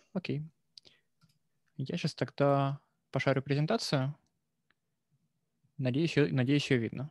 Окей. Я сейчас тогда пошарю презентацию. Надеюсь, ее видно.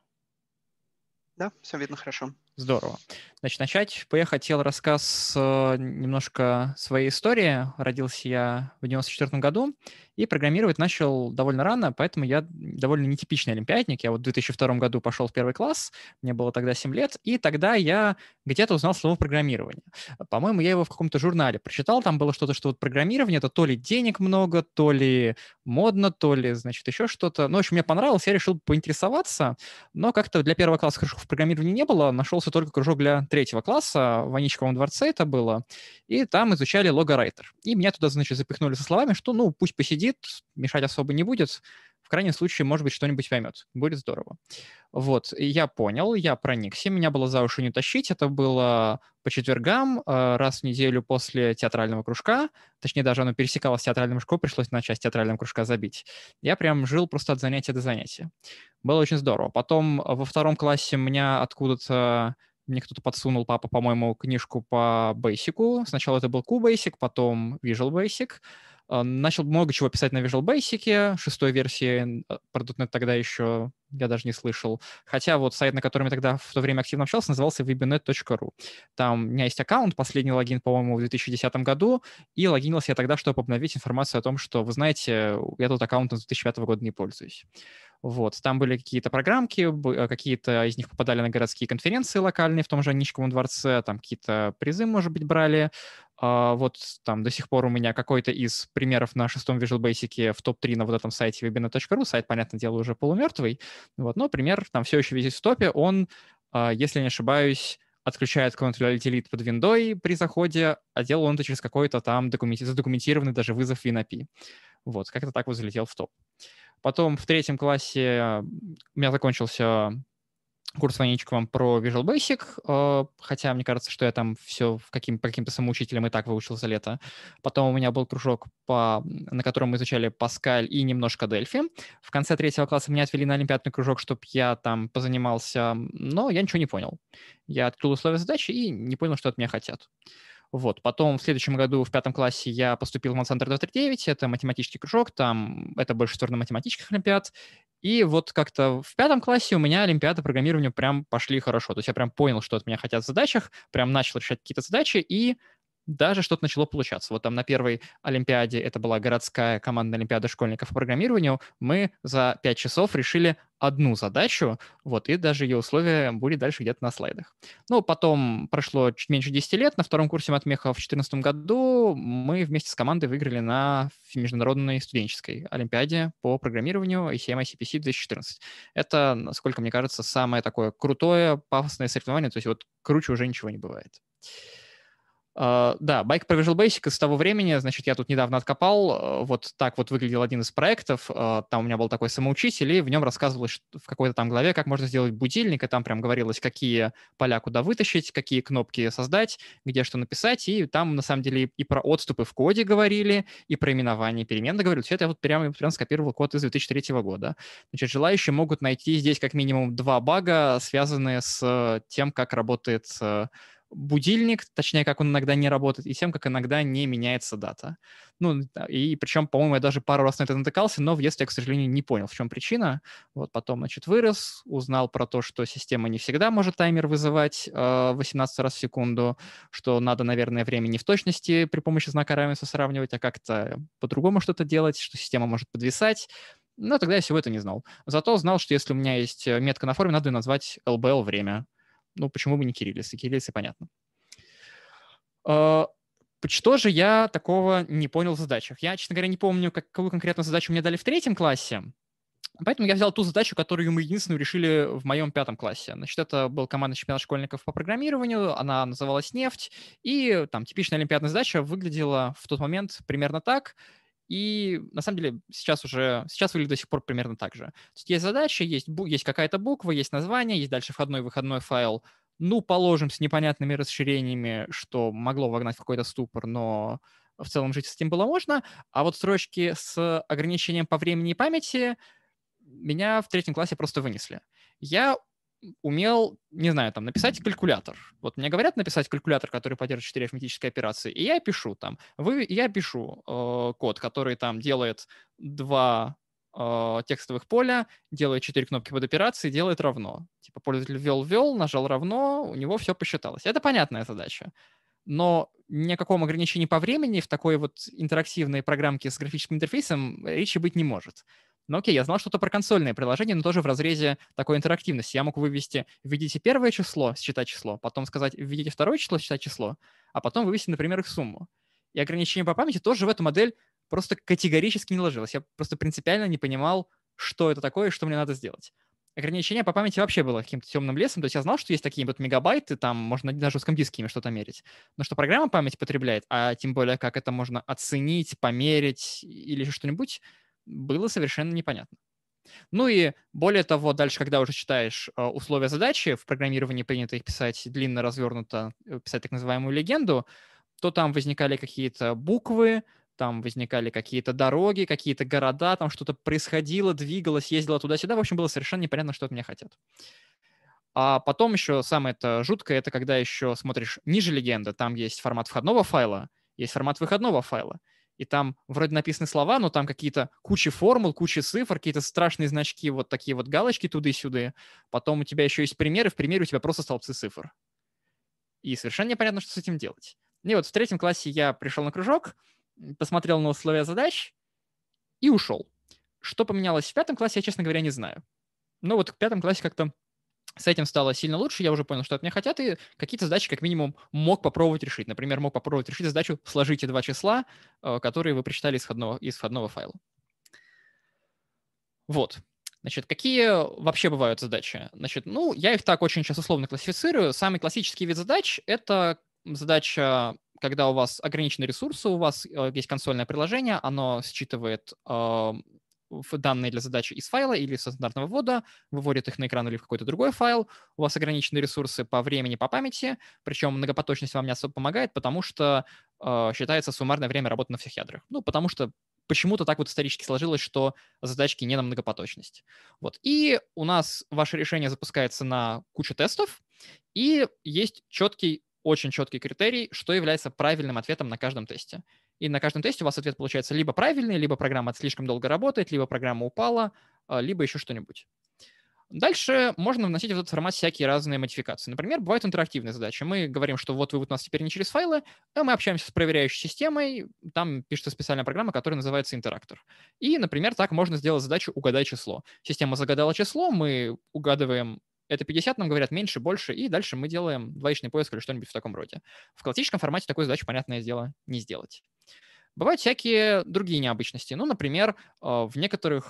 Да, все видно хорошо. Здорово. Значит, начать бы я хотел рассказ с немножко своей истории. Родился я в 94 году и программировать начал довольно рано, поэтому я довольно нетипичный олимпиадник. Я вот в 2002 году пошел в первый класс, мне было тогда 7 лет, и тогда я где-то узнал слово программирование. По-моему, я его в каком-то журнале прочитал, там было что-то, что вот программирование — это то ли денег много, то ли модно, то ли, значит, еще что-то. Ну, в общем, мне понравилось, я решил поинтересоваться, но как-то для первого класса кружков в программировании не было, нашелся только кружок для третьего класса, в Аничковом дворце это было, и там изучали логорайтер. И меня туда, значит, запихнули со словами, что, ну, пусть посидит, мешать особо не будет, в крайнем случае, может быть, что-нибудь поймет. Будет здорово. Вот, и я понял, я проникся, меня было за уши не тащить, это было по четвергам, раз в неделю после театрального кружка, точнее, даже оно пересекалось с театральным кружком, пришлось на часть театрального кружка забить. Я прям жил просто от занятия до занятия. Было очень здорово. Потом во втором классе меня откуда-то мне кто-то подсунул, папа, по-моему, книжку по Basic. Сначала это был QBasic, потом Visual Basic. Начал много чего писать на Visual Basic, шестой версии, про .NET тогда еще я даже не слышал. Хотя вот сайт, на котором я тогда в то время активно общался, назывался webinet.ru. Там у меня есть аккаунт, последний логин, по-моему, в 2010 году, и логинился я тогда, чтобы обновить информацию о том, что, вы знаете, я тут аккаунтом с 2005 года не пользуюсь. Вот, там были какие-то программки, какие-то из них попадали на городские конференции локальные в том же Аничковом дворце, там какие-то призы, может быть, брали. Вот там до сих пор у меня какой-то из примеров на шестом Visual Basic в топ-3 на вот этом сайте webinar.ru, сайт, понятное дело, уже полумертвый, вот, но пример там все еще висит в топе, он, если не ошибаюсь, отключает Ctrl-Alt Delete под виндой при заходе, а делал он это через какой-то там задокументированный даже вызов WinAPI. Вот, как-то так вот залетел в топ. Потом в третьем классе у меня закончился курс Ваничковым про Visual Basic, хотя мне кажется, что я там все по каким-то самоучителям и так выучил за лето. Потом у меня был кружок, на котором мы изучали Паскаль и немножко Дельфи. В конце третьего класса меня отвели на олимпиадный кружок, чтобы я там позанимался, но я ничего не понял. Я открыл условия задачи и не понял, что от меня хотят. Вот. Потом в следующем году, в пятом классе, я поступил в Монсанто 239, это математический кружок, там это больше в сторону математических олимпиад. И вот как-то в пятом классе у меня олимпиады программирования прям пошли хорошо. То есть я прям понял, что от меня хотят в задачах, прям начал решать какие-то задачи, и даже что-то начало получаться. Вот там на первой олимпиаде, это была городская командная олимпиада школьников по программированию, мы за 5 часов решили одну задачу, вот, и даже ее условия были дальше где-то на слайдах. Ну, потом прошло чуть меньше 10 лет, на втором курсе матмеха в 2014 году мы вместе с командой выиграли на международной студенческой олимпиаде по программированию ACM ICPC 2014. Это, насколько мне кажется, самое такое крутое, пафосное соревнование, то есть вот круче уже ничего не бывает. Да, байк про Visual Basic из того времени, значит, я тут недавно откопал, вот так вот выглядел один из проектов, там у меня был такой самоучитель, и в нем рассказывалось в какой-то там главе, как можно сделать будильник, и там прям говорилось, какие поля куда вытащить, какие кнопки создать, где что написать, и там, на самом деле, и про отступы в коде говорили, и про именование перемен говорили. Все это я вот прям скопировал код из 2003 года. Значит, желающие могут найти здесь как минимум 2 бага, связанные с тем, как работает будильник, точнее, как он иногда не работает, и тем, как иногда не меняется дата. Ну, и причем, по-моему, я даже пару раз на это натыкался, но в детстве я, к сожалению, не понял, в чем причина. Вот потом, значит, вырос, узнал про то, что система не всегда может таймер вызывать 18 раз в секунду, что надо, наверное, время не в точности при помощи знака равенства сравнивать, а как-то по-другому что-то делать, что система может подвисать. Но тогда я всего это не знал. Зато знал, что если у меня есть метка на форме, надо ее назвать LBL время. Ну, почему бы не кириллицы? Кириллицы, понятно. Что же я такого не понял в задачах? Я, честно говоря, не помню, какую конкретно задачу мне дали в третьем классе, поэтому я взял ту задачу, которую мы единственную решили в моем пятом классе. Значит, это был командный чемпионат школьников по программированию, она называлась «Нефть», и там типичная олимпиадная задача выглядела в тот момент примерно так, и на самом деле сейчас выглядит до сих пор примерно так же. То есть задача, есть какая-то буква, есть название, есть дальше входной-выходной файл, ну, положим, с непонятными расширениями, что могло вогнать в какой-то ступор, но в целом жить с этим было можно. А вот строчки с ограничением по времени и памяти меня в третьем классе просто вынесли. Я умел, не знаю, там, написать калькулятор. Вот мне говорят написать калькулятор, который поддерживает 4 арифметические операции, и я пишу там. Я пишу код, который там делает 2 текстовых поля, делает 4 кнопки под операцией, делает равно. Типа пользователь ввел, нажал равно, у него все посчиталось. Это понятная задача. Но ни о каком ограничении по времени в такой вот интерактивной программке с графическим интерфейсом речи быть не может. Ну окей, я знал что-то про консольное приложение, но тоже в разрезе такой интерактивности. Я мог вывести «введите первое число, считать число», потом сказать «введите второе число, считать число», а потом вывести, например, их сумму. И ограничение по памяти тоже в эту модель просто категорически не ложилось. Я просто принципиально не понимал, что это такое и что мне надо сделать. Ограничение по памяти вообще было каким-то темным лесом. То есть я знал, что есть такие вот мегабайты, там можно даже в жестком диске ими что-то мерить. Но что программа память потребляет, а тем более как это можно оценить, померить или что-нибудь, было совершенно непонятно. Ну и более того, дальше, когда уже читаешь условия задачи, в программировании принято их писать длинно, развернуто, писать так называемую легенду, то там возникали какие-то буквы, там возникали какие-то дороги, какие-то города, там что-то происходило, двигалось, ездило туда-сюда. В общем, было совершенно непонятно, что от меня хотят. А потом еще самое это жуткое, это когда еще смотришь ниже легенды, там есть формат входного файла, есть формат выходного файла. И там вроде написаны слова, но там какие-то куча формул, куча цифр, какие-то страшные значки, вот такие вот галочки туды-сюды. Потом у тебя еще есть примеры, в примере у тебя просто столбцы цифр. И совершенно непонятно, что с этим делать. И вот в 3 классе я пришел на кружок, посмотрел на условия задач и ушел. Что поменялось в 5 классе, я, честно говоря, не знаю. Но вот в 5 классе как-то с этим стало сильно лучше, я уже понял, что от меня хотят, и какие-то задачи как минимум мог попробовать решить. Например, мог попробовать решить задачу «сложите 2 числа», которые вы прочитали из входного файла. Вот. Значит, какие вообще бывают задачи? Значит, ну, я их так очень сейчас условно классифицирую. Самый классический вид задач — это задача, когда у вас ограничены ресурсы, у вас есть консольное приложение, оно считывает данные для задачи из файла или со стандартного ввода, выводит их на экран или в какой-то другой файл. У вас ограничены ресурсы по времени, по памяти, причем многопоточность вам не особо помогает, потому что считается суммарное время работы на всех ядрах. Ну, потому что почему-то так вот исторически сложилось, что задачки не на многопоточность. Вот. И у нас ваше решение запускается на кучу тестов, и есть очень четкий критерий, что является правильным ответом на каждом тесте. И на каждом тесте у вас ответ получается либо правильный, либо программа слишком долго работает, либо программа упала, либо еще что-нибудь. Дальше можно вносить в этот формат всякие разные модификации. Например, бывают интерактивные задачи. Мы говорим, что вот вы у нас теперь не через файлы, а мы общаемся с проверяющей системой, там пишется специальная программа, которая называется интерактор. И, например, так можно сделать задачу «Угадай число». Система загадала число, мы угадываем это 50, нам говорят меньше, больше, и дальше мы делаем двоичный поиск или что-нибудь в таком роде. В классическом формате такую задачу, понятное дело, не сделать. Бывают всякие другие необычности. Ну, например, в некоторых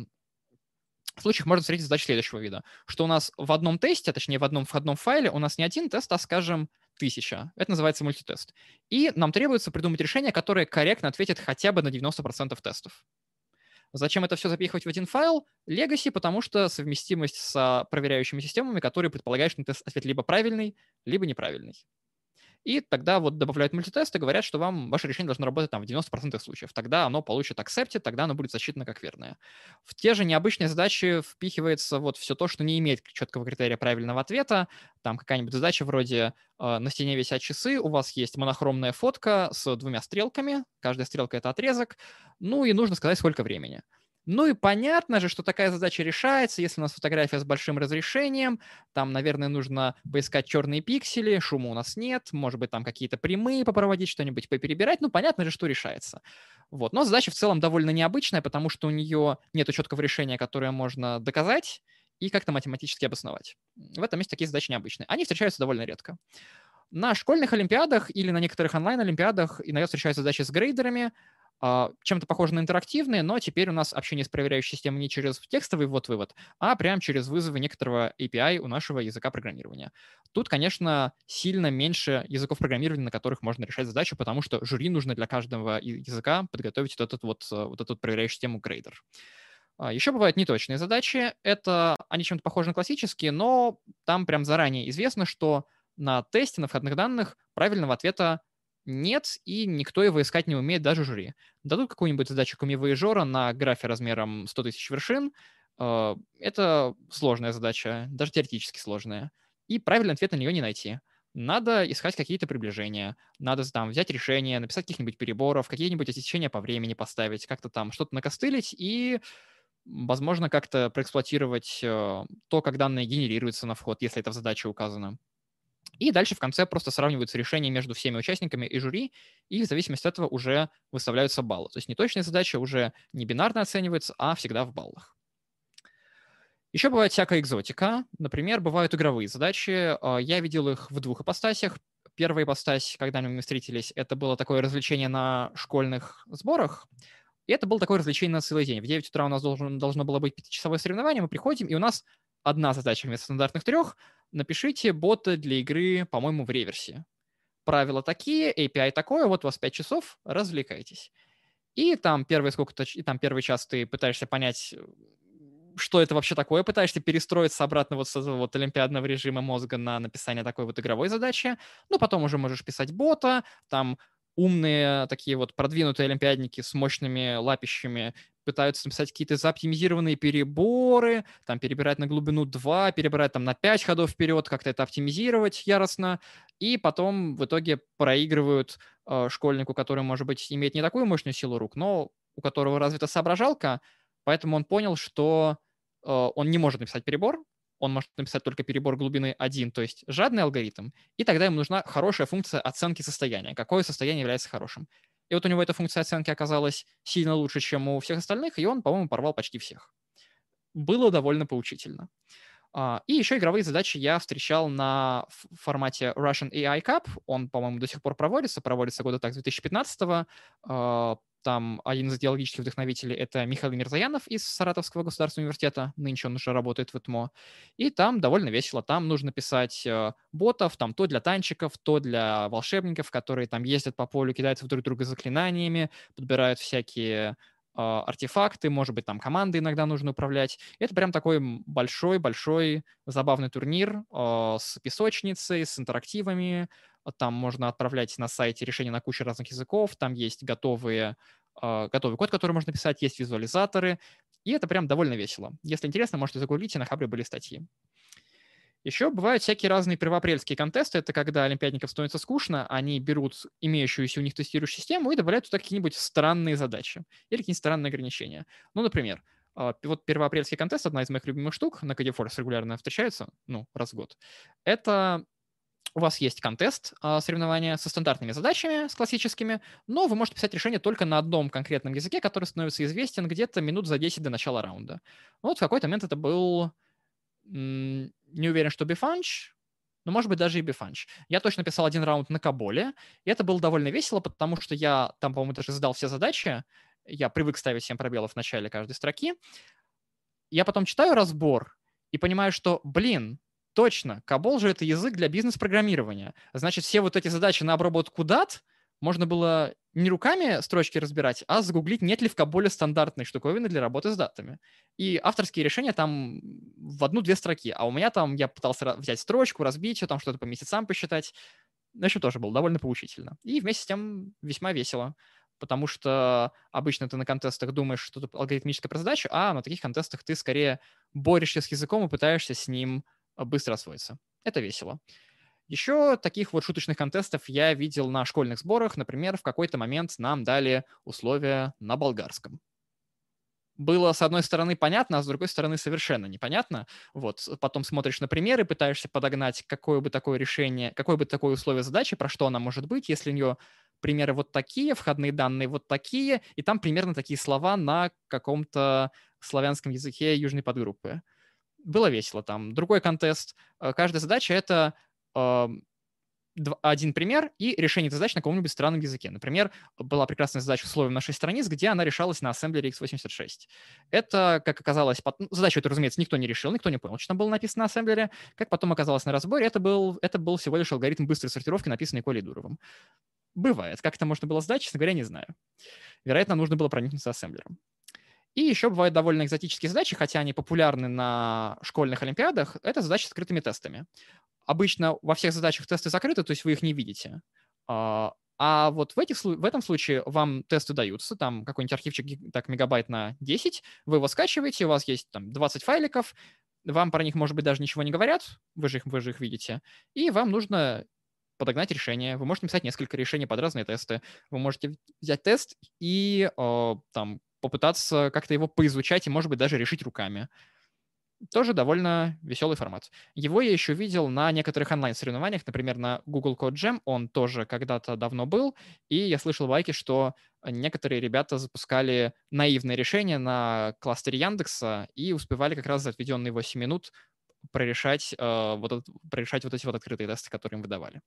в случаях можно встретить задачу следующего вида, что у нас в одном тесте, точнее в одном входном файле у нас не один тест, а, скажем, 1000. Это называется мультитест. И нам требуется придумать решение, которое корректно ответит хотя бы на 90% тестов. Зачем это все запихивать в один файл? Legacy, потому что совместимость с проверяющими системами, которые предполагают, что тест ответ либо правильный, либо неправильный. И тогда вот добавляют мультитест и говорят, что вам ваше решение должно работать там в 90% случаев. Тогда оно получит accepted, тогда оно будет засчитано как верное. В те же необычные задачи впихивается вот все то, что не имеет четкого критерия правильного ответа. Там какая-нибудь задача вроде на стене висят часы, у вас есть монохромная фотка с 2 стрелками, каждая стрелка — это отрезок, ну и нужно сказать, сколько времени. Ну и понятно же, что такая задача решается, если у нас фотография с большим разрешением, там, наверное, нужно поискать черные пиксели, шума у нас нет, может быть, там какие-то прямые попроводить, что-нибудь поперебирать, ну, понятно же, что решается. Вот. Но задача в целом довольно необычная, потому что у нее нет четкого решения, которое можно доказать и как-то математически обосновать. В этом месте такие задачи необычные. Они встречаются довольно редко. На школьных олимпиадах или на некоторых онлайн-олимпиадах иногда встречаются задачи с грейдерами, чем-то похоже на интерактивные, но теперь у нас общение с проверяющей системой не через текстовый ввод-вывод, а прямо через вызовы некоторого API у нашего языка программирования. Тут, конечно, сильно меньше языков программирования, на которых можно решать задачу, потому что жюри нужно для каждого языка подготовить вот эту проверяющую систему грейдер. Еще бывают неточные задачи. Они чем-то похожи на классические, но там прям заранее известно, что на тесте, на входных данных правильного ответа нет, и никто его искать не умеет, даже жюри. Дадут какую-нибудь задачу кумива и Жора на графе размером 100 000 вершин, Это сложная задача, даже теоретически сложная. И правильный ответ на нее не найти. Надо искать какие-то приближения, надо там взять решение, написать каких-нибудь переборов, какие-нибудь отсечения по времени поставить, как-то там что-то накостылить и, возможно, как-то проэксплуатировать то, как данные генерируются на вход, если это в задаче указано. И дальше в конце просто сравниваются решения между всеми участниками и жюри, и в зависимости от этого уже выставляются баллы. То есть неточная задача уже не бинарно оценивается, а всегда в баллах. Еще бывает всякая экзотика. Например, бывают игровые задачи. Я видел их в двух ипостасях. Первая ипостась, когда мы встретились, это было такое развлечение на школьных сборах. И это было такое развлечение на целый день. В 9 утра у нас должно было быть 5-часовое соревнование, мы приходим, и у нас одна задача вместо стандартных 3. Напишите бота для игры, по-моему, в реверсе. Правила такие, API такое, вот у вас 5 часов, развлекайтесь. И там первый час ты пытаешься понять, что это вообще такое, пытаешься перестроиться обратно вот с этого вот олимпиадного режима мозга на написание такой вот игровой задачи. Ну, потом уже можешь писать бота, там умные такие вот продвинутые олимпиадники с мощными лапищами пытаются написать какие-то заоптимизированные переборы, там перебирать на глубину 2, перебирать там на 5 ходов вперед, как-то это оптимизировать яростно, и потом в итоге проигрывают школьнику, который, может быть, имеет не такую мощную силу рук, но у которого развита соображалка, поэтому он понял, что он не может написать перебор, он может написать только перебор глубины 1, то есть жадный алгоритм, и тогда ему нужна хорошая функция оценки состояния, какое состояние является хорошим. И вот у него эта функция оценки оказалась сильно лучше, чем у всех остальных, и он, по-моему, порвал почти всех. Было довольно поучительно. И еще игровые задачи я встречал на формате Russian AI Cup. Он, по-моему, до сих пор проводится года так с 2015-го. Там один из идеологических вдохновителей — это Михаил Мирзаянов из Саратовского государственного университета. Нынче он уже работает в ЭТМО. И там довольно весело. Там нужно писать ботов, там то для танчиков, то для волшебников, которые там ездят по полю, кидаются друг друга заклинаниями, подбирают всякие артефакты, может быть, там команды иногда нужно управлять. Это прям такой большой-большой забавный турнир с песочницей, с интерактивами. Там можно отправлять на сайте решения на кучу разных языков. Там есть готовый код, который можно писать, есть визуализаторы. И это прям довольно весело. Если интересно, можете загуглить, и на Хабре были статьи. Еще бывают всякие разные первоапрельские контесты. Это когда олимпиадникам становится скучно, они берут имеющуюся у них тестирующую систему и добавляют туда какие-нибудь странные задачи или какие-нибудь странные ограничения. Ну, например, вот первоапрельский контест — одна из моих любимых штук, на Kdforce регулярно встречаются, раз в год. Это у вас есть контест, соревнования со стандартными задачами, с классическими, но вы можете писать решение только на одном конкретном языке, который становится известен где-то минут за 10 до начала раунда. Вот в какой-то момент это был не уверен, что Бифанч, но, может быть, даже и Бифанч. Я точно писал один раунд на Каболе, и это было довольно весело, потому что я там, по-моему, даже сдал все задачи, я привык ставить 7 пробелов в начале каждой строки. Я потом читаю разбор и понимаю, что, точно, Кабол же это язык для бизнес-программирования. Значит, все вот эти задачи на обработку дат можно было не руками строчки разбирать, а загуглить, нет ли в Каболе стандартной штуковины для работы с датами. И авторские решения там в 1-2 строки. А у меня там, я пытался взять строчку, разбить ее, там что-то по месяцам посчитать. В общем, тоже было довольно поучительно. И вместе с тем весьма весело. Потому что обычно ты на контестах думаешь, что это алгоритмическая задача, а на таких контестах ты скорее борешься с языком и пытаешься с ним быстро освоиться. Это весело. Еще таких вот шуточных контестов я видел на школьных сборах. Например, в какой-то момент нам дали условия на болгарском. Было, с одной стороны, понятно, а с другой стороны, совершенно непонятно. Вот, потом смотришь на примеры, пытаешься подогнать, какое бы такое решение, какое бы такое условие задачи, про что она может быть, если у нее примеры вот такие, входные данные вот такие, и там примерно такие слова на каком-то славянском языке южной подгруппы. Было весело там. Другой контест. Каждая задача — это один пример и решение этой задачи на каком-нибудь странном языке. Например, была прекрасная задача условием нашей страниц, где она решалась на ассемблере x86. Это, как оказалось, задачу эту, разумеется, никто не решил, никто не понял, что там было написано на ассемблере. Как потом оказалось на разборе, это был всего лишь алгоритм быстрой сортировки, написанный Колей Дуровым. Бывает. Как это можно было сдать, честно говоря, не знаю. Вероятно, нужно было проникнуться ассемблером. И еще бывают довольно экзотические задачи, хотя они популярны на школьных олимпиадах. Это задачи с открытыми тестами. Обычно во всех задачах тесты закрыты, то есть вы их не видите. А вот в этом случае вам тесты даются, там какой-нибудь архивчик так мегабайт на 10, вы его скачиваете, у вас есть там 20 файликов, вам про них, может быть, даже ничего не говорят, вы же их видите, и вам нужно подогнать решение. Вы можете написать несколько решений под разные тесты. Вы можете взять тест и там попытаться как-то его поизучать и, может быть, даже решить руками. Тоже довольно веселый формат. Его я еще видел на некоторых онлайн-соревнованиях, например, на Google Code Jam, он тоже когда-то давно был, и я слышал байки, что некоторые ребята запускали наивные решения на кластере Яндекса и успевали как раз за отведенные 8 минут прорешать вот эти вот открытые тесты, которые им выдавали.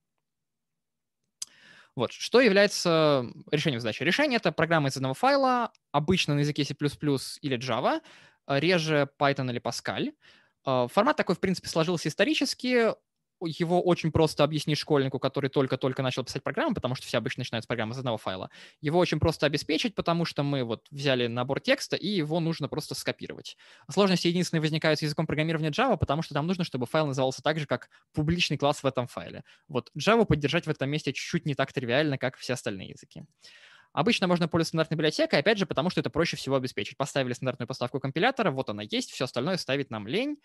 Вот. Что является решением задачи? Решение — это программа из одного файла, обычно на языке C++ или Java, реже Python или Pascal. Формат такой, в принципе, сложился исторически. Его очень просто объяснить школьнику, который только-только начал писать программу, потому что все обычно начинают с программы из одного файла. Его очень просто обеспечить, потому что мы вот взяли набор текста, и его нужно просто скопировать. Сложности единственные возникают с языком программирования Java, потому что там нужно, чтобы файл назывался так же, как публичный класс в этом файле. Вот Java поддержать в этом месте чуть-чуть не так тривиально, как все остальные языки. Обычно можно пользоваться стандартной библиотекой, опять же, потому что это проще всего обеспечить. Поставили стандартную поставку компилятора, вот она есть, все остальное ставить нам лень.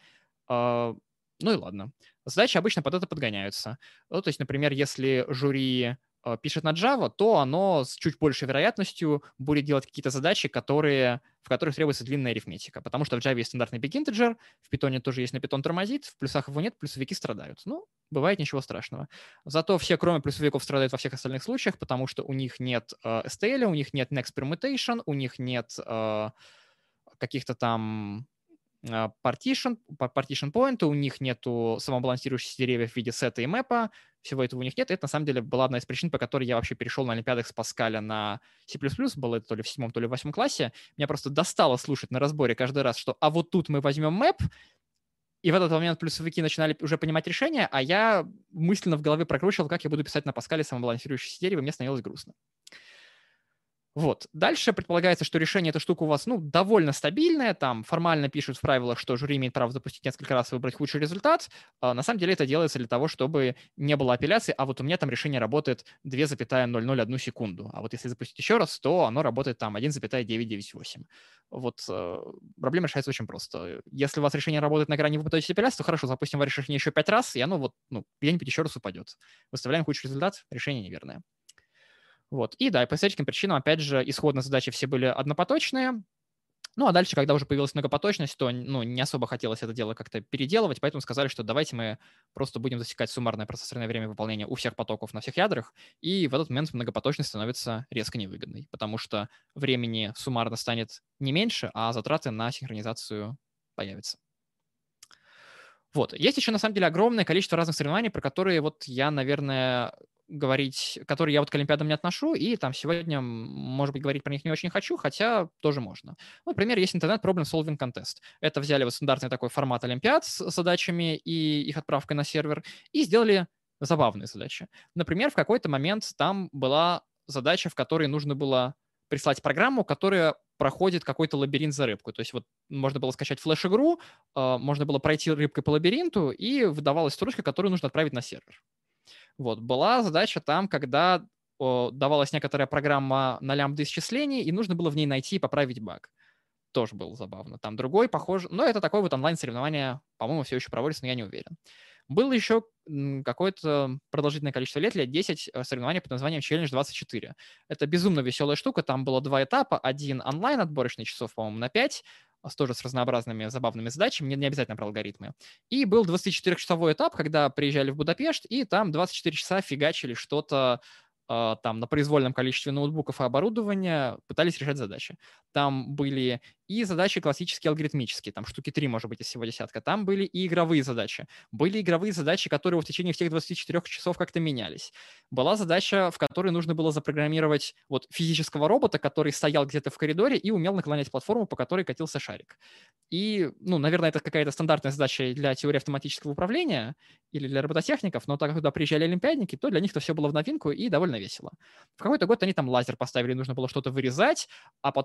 Ну и ладно. Задачи обычно под это подгоняются. Ну, то есть, например, если жюри пишет на Java, то оно с чуть большей вероятностью будет делать какие-то задачи, в которых требуется длинная арифметика, потому что в Java есть стандартный big integer, в Python тоже есть, но Python тормозит, в плюсах его нет, плюсовики страдают. Ну, бывает, ничего страшного. Зато все, кроме плюсовиков, страдают во всех остальных случаях, потому что у них нет STL, у них нет next permutation, у них нет каких-то там partition point, у них нету самобалансирующихся деревьев в виде сета и мэпа, всего этого у них нет. И это, на самом деле, была одна из причин, по которой я вообще перешел на олимпиадах с Паскаля на C++, было это то ли в 7-м, то ли в 8-м классе. Меня просто достало слушать на разборе каждый раз, что «а вот тут мы возьмем мэп», и в этот момент плюсовики начинали уже понимать решение, а я мысленно в голове прокручивал, как я буду писать на Паскале самобалансирующееся дерево, и мне становилось грустно. Вот. Дальше предполагается, что решение этой штуки у вас, довольно стабильное. Там формально пишут в правилах, что жюри имеет право запустить несколько раз и выбрать худший результат. На самом деле это делается для того, чтобы не было апелляции, а вот у меня там решение работает 2,001 секунду. А вот если запустить еще раз, то оно работает там 1,998. Вот проблема решается очень просто. Если у вас решение работает на грани, вы пытаетесь апелляции, то хорошо, запустим ваше решение еще 5 раз, и оно где-нибудь еще раз упадет. Выставляем худший результат, решение неверное. Вот. И да, и по историческим причинам, опять же, исходно задачи все были однопоточные. Ну, а дальше, когда уже появилась многопоточность, то не особо хотелось это дело как-то переделывать, поэтому сказали, что давайте мы просто будем засекать суммарное процессорное время выполнения у всех потоков на всех ядрах, и в этот момент многопоточность становится резко невыгодной, потому что времени суммарно станет не меньше, а затраты на синхронизацию появятся. Вот. Есть еще, на самом деле, огромное количество разных соревнований, про которые вот я, наверное, которые я вот к олимпиадам не отношу, и там сегодня, может быть, говорить про них не очень хочу, хотя тоже можно. Ну, например, есть Internet Problem Solving Contest. Это взяли вот стандартный такой формат олимпиад с задачами и их отправкой на сервер и сделали забавные задачи. Например, в какой-то момент там была задача, в которой нужно было прислать программу, которая проходит какой-то лабиринт за рыбку. То есть вот можно было скачать флеш-игру, можно было пройти рыбкой по лабиринту, и выдавалась строчка, которую нужно отправить на сервер. Вот. Была задача там, когда давалась некоторая программа на лямбда-исчислений, и нужно было в ней найти и поправить баг. Тоже было забавно. Там другой, похоже... Но это такое вот онлайн-соревнование, по-моему, все еще проводится, но я не уверен. Было еще какое-то продолжительное количество лет 10, соревнования под названием Challenge 24. Это безумно веселая штука. Там было 2 этапа. Один онлайн отборочный часов, по-моему, на 5, тоже с разнообразными забавными задачами, не обязательно про алгоритмы. И был 24-часовой этап, когда приезжали в Будапешт, и там 24 часа фигачили что-то там на произвольном количестве ноутбуков и оборудования, пытались решать задачи. Там были и задачи классические алгоритмические, там штуки 3, может быть, из всего десятка. Там были и игровые задачи. Были игровые задачи, которые в течение всех 24 часов как-то менялись. Была задача, в которой нужно было запрограммировать вот физического робота, который стоял где-то в коридоре и умел наклонять платформу, по которой катился шарик. И, наверное, это какая-то стандартная задача для теории автоматического управления или для робототехников, но так как туда приезжали олимпиадники, то для них это все было в новинку и довольно весело. В какой-то год они там лазер поставили, нужно было что-то вырезать, а потом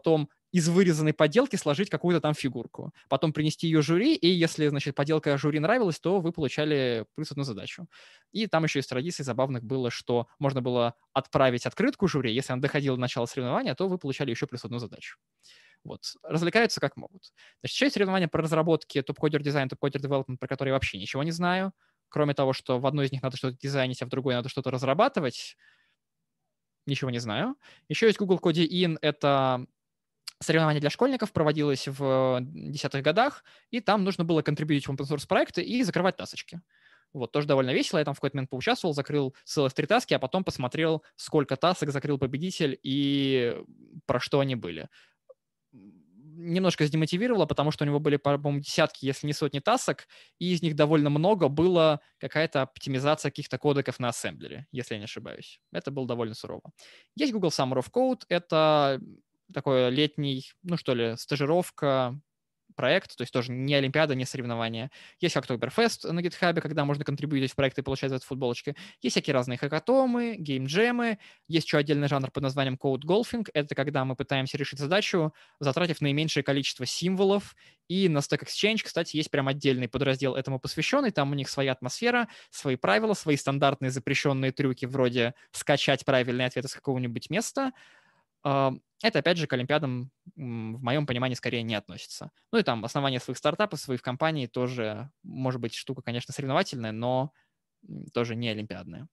из вырезанной поделки сложить какую-то там фигурку. Потом принести ее жюри, и если, значит, поделка жюри нравилась, то вы получали плюс одну задачу. И там еще из традиций забавных было, что можно было отправить открытку жюри. Если она доходила до начала соревнования, то вы получали еще плюс одну задачу. Вот. Развлекаются как могут. Значит, еще есть соревнования по разработке топ-кодер дизайн, топ-кодер девелопмент, про которые я вообще ничего не знаю. Кроме того, что в одной из них надо что-то дизайнить, а в другой надо что-то разрабатывать. Ничего не знаю. Еще есть Google Code In. Это соревнование для школьников, проводилось в 10-х годах, и там нужно было контрибьютить в open source проекты и закрывать тасочки. Вот, тоже довольно весело. Я там в какой-то момент поучаствовал, закрыл целых 3 таски, а потом посмотрел, сколько тасок закрыл победитель и про что они были. Немножко сдемотивировало, потому что у него были, по-моему, десятки, если не сотни тасок, и из них довольно много было какая-то оптимизация каких-то кодеков на ассемблере, если я не ошибаюсь. Это было довольно сурово. Есть Google Summer of Code. Это такой летний, ну что ли, стажировка, проект, то есть тоже не олимпиада, не соревнования. Есть Oktoberfest на GitHub, когда можно контрибьютить в проекты и получать за это футболочки. Есть всякие разные хакатомы, геймджемы. Есть еще отдельный жанр под названием Code Golfing. Это когда мы пытаемся решить задачу, затратив наименьшее количество символов. И на Stack Exchange, кстати, есть прям отдельный подраздел этому посвященный. Там у них своя атмосфера, свои правила, свои стандартные запрещенные трюки, вроде скачать правильные ответы с какого-нибудь места. Это, опять же, к олимпиадам, в моем понимании, скорее не относится. Ну и там основание своих стартапов, своих компаний тоже, может быть, штука, конечно, соревновательная, но тоже не олимпиадная.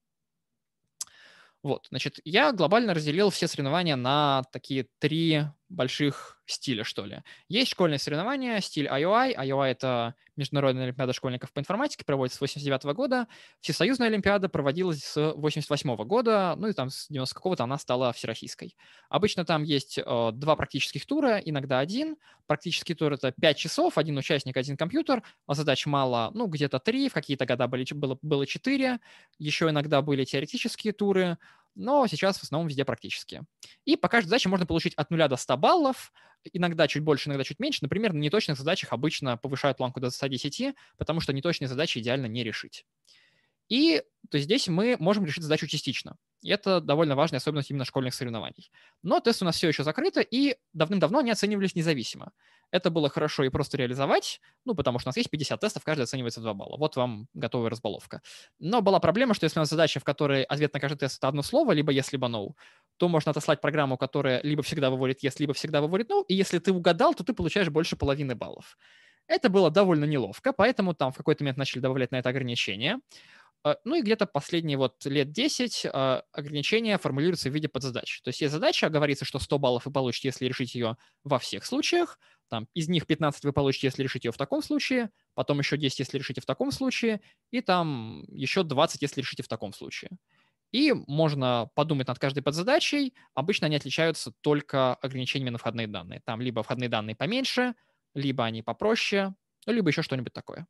Вот, значит, я глобально разделил все соревнования на такие 3 больших стиля, что ли. Есть школьные соревнования, стиль IOI. IOI — это Международная олимпиада школьников по информатике, проводится с 1989 года. Всесоюзная олимпиада проводилась с 1988 года, ну и там с 90 какого-то она стала всероссийской. Обычно там есть 2 практических тура, иногда один. Практический тур — это 5 часов, один участник, один компьютер, а задач мало, ну, где-то 3, в какие-то года было 4. Еще иногда были теоретические туры, но сейчас в основном везде практические. И по каждой задаче можно получить от 0 до 100 баллов, иногда чуть больше, иногда чуть меньше. Например, на неточных задачах обычно повышают планку до 110, потому что неточные задачи идеально не решить. И то есть здесь мы можем решить задачу частично. И это довольно важная особенность именно школьных соревнований. Но тесты у нас все еще закрыты, и давным-давно они оценивались независимо. Это было хорошо и просто реализовать, ну, потому что у нас есть 50 тестов, каждый оценивается в 2 балла. Вот вам готовая разбаловка. Но была проблема, что если у нас задача, в которой ответ на каждый тест — это одно слово, либо yes, либо no, то можно отослать программу, которая либо всегда выводит yes, либо всегда выводит no, и если ты угадал, то ты получаешь больше половины баллов. Это было довольно неловко, поэтому там в какой-то момент начали добавлять на это ограничения. Ну и где-то последние вот лет 10 ограничения формулируются в виде подзадач. То есть есть задача, говорится, что 100 баллов вы получите, если решить ее во всех случаях, там, из них 15 вы получите, если решите ее в таком случае, потом еще 10, если решите в таком случае, и там еще 20, если решите в таком случае. И можно подумать над каждой подзадачей. Обычно они отличаются только ограничениями на входные данные. Там либо входные данные поменьше, либо они попроще, ну, либо еще что-нибудь такое.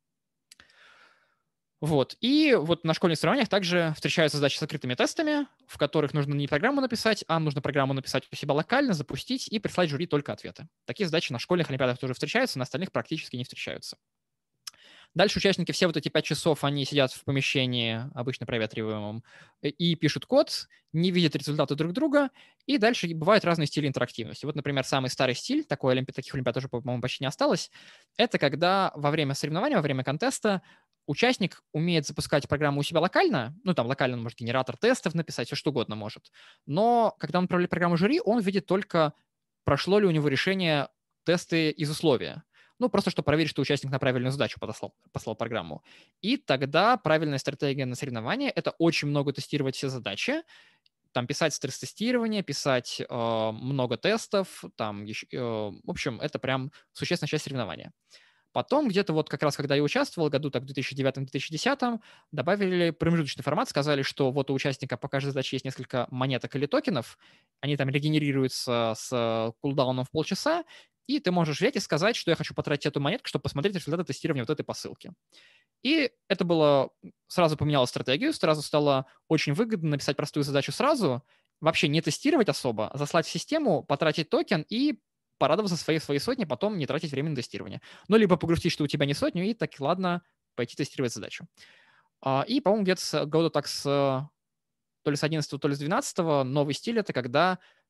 Вот. И вот на школьных соревнованиях также встречаются задачи с открытыми тестами, в которых нужно не программу написать, а нужно программу написать у себя локально, запустить и прислать жюри только ответы. Такие задачи на школьных олимпиадах тоже встречаются, на остальных практически не встречаются. Дальше участники все вот эти 5 часов, они сидят в помещении, обычно проветриваемом, и пишут код, не видят результаты друг друга, и дальше бывают разные стили интерактивности. Вот, например, самый старый стиль, таких олимпиад уже, по-моему, почти не осталось, это когда во время соревнования, во время контеста участник умеет запускать программу у себя локально, ну, там локально он может генератор тестов написать, все что угодно может, но когда он отправляет программу жюри, он видит только, прошло ли у него решение тесты из условия. Ну, просто чтобы проверить, что участник на правильную задачу послал программу. И тогда правильная стратегия на соревнования — это очень много тестировать все задачи, там писать стресс-тестирование, писать много тестов, там, в общем, это прям существенная часть соревнования. Потом где-то вот как раз, когда я участвовал, году так в 2009-2010, добавили промежуточный формат, сказали, что вот у участника по каждой задаче есть несколько монеток или токенов, они там регенерируются с кулдауном в полчаса, и ты можешь взять и сказать, что я хочу потратить эту монетку, чтобы посмотреть результаты тестирования вот этой посылки. И это было, сразу поменяло стратегию, сразу стало очень выгодно написать простую задачу сразу, вообще не тестировать особо, заслать в систему, потратить токен и порадоваться своей сотни, потом не тратить время на тестирование. Ну, либо погрустить, что у тебя не сотню, и так, ладно, пойти тестировать задачу. И, по-моему, где-то года так то ли с 11, то ли с 12 новый стиль — это когда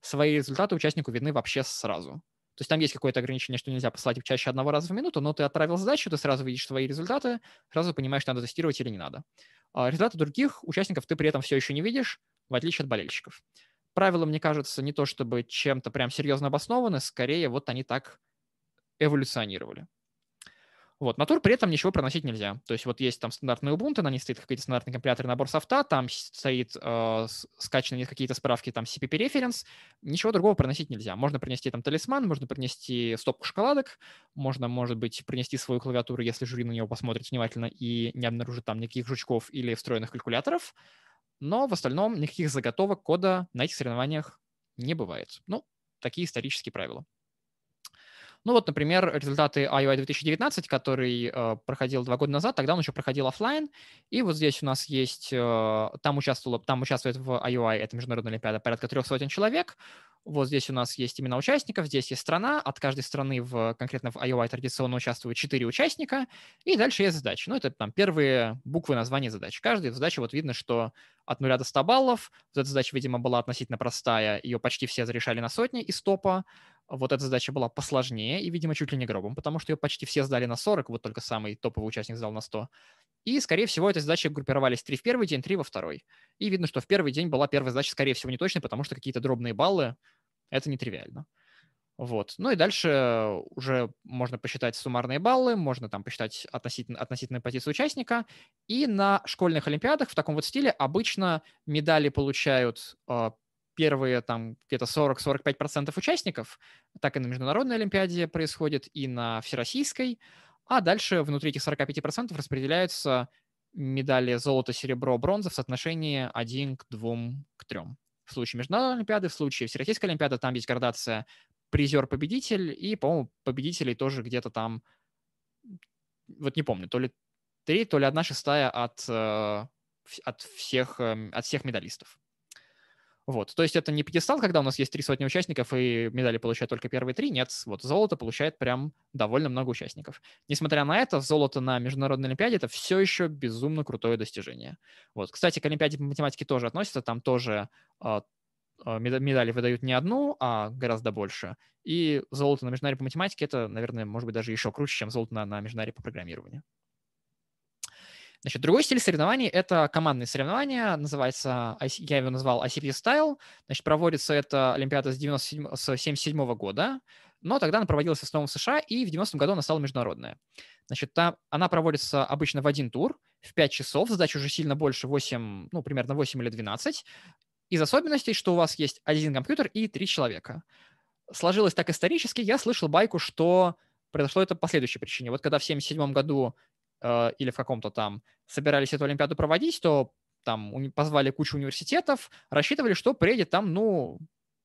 свои результаты участнику видны вообще сразу. То есть там есть какое-то ограничение, что нельзя посылать чаще одного раза в минуту, но ты отправил задачу, ты сразу видишь свои результаты, сразу понимаешь, надо тестировать или не надо. А результаты других участников ты при этом все еще не видишь, в отличие от болельщиков. Правила, мне кажется, не то чтобы чем-то прям серьезно обоснованы, скорее вот они так эволюционировали. Вот. На тур при этом ничего проносить нельзя. То есть вот есть там стандартный Ubuntu, на ней стоит какой-то стандартный компилятор и набор софта, там стоит скачанные какие-то справки, там CPP референс, ничего другого проносить нельзя. Можно принести там талисман, можно принести стопку шоколадок, можно, может быть, принести свою клавиатуру, если жюри на нее посмотрит внимательно и не обнаружит там никаких жучков или встроенных калькуляторов, но в остальном никаких заготовок кода на этих соревнованиях не бывает. Ну, такие исторические правила. Ну вот, например, результаты IUI 2019, который проходил 2 года назад, тогда он еще проходил офлайн, и вот здесь у нас есть, там участвует в IUI, это международная олимпиада, порядка 300 человек. Вот здесь у нас есть имена участников, здесь есть страна, от каждой страны конкретно в IUI традиционно участвуют 4 участника, и дальше есть задачи. Ну, это там первые буквы названия задач. Каждая задача, вот видно, что от 0 до 100 баллов. Вот эта задача, видимо, была относительно простая, ее почти все зарешали на сотни из топа. Вот эта задача была посложнее и, видимо, чуть ли не гробом, потому что ее почти все сдали на 40, вот только самый топовый участник сдал на 100. И, скорее всего, эти задачи группировались 3 в первый день, 3 во второй. И видно, что в первый день была первая задача, скорее всего, не точной, потому что какие-то дробные баллы — это нетривиально. Вот. Ну и дальше уже можно посчитать суммарные баллы, можно там посчитать относительные позиции участника. И на школьных олимпиадах в таком вот стиле обычно медали получают первые там где-то 40-45% участников. Так и на международной олимпиаде происходит, и на всероссийской. А дальше внутри этих 45% распределяются медали золото, серебро, бронза в соотношении 1 к 2 к 3. В случае международной олимпиады, в случае всероссийской олимпиады там есть градация призер-победитель, и, по-моему, победителей тоже где-то там, вот не помню, то ли 3, то ли 1/6 от всех медалистов. Вот. То есть это не пьедестал, когда у нас есть 3 сотни участников, и медали получают только первые 3. Нет, вот золото получает прям довольно много участников. Несмотря на это, золото на Международной Олимпиаде — это все еще безумно крутое достижение. Вот. Кстати, к Олимпиаде по математике тоже относится, там тоже медали выдают не одну, а гораздо больше. И золото на международной по математике — это, наверное, может быть, даже еще круче, чем золото на международной по программированию. Значит, другой стиль соревнований — это командные соревнования, называется, я его назвал ICP Style. Значит, проводится эта Олимпиада с 1977 года, но тогда она проводилась в основном в США, и в 90-м году она стала международная. Значит, она проводится обычно в один тур, в 5 часов, задач уже сильно больше, 8, ну, примерно 8 или 12. Из особенностей, что у вас есть один компьютер и 3 человека. Сложилось так исторически. Я слышал байку, что произошло это по следующей причине. Вот когда в 1977 году или в каком-то там собирались эту Олимпиаду проводить, то там позвали кучу университетов, рассчитывали, что приедет там, ну,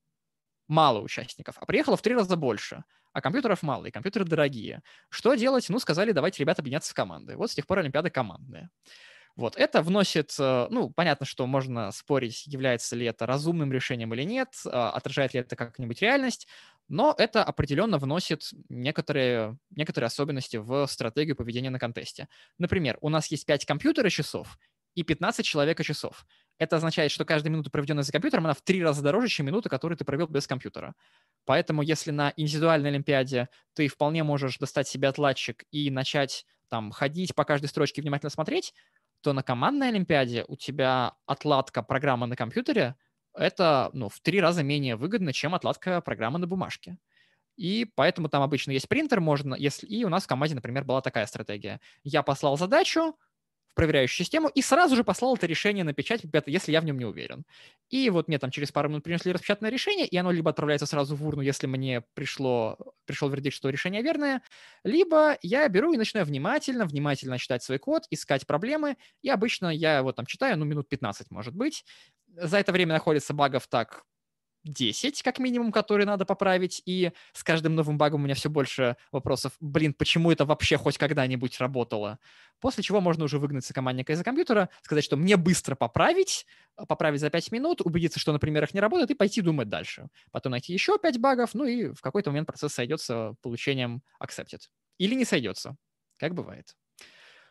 мало участников, а приехало в 3 раза больше, а компьютеров мало, и компьютеры дорогие. Что делать? Ну, сказали, давайте, ребята, объединяться в команды. Вот с тех пор Олимпиады командные. Вот, это вносит, ну, понятно, что можно спорить, является ли это разумным решением или нет, отражает ли это как-нибудь реальность, но это определенно вносит некоторые особенности в стратегию поведения на контесте. Например, у нас есть 5 компьютера-часов и 15 человека-часов. Это означает, что каждая минута, проведенная за компьютером, она в 3 раза дороже, чем минута, которую ты провел без компьютера. Поэтому если на индивидуальной олимпиаде ты вполне можешь достать себе отладчик и начать там ходить по каждой строчке, внимательно смотреть, то на командной олимпиаде у тебя отладка программы на компьютере — это, ну, в 3 раза менее выгодно, чем отладка программы на бумажке. И поэтому там обычно есть принтер, и у нас в команде, например, была такая стратегия. Я послал задачу в проверяющую систему и сразу же послал это решение на печать, если я в нем не уверен. И вот мне там через пару минут принесли распечатанное решение, и оно либо отправляется сразу в урну, если мне пришел вердикт, что решение верное, либо я беру и начинаю внимательно читать свой код, искать проблемы, и обычно я его там читаю, ну, минут 15, может быть. За это время находится багов так 10, как минимум, которые надо поправить, и с каждым новым багом у меня все больше вопросов. Блин, почему это вообще хоть когда-нибудь работало? После чего можно уже выгнаться командника из-за компьютера, сказать, что мне быстро поправить за 5 минут, убедиться, что, например, их не работает, и пойти думать дальше. Потом найти еще 5 багов, ну и в какой-то момент процесс сойдется получением accepted. Или не сойдется, как бывает.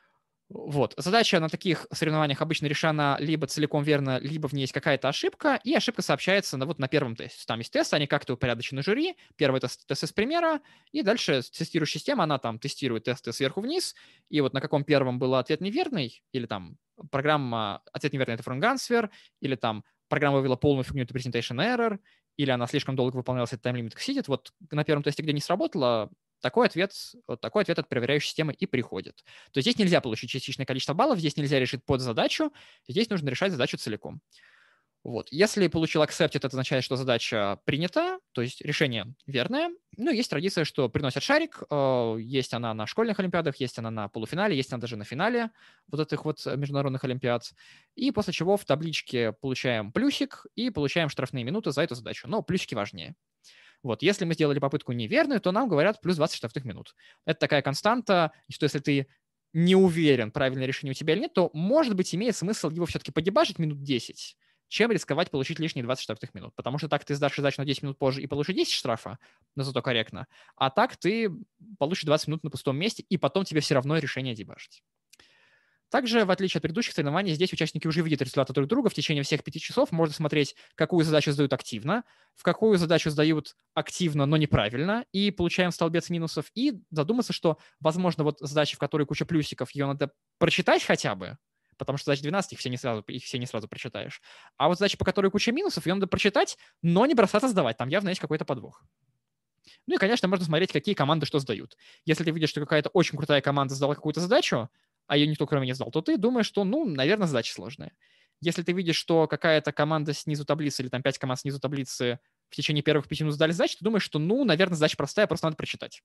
Вот. Задача на таких соревнованиях обычно решена либо целиком верно, либо в ней есть какая-то ошибка, и ошибка сообщается на первом тесте. Там есть тесты, они как-то упорядочены жюри. Первый тест из примера, и дальше тестирующая система, она там тестирует тесты сверху вниз, и вот на каком первом был ответ неверный, или там программа ответ неверный — это wrong answer, или там программа вывела полную фигню — это presentation error, или она слишком долго выполнялась, это time limit exceeded. Вот на первом тесте, где не сработало, такой ответ от проверяющей системы и приходит. То есть здесь нельзя получить частичное количество баллов, здесь нельзя решить под задачу, здесь нужно решать задачу целиком. Вот. Если получил accepted, это означает, что задача принята, то есть решение верное. Ну, есть традиция, что приносят шарик, есть она на школьных олимпиадах, есть она на полуфинале, есть она даже на финале вот этих вот международных олимпиад. И после чего в табличке получаем плюсик и получаем штрафные минуты за эту задачу. Но плюсики важнее. Вот, если мы сделали попытку неверную, то нам говорят плюс 20 штрафных минут. Это такая константа, что если ты не уверен, правильное решение у тебя или нет, то, может быть, имеет смысл его все-таки подебажить минут 10, чем рисковать получить лишние 20 штрафных минут. Потому что так ты сдашь задачу на 10 минут позже и получишь 10 штрафа, но зато корректно, а так ты получишь 20 минут на пустом месте, и потом тебе все равно решение дебажить. Также, в отличие от предыдущих соревнований, здесь участники уже видят результаты друг друга в течение всех 5 часов. Можно смотреть, какую задачу сдают активно, в какую задачу сдают активно, но неправильно, и получаем столбец минусов, и задуматься, что, возможно, вот задачи, в которой куча плюсиков, ее надо прочитать хотя бы, потому что задач 12, их все не сразу прочитаешь. А вот задачи, по которой куча минусов, ее надо прочитать, но не бросаться сдавать. Там явно есть какой-то подвох. Ну и, конечно, можно смотреть, какие команды что сдают. Если ты видишь, что какая-то очень крутая команда сдала какую-то задачу, а ее никто кроме не сдал, то ты думаешь, что, наверное, задача сложная. Если ты видишь, что какая-то команда снизу таблицы или там 5 команд снизу таблицы в течение первых 5 минут сдали задачи, ты думаешь, что, наверное, задача простая, просто надо прочитать.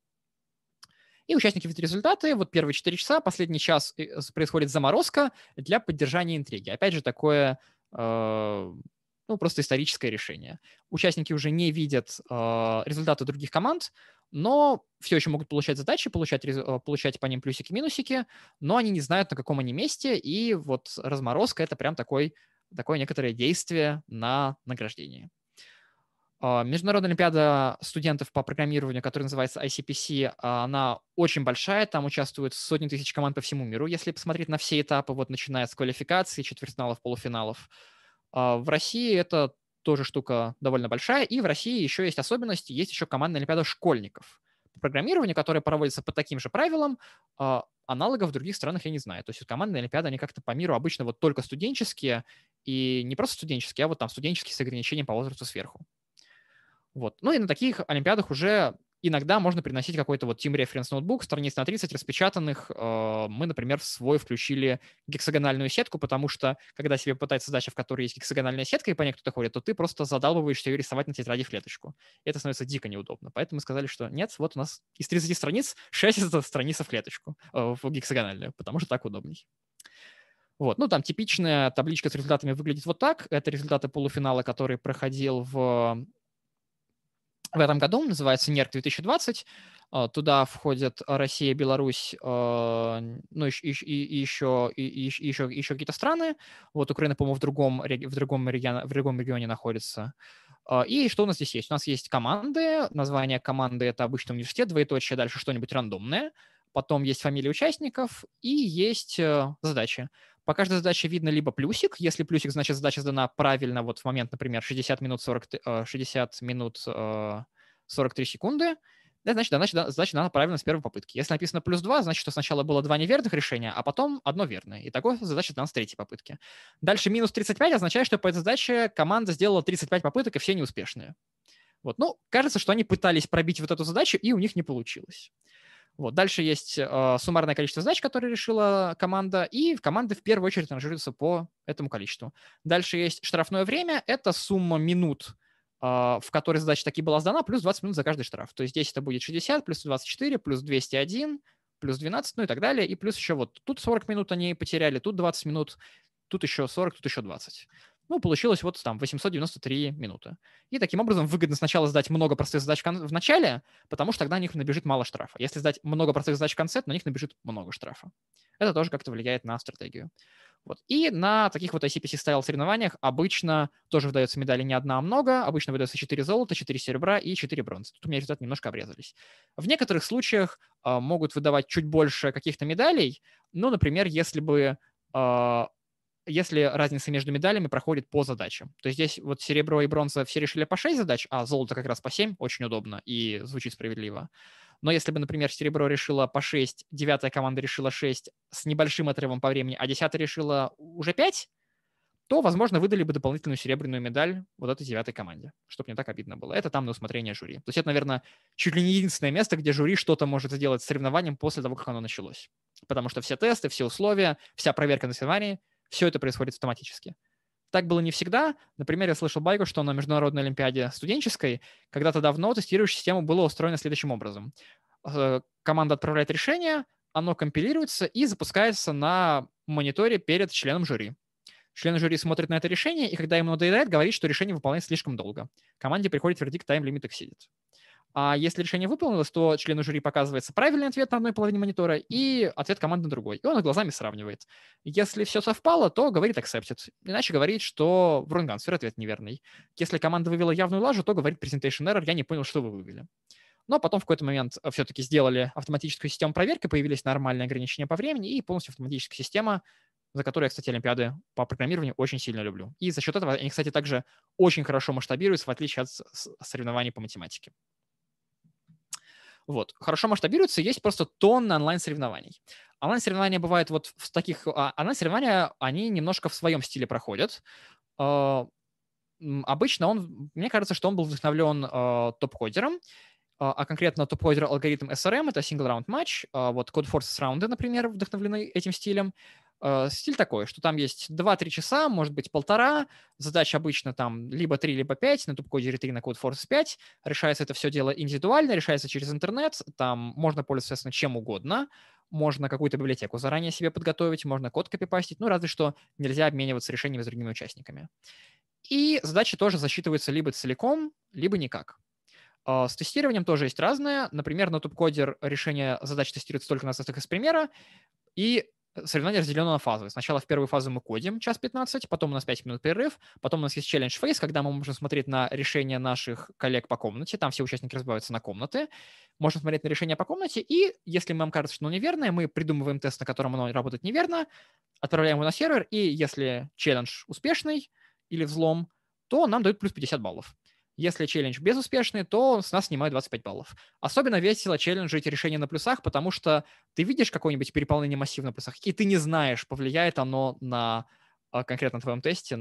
И участники видят результаты. Вот первые 4 часа, последний час происходит заморозка для поддержания интриги. Опять же, такое просто историческое решение. Участники уже не видят результаты других команд, но все еще могут получать задачи, получать по ним плюсики-минусики, но они не знают, на каком они месте, и вот разморозка — это прям такое некоторое действие на награждение. Международная олимпиада студентов по программированию, которая называется ICPC, она очень большая, там участвуют сотни тысяч команд по всему миру, если посмотреть на все этапы, вот начиная с квалификации, четвертьфиналов, полуфиналов. В России это тоже штука довольно большая, и в России еще есть особенность, есть еще командная олимпиада школьников по программированию, которая проводится по таким же правилам, аналогов в других странах я не знаю. То есть командные олимпиады, они как-то по миру обычно вот только студенческие, и не просто студенческие, а вот там студенческие с ограничением по возрасту сверху. Вот. Ну и на таких олимпиадах уже иногда можно приносить какой-то вот Team Reference ноутбук, страниц на 30 распечатанных. Мы, например, в свой включили гексагональную сетку, потому что, когда себе пытается задача, в которой есть гексагональная сетка, и по ней кто-то ходит, то ты просто задалбываешься ее рисовать на тетради в клеточку. И это становится дико неудобно. Поэтому мы сказали, что нет, вот у нас из 30 страниц 6 это страница в клеточку, в гексагональную, потому что так удобней. Вот. Там типичная табличка с результатами выглядит вот так. Это результаты полуфинала, который проходил в этом году, называется NERC 2020. Туда входят Россия, Беларусь, еще какие-то страны. Вот Украина, по-моему, в другом регионе находится. И что у нас здесь есть? У нас есть команды. Название команды — это обычный университет, двоеточие, дальше что-нибудь рандомное. Потом есть фамилии участников и есть задачи. По каждой задаче видно либо плюсик. Если плюсик, значит, задача сдана правильно вот в момент, например, 60 минут 43 секунды. Это значит, задача дана правильно с первой попытки. Если написано плюс 2, значит, что сначала было 2 неверных решения, а потом одно верное. И такой задача дана с третьей попытки. Дальше минус 35 означает, что по этой задаче команда сделала 35 попыток, и все неуспешные. Вот. Кажется, что они пытались пробить вот эту задачу, и у них не получилось. Вот. Дальше есть суммарное количество задач, которые решила команда, и команды в первую очередь ранжируются по этому количеству. Дальше есть штрафное время, это сумма минут, в которой задача таки была сдана, плюс 20 минут за каждый штраф. То есть здесь это будет 60, плюс 24, плюс 201, плюс 12, и так далее. И плюс еще вот тут 40 минут они потеряли, тут 20 минут, тут еще 40, тут еще 20. Ну, получилось вот там 893 минуты. И таким образом выгодно сначала сдать много простых задач в начале, потому что тогда на них набежит мало штрафа. Если сдать много простых задач в конце, то на них набежит много штрафа. Это тоже как-то влияет на стратегию. Вот. И на таких вот ICPC стайл соревнованиях обычно тоже выдаются медали не одна, а много. Обычно выдается 4 золота, 4 серебра и 4 бронзы. Тут у меня результаты немножко обрезались. В некоторых случаях могут выдавать чуть больше каких-то медалей. Ну, например, если разница между медалями проходит по задачам. То есть здесь вот серебро и бронза все решили по 6 задач, а золото как раз по 7, очень удобно и звучит справедливо. Но если бы, например, серебро решило по 6, девятая команда решила 6 с небольшим отрывом по времени, а десятая решила уже 5, то, возможно, выдали бы дополнительную серебряную медаль вот этой девятой команде, чтобы не так обидно было. Это там на усмотрение жюри. То есть это, наверное, чуть ли не единственное место, где жюри что-то может сделать с соревнованием после того, как оно началось. Потому что все тесты, все условия, вся проверка на соревновании, все это происходит автоматически. Так было не всегда. Например, я слышал байку, что на Международной Олимпиаде студенческой когда-то давно тестирующая система была устроена следующим образом. Команда отправляет решение, оно компилируется и запускается на мониторе перед членом жюри. Члены жюри смотрят на это решение, и когда ему надоедает, говорит, что решение выполняется слишком долго. Команде приходит вердикт time limit exceeded. А если решение выполнилось, то члену жюри показывается правильный ответ на одной половине монитора и ответ команды на другой. И он их глазами сравнивает. Если все совпало, то говорит accepted. Иначе говорит, что wrong answer, ответ неверный. Если команда вывела явную лажу, то говорит presentation error, я не понял, что вы вывели. Но потом в какой-то момент все-таки сделали автоматическую систему проверки, появились нормальные ограничения по времени и полностью автоматическая система, за которую я, кстати, олимпиады по программированию очень сильно люблю. И за счет этого они, кстати, также очень хорошо масштабируются, в отличие от соревнований по математике. Вот. Хорошо масштабируются, есть просто тонна онлайн-соревнований. Онлайн-соревнования бывают вот в таких... Онлайн-соревнования, они немножко в своем стиле проходят. Обычно мне кажется, что он был вдохновлен топ-кодером, а конкретно топ-кодер алгоритм SRM — это Single Round Match. Вот Codeforces раунды, например, вдохновлены этим стилем. Стиль такой, что там есть 2-3 часа, может быть, полтора. Задач обычно там либо 3, либо 5. На топ-кодере 3, на Codeforces 5. Решается это все дело индивидуально, решается через интернет. Там можно пользоваться, соответственно, чем угодно. Можно какую-то библиотеку заранее себе подготовить, можно код копипастить. Ну, разве что нельзя обмениваться решениями с другими участниками. И задачи тоже засчитываются либо целиком, либо никак. С тестированием тоже есть разное. Например, на топ-кодер решение задач тестируется только на тестах из примера, и соревнование разделено на фазы. Сначала в первую фазу мы кодим час 15, потом у нас 5 минут перерыв, потом у нас есть челлендж фейс, когда мы можем смотреть на решения наших коллег по комнате, там все участники разбиваются на комнаты, можно смотреть на решения по комнате, и если нам кажется, что оно неверное, мы придумываем тест, на котором оно работает неверно, отправляем его на сервер, и если челлендж успешный или взлом, то нам дают плюс 50 баллов. Если челлендж безуспешный, то с нас снимают 25 баллов. Особенно весело челленджить решение на плюсах, потому что ты видишь какое-нибудь переполнение массива на плюсах, и ты не знаешь, повлияет оно на конкретно твоем тесте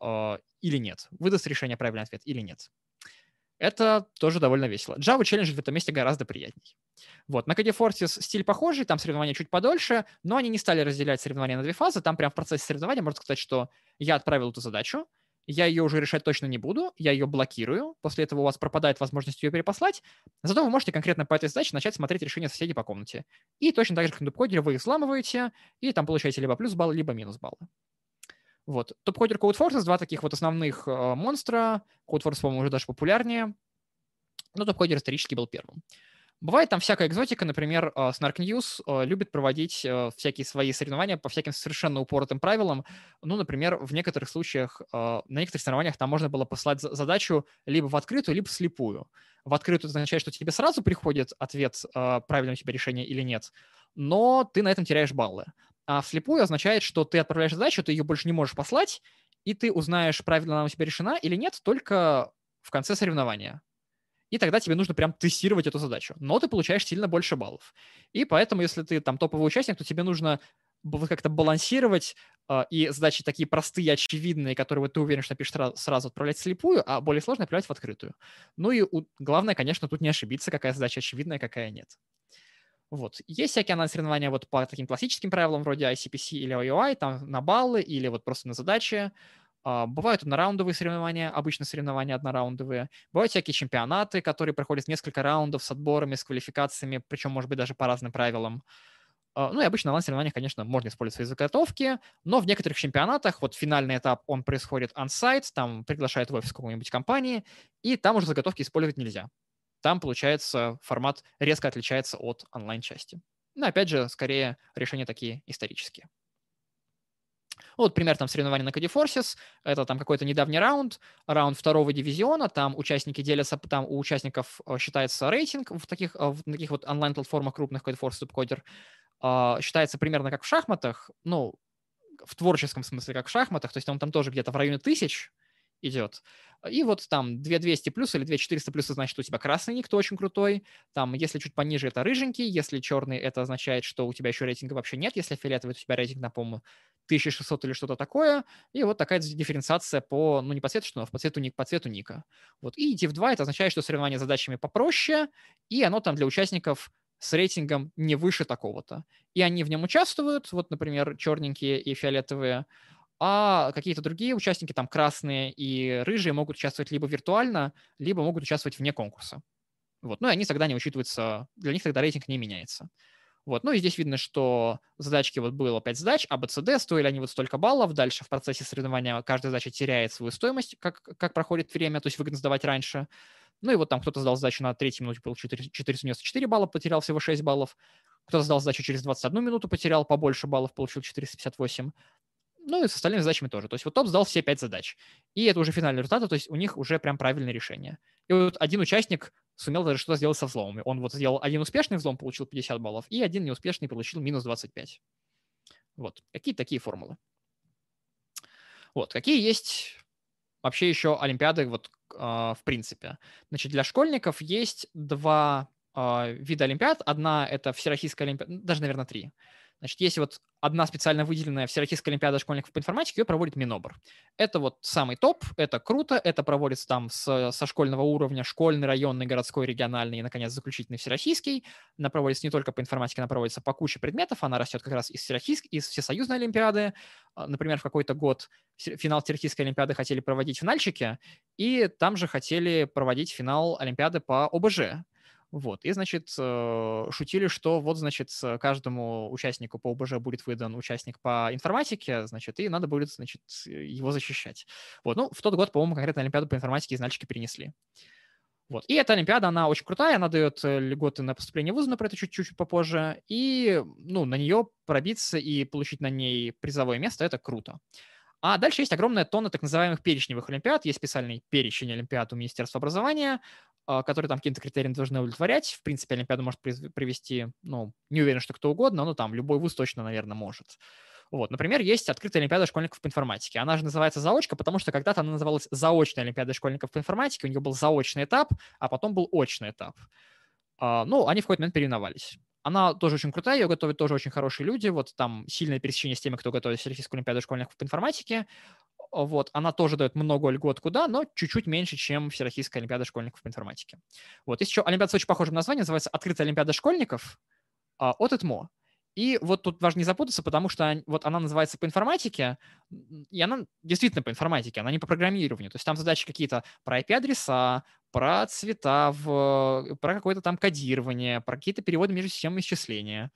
или нет. Выдаст решение правильный ответ или нет. Это тоже довольно весело. Java челленджить в этом месте гораздо приятней. Вот. На Codeforces стиль похожий, там соревнования чуть подольше, но они не стали разделять соревнования на две фазы. Там прямо в процессе соревнования можно сказать, что я отправил эту задачу, я ее уже решать точно не буду, я ее блокирую, после этого у вас пропадает возможность ее перепослать, зато вы можете конкретно по этой задаче начать смотреть решения соседей по комнате. И точно так же, как на топ-кодере, вы их взламываете, и там получаете либо плюс баллы, либо минус баллы. Вот. Топ-кодер, Codeforces, два таких вот основных монстра. Codeforces, по-моему, уже даже популярнее, но топ-кодер исторически был первым. Бывает там всякая экзотика, например, Snark News любит проводить всякие свои соревнования по всяким совершенно упоротым правилам. Ну, например, в некоторых случаях, на некоторых соревнованиях там можно было послать задачу либо в открытую, либо вслепую. В открытую это означает, что тебе сразу приходит ответ, правильное у тебя решение или нет, но ты на этом теряешь баллы. А вслепую означает, что ты отправляешь задачу, ты ее больше не можешь послать, и ты узнаешь, правильно она у тебя решена или нет, только в конце соревнования. И тогда тебе нужно прям тестировать эту задачу. Но ты получаешь сильно больше баллов. И поэтому, если ты там топовый участник, то тебе нужно как-то балансировать и задачи такие простые, очевидные, которые вот ты уверен, что напишешь сразу отправлять вслепую, а более сложные отправлять в открытую. Ну и главное, конечно, тут не ошибиться, какая задача очевидная, какая нет. Вот. Есть всякие онлайн-соревнования вот по таким классическим правилам, вроде ICPC или OUI, там на баллы или вот просто на задачи. Бывают однораундовые соревнования, обычно соревнования однораундовые. Бывают всякие чемпионаты, которые проходят несколько раундов с отборами, с квалификациями, причем, может быть, даже по разным правилам. Ну и обычно на онлайн-соревнованиях, конечно, можно использовать свои заготовки, но в некоторых чемпионатах, вот финальный этап, он происходит on-site, там приглашают в офис какой-нибудь компании, и там уже заготовки использовать нельзя. Там, получается, формат резко отличается от онлайн-части. Но, опять же, скорее решения такие исторические. Вот пример там соревнований на Codeforces. Это там какой-то недавний раунд второго дивизиона. Там участники делятся, там у участников считается рейтинг в таких вот онлайн-платформах крупных, Codeforces, Subcoder. Считается примерно как в шахматах, ну, в творческом смысле, как в шахматах, то есть он там тоже где-то в районе 1000 идет. И вот там 2200 плюс или 2400 плюс, значит, у тебя красный ник, кто очень крутой. Там, если чуть пониже, это рыженький. Если черный, это означает, что у тебя еще рейтинга вообще нет. Если фиолетовый, то у тебя рейтинг, напомню, 1600 или что-то такое. И вот такая дифференциация по, ну, не по цвету, но по цвету ника. Вот. И Div2 это означает, что соревнование с задачами попроще, и оно там для участников с рейтингом не выше такого-то. И они в нем участвуют, вот, например, черненькие и фиолетовые, а какие-то другие участники, там красные и рыжие, могут участвовать либо виртуально, либо могут участвовать вне конкурса. Вот. Ну и они тогда не учитываются, для них тогда рейтинг не меняется. Вот. Ну и здесь видно, что задачки, вот было 5 задач, А, Б, С, Д, стоили они вот столько баллов, дальше в процессе соревнования каждая задача теряет свою стоимость, как проходит время, то есть выгодно сдавать раньше. Ну и вот там кто-то сдал задачу на 3-й минуте, получил 494 балла, потерял всего 6 баллов. Кто-то сдал задачу через 21 минуту, потерял побольше баллов, получил 458. Ну и с остальными задачами тоже. То есть вот топ сдал все 5 задач. И это уже финальные результаты, то есть у них уже прям правильное решение. И вот один участник сумел даже что-то сделать со взломами. Он вот сделал один успешный взлом, получил 50 баллов, и один неуспешный получил минус 25. Вот. Какие такие формулы. Вот. Какие есть вообще еще олимпиады вот в принципе. Значит, для школьников есть два вида олимпиад. Одна — это Всероссийская олимпиада, даже, наверное, три. Значит, есть вот одна специально выделенная Всероссийская олимпиада школьников по информатике, ее проводит Минобр. Это вот самый топ, это круто, это проводится там со школьного уровня, школьный, районный, городской, региональный и, наконец, заключительный всероссийский. Она проводится не только по информатике, она проводится по куче предметов, она растет как раз из Всесоюзной олимпиады. Например, в какой-то год финал Всероссийской олимпиады хотели проводить в Нальчике, и там же хотели проводить финал олимпиады по ОБЖ. Вот. И, значит, шутили, что вот, значит, каждому участнику по ОБЖ будет выдан участник по информатике, значит, и надо будет, значит, его защищать. Вот. Ну, в тот год, по-моему, конкретно олимпиаду по информатике из Нальчики перенесли. Вот. И эта олимпиада, она очень крутая, она дает льготы на поступление в вузы, но про это чуть-чуть попозже. И, ну, на нее пробиться и получить на ней призовое место — это круто. А дальше есть огромная тонна так называемых перечневых олимпиад. Есть специальный перечень олимпиад у Министерства образования, которые там каким-то критериям должны удовлетворять. В принципе, олимпиаду может провести, ну, не уверен, что кто угодно, но там любой вуз точно, наверное, может. Вот, например, есть открытая олимпиада школьников по информатике. Она же называется заочка, потому что когда-то она называлась заочная олимпиада школьников по информатике. У нее был заочный этап, а потом был очный этап. Ну, они в какой-то момент переименовались. Она тоже очень крутая, ее готовят тоже очень хорошие люди. Вот там сильное пересечение с теми, кто готовит Всероссийскую олимпиаду школьников по информатике. Вот, она тоже дает много льгот куда, но чуть-чуть меньше, чем Всероссийская олимпиада школьников по информатике. Вот, есть еще олимпиада с очень похожим названием, называется «Открытая олимпиада школьников» от ЭТМО. И вот тут важно не запутаться, потому что вот она называется по информатике, и она действительно по информатике, она не по программированию. То есть там задачи какие-то про IP-адреса, про цвета, про какое-то там кодирование, про какие-то переводы между системами исчисления.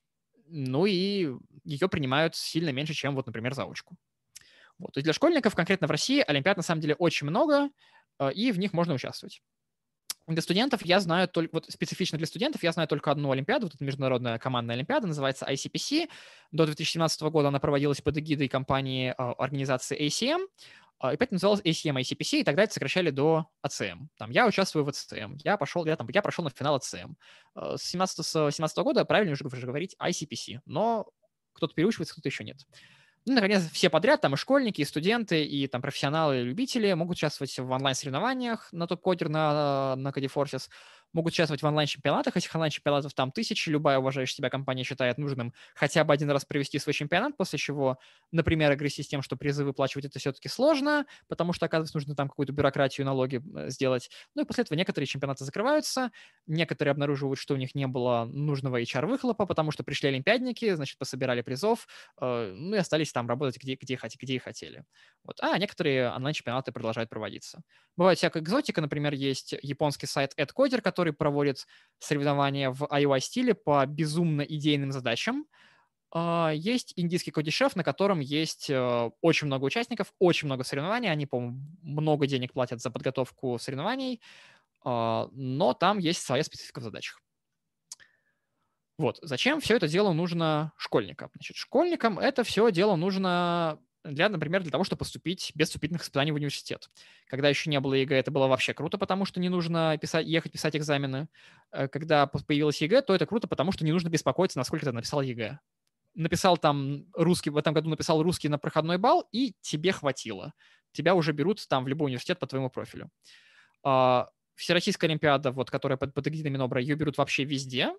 Ну и ее принимают сильно меньше, чем вот, например, заочку. Вот. То есть для школьников конкретно в России олимпиад на самом деле очень много, и в них можно участвовать. Для студентов я знаю только, вот специфично для студентов я знаю только одну олимпиаду, вот это международная командная олимпиада, называется ICPC. До 2017 года она проводилась под эгидой компании организации ACM, и поэтому называлась ACM ICPC, и тогда это сокращали до ACM. Там я участвую в ACM, я прошел на финал ACM. С 17 года правильно уже говорить ICPC, но кто-то переучивается, кто-то еще нет. Ну, наконец, все подряд, там и школьники, и студенты, и там профессионалы, и любители могут участвовать в онлайн-соревнованиях на топ-кодер, на Codeforces, могут участвовать в онлайн-чемпионатах. Этих онлайн-чемпионатов там тысячи. Любая уважающая себя компания считает нужным хотя бы один раз провести свой чемпионат, после чего, например, агрессия с тем, что призы выплачивать это все-таки сложно, потому что, оказывается, нужно там какую-то бюрократию, налоги сделать. Ну и после этого некоторые чемпионаты закрываются, некоторые обнаруживают, что у них не было нужного HR-выхлопа, потому что пришли олимпиадники, значит, пособирали призов, ну и остались там работать где и хотели. Вот. А некоторые онлайн-чемпионаты продолжают проводиться. Бывает всякая экзотика, например, есть японский сайт AdCoder, который проводит соревнования в iOS-стиле по безумно идейным задачам. Есть индийский Кодишеф, на котором есть очень много участников, очень много соревнований. Они, по-моему, много денег платят за подготовку соревнований, но там есть своя специфика в задачах. Вот. Зачем все это дело нужно школьникам? Значит, школьникам это все дело нужно например, для того, чтобы поступить без вступительных испытаний в университет. Когда еще не было ЕГЭ, это было вообще круто, потому что не нужно ехать писать экзамены. Когда появилась ЕГЭ, то это круто, потому что не нужно беспокоиться, насколько ты написал ЕГЭ. Написал там русский, в этом году написал русский на проходной балл, и тебе хватило. Тебя уже берут там в любой университет по твоему профилю. Всероссийская олимпиада, вот, которая под эгидой Минобра, ее берут вообще везде,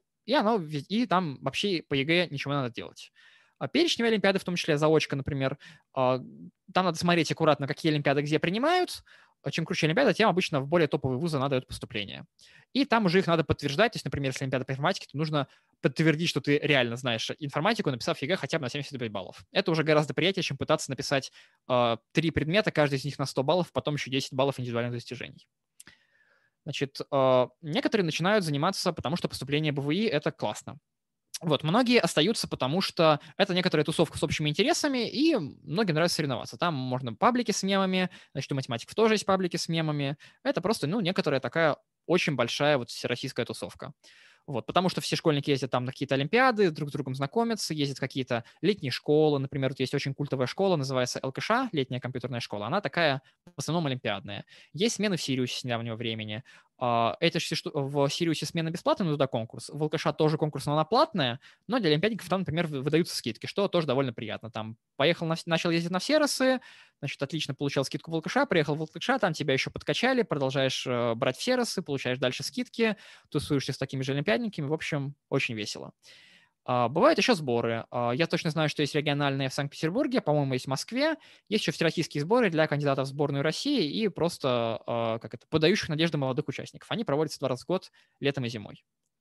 и там вообще по ЕГЭ ничего не надо делать. Перечневые олимпиады, в том числе заочка, например, там надо смотреть аккуратно, какие олимпиады где принимают. Чем круче олимпиада, тем обычно в более топовые вузы надо дают поступление. И там уже их надо подтверждать. То есть, например, если олимпиада по информатике, то нужно подтвердить, что ты реально знаешь информатику, написав ЕГЭ хотя бы на 75 баллов. Это уже гораздо приятнее, чем пытаться написать 3 предмета, каждый из них на 100 баллов, потом еще 10 баллов индивидуальных достижений. Значит, некоторые начинают заниматься, потому что поступление БВИ – это классно. Вот, многие остаются, потому что это некоторая тусовка с общими интересами, и многим нравится соревноваться. Там можно паблики с мемами, значит, у математиков тоже есть паблики с мемами. Это просто, некоторая такая очень большая вот всероссийская тусовка. Вот, потому что все школьники ездят там на какие-то олимпиады, друг с другом знакомятся, ездят в какие-то летние школы. Например, вот есть очень культовая школа, называется ЛКШ, летняя компьютерная школа. Она такая в основном олимпиадная. Есть смены в Сириусе с недавнего времени. Это в Сириусе смена бесплатная, но туда конкурс. В ЛКШ тоже конкурс, но она платная, но для олимпиадников там, например, выдаются скидки, что тоже довольно приятно. Там начал ездить на Серосы, значит, отлично получал скидку в ЛКШ, приехал в ЛКШ, там тебя еще подкачали, продолжаешь брать в Серосы, получаешь дальше скидки, тусуешься с такими же олимпиадниками, в общем, очень весело. Бывают еще сборы. Я точно знаю, что есть региональные в Санкт-Петербурге, по-моему, есть в Москве. Есть еще всероссийские сборы для кандидатов в сборную России и просто подающих надежды молодых участников. Они проводятся 2 раза в год, летом и зимой.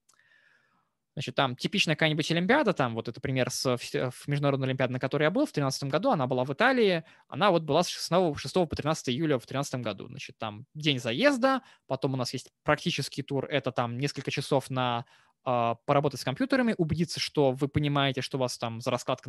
Значит, там типичная какая-нибудь олимпиада, там вот это пример с международной олимпиады, на которой я был в 2013 году, она была в Италии, она вот была с 6 по 13 июля в 2013 году. Значит, там день заезда, потом у нас есть практический тур, это там несколько часов на поработать с компьютерами, убедиться, что вы понимаете, что у вас там за раскладка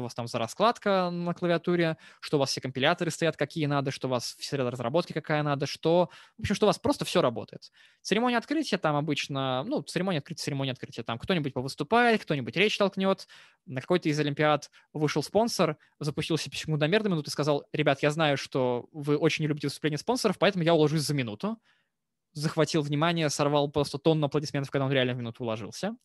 на клавиатуре, что у вас все компиляторы стоят, какие надо, что у вас среда разработки какая надо, в общем, что у вас просто все работает. Церемония открытия там обычно, церемония открытия, там кто-нибудь повыступает, кто-нибудь речь толкнет, на какой-то из олимпиад вышел спонсор, запустился секундомер до минуты и сказал: ребят, я знаю, что вы очень не любите выступления спонсоров, поэтому я уложусь за минуту. Захватил внимание, сорвал просто тонну аплодисментов, когда он реально в минуту уложился.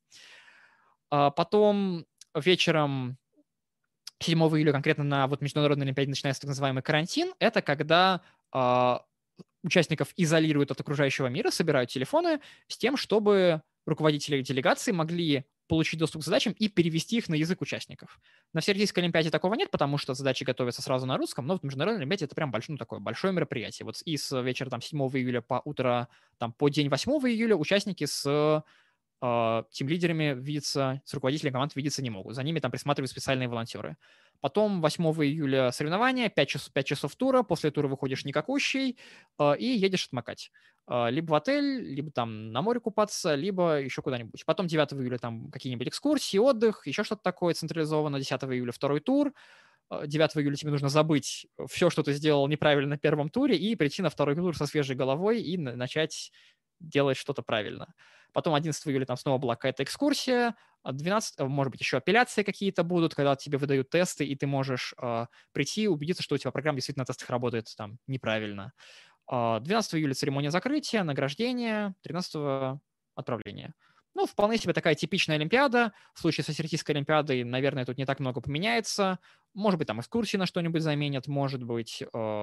Потом вечером 7 июля конкретно на вот Международной олимпиаде начинается так называемый карантин. Это когда участников изолируют от окружающего мира, собирают телефоны с тем, чтобы руководители делегации могли получить доступ к задачам и перевести их на язык участников. На Всероссийской олимпиаде такого нет, потому что задачи готовятся сразу на русском, но в Международной олимпиаде это прям такое большое мероприятие. Вот и с вечера там 7 июля по утро, там по день 8 июля участники с тимлидерами видеться, с руководителями команд видеться не могут. За ними там присматривают специальные волонтеры. Потом 8 июля соревнования, 5 часов тура, после тура выходишь никакущий и едешь отмокать. Либо в отель, либо там на море купаться, либо еще куда-нибудь. Потом 9 июля там какие-нибудь экскурсии, отдых, еще что-то такое централизованно. 10 июля второй тур. 9 июля тебе нужно забыть все, что ты сделал неправильно на первом туре, и прийти на второй тур со свежей головой и начать делать что-то правильно. Потом 11 июля там снова была какая-то экскурсия, 12, может быть, еще апелляции какие-то будут, когда тебе выдают тесты, и ты можешь прийти и убедиться, что у тебя программа действительно на тестах работает там неправильно. 12 июля церемония закрытия, награждения, 13 отправления. Вполне себе такая типичная олимпиада. В случае со Всероссийской олимпиадой, наверное, тут не так много поменяется. Может быть, там экскурсии на что-нибудь заменят, может быть,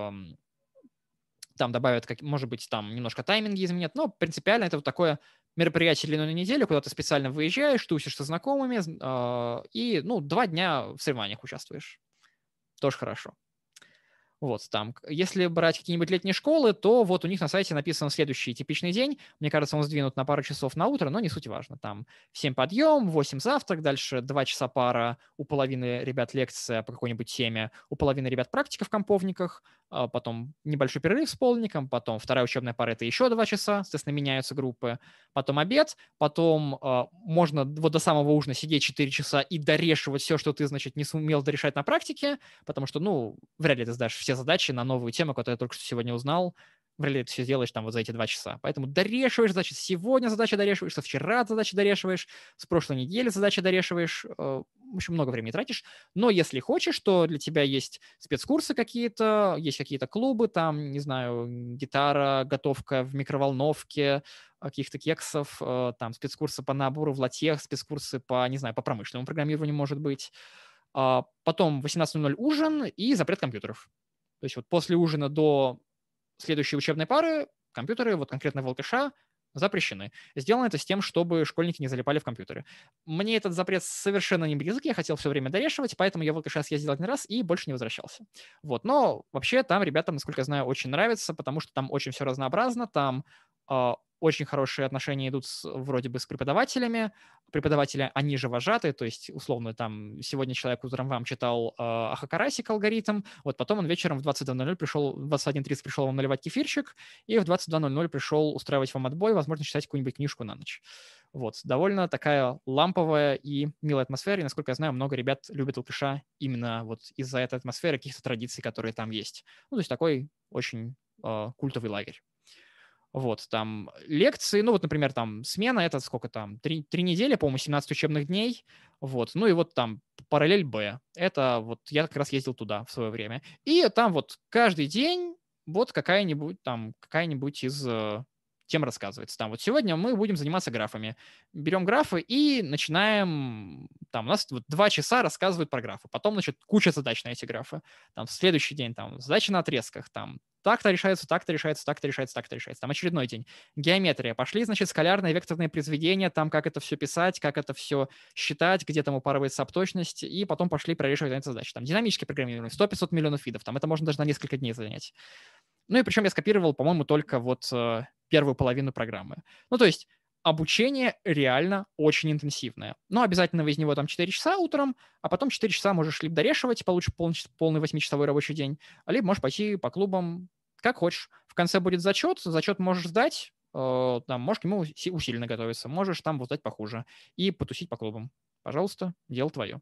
там добавят, может быть, там немножко тайминги изменят, но принципиально это вот такое мероприятие длиной на неделю, куда ты специально выезжаешь, тусишь со знакомыми, и, 2 дня в соревнованиях участвуешь. Тоже хорошо. Вот там, если брать какие-нибудь летние школы, то вот у них на сайте написан следующий типичный день. Мне кажется, он сдвинут на пару часов на утро, но не суть важно. Там в 7 подъем, в 8 завтрак, дальше 2 часа пара, у половины ребят лекция по какой-нибудь теме, у половины ребят практика в комповниках, потом небольшой перерыв с полником, потом вторая учебная пара — это еще 2 часа, соответственно, меняются группы, потом обед, потом можно вот до самого ужина сидеть 4 часа и дорешивать все, что ты, значит, не сумел дорешать на практике, потому что, ну, вряд ли ты сдашь все задачи на новую тему, которую я только что сегодня узнал. Вряд ли ты все сделаешь там вот за эти 2 часа. Поэтому дорешиваешь задачи. Сегодня задачи дорешиваешь, со вчера задачи дорешиваешь, с прошлой недели задачи дорешиваешь. В общем, много времени тратишь. Но если хочешь, то для тебя есть спецкурсы какие-то, есть какие-то клубы, там, не знаю, гитара, готовка в микроволновке, каких-то кексов, там спецкурсы по набору в латех, спецкурсы по, не знаю, по промышленному программированию, может быть. Потом в 18:00 ужин и запрет компьютеров. То есть вот после ужина до следующей учебной пары компьютеры, вот конкретно в ЛКШ, запрещены. Сделано это с тем, чтобы школьники не залипали в компьютеры. Мне этот запрет совершенно не близок, я хотел все время дорешивать, поэтому я в ЛКШ съездил один раз и больше не возвращался. Вот. Но вообще там ребятам, насколько я знаю, очень нравится, потому что там очень все разнообразно, там очень хорошие отношения идут вроде бы с преподавателями. Преподаватели, они же вожатые, то есть, условно, там, сегодня человек утром вам читал Ахакарасик алгоритм, вот потом он вечером в 22:00 пришел, в 21:30 пришел вам наливать кефирчик, и в 22:00 пришел устраивать вам отбой, возможно, читать какую-нибудь книжку на ночь. Вот, довольно такая ламповая и милая атмосфера, и, насколько я знаю, много ребят любят ЛКШ именно вот из-за этой атмосферы, каких-то традиций, которые там есть. Ну, то есть такой очень культовый лагерь. Вот, там лекции, ну вот, например, там смена — это сколько там, 3 недели, по-моему, 17 учебных дней, вот, ну и вот там параллель Б, это вот я как раз ездил туда в свое время, и там вот каждый день вот какая-нибудь из тем рассказывается. Там вот сегодня мы будем заниматься графами. Берем графы и начинаем, там у нас вот 2 часа рассказывают про графы, потом, значит, куча задач на эти графы. Там в следующий день там задачи на отрезках, там так-то решается, так-то решается, так-то решается, так-то решается. Там очередной день. Геометрия. Пошли, значит, скалярные векторные произведения, там как это все писать, как это все считать, где там упарывается обточность, и потом пошли прорешивать эти задачи. Там динамическое программирование, 100-500 миллионов видов, там это можно даже на несколько дней занять. Ну и причем я скопировал, по-моему, только вот первую половину программы. Ну то есть обучение реально очень интенсивное. Но обязательно из него там 4 часа утром, а потом 4 часа можешь либо дорешивать, получишь полный 8-часовой рабочий день, либо можешь пойти по клубам, как хочешь. В конце будет зачет можешь сдать, там, можешь к нему усиленно готовиться, можешь там вот сдать похуже и потусить по клубам. Пожалуйста, дело твое.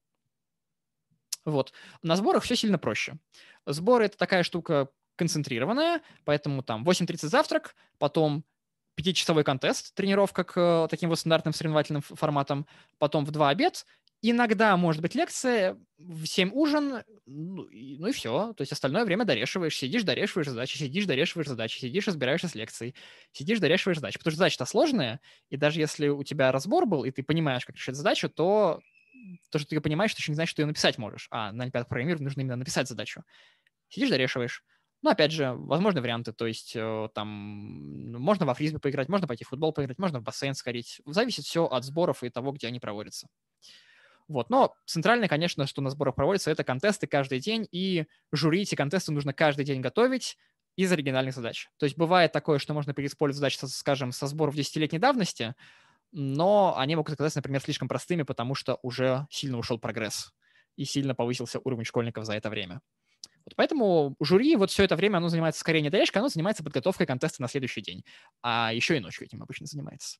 Вот. На сборах все сильно проще. Сборы — это такая штука концентрированная, поэтому там 8:30 завтрак, потом 5-часовой контест, тренировка к таким вот стандартным соревновательным форматам, потом в 2 обед, иногда может быть лекция, в 7 ужин, ну и все. То есть остальное время дорешиваешь, сидишь, дорешиваешь задачи, сидишь, дорешиваешь задачи, сидишь, разбираешься с лекцией, сидишь, дорешиваешь задачи. Потому что задача-то сложная, и даже если у тебя разбор был, и ты понимаешь, как решить задачу, то что ты ее понимаешь, это еще не значит, что ты ее написать можешь. А на олимпиадах программирования нужно именно написать задачу. Сидишь, дорешиваешь. Ну, опять же, возможны варианты, то есть там можно во фрисби поиграть, можно пойти в футбол поиграть, можно в бассейн сходить. Зависит все от сборов и того, где они проводятся. Вот. Но центральное, конечно, что на сборах проводится, это контесты каждый день, и жюри эти контесты нужно каждый день готовить из оригинальных задач. То есть бывает такое, что можно переиспользовать задачи, скажем, со сборов 10-летней давности, но они могут оказаться, например, слишком простыми, потому что уже сильно ушел прогресс и сильно повысился уровень школьников за это время. Вот поэтому жюри вот все это время, оно занимается скорее не дорешкой, оно занимается подготовкой контеста на следующий день. А еще и ночью этим обычно занимается.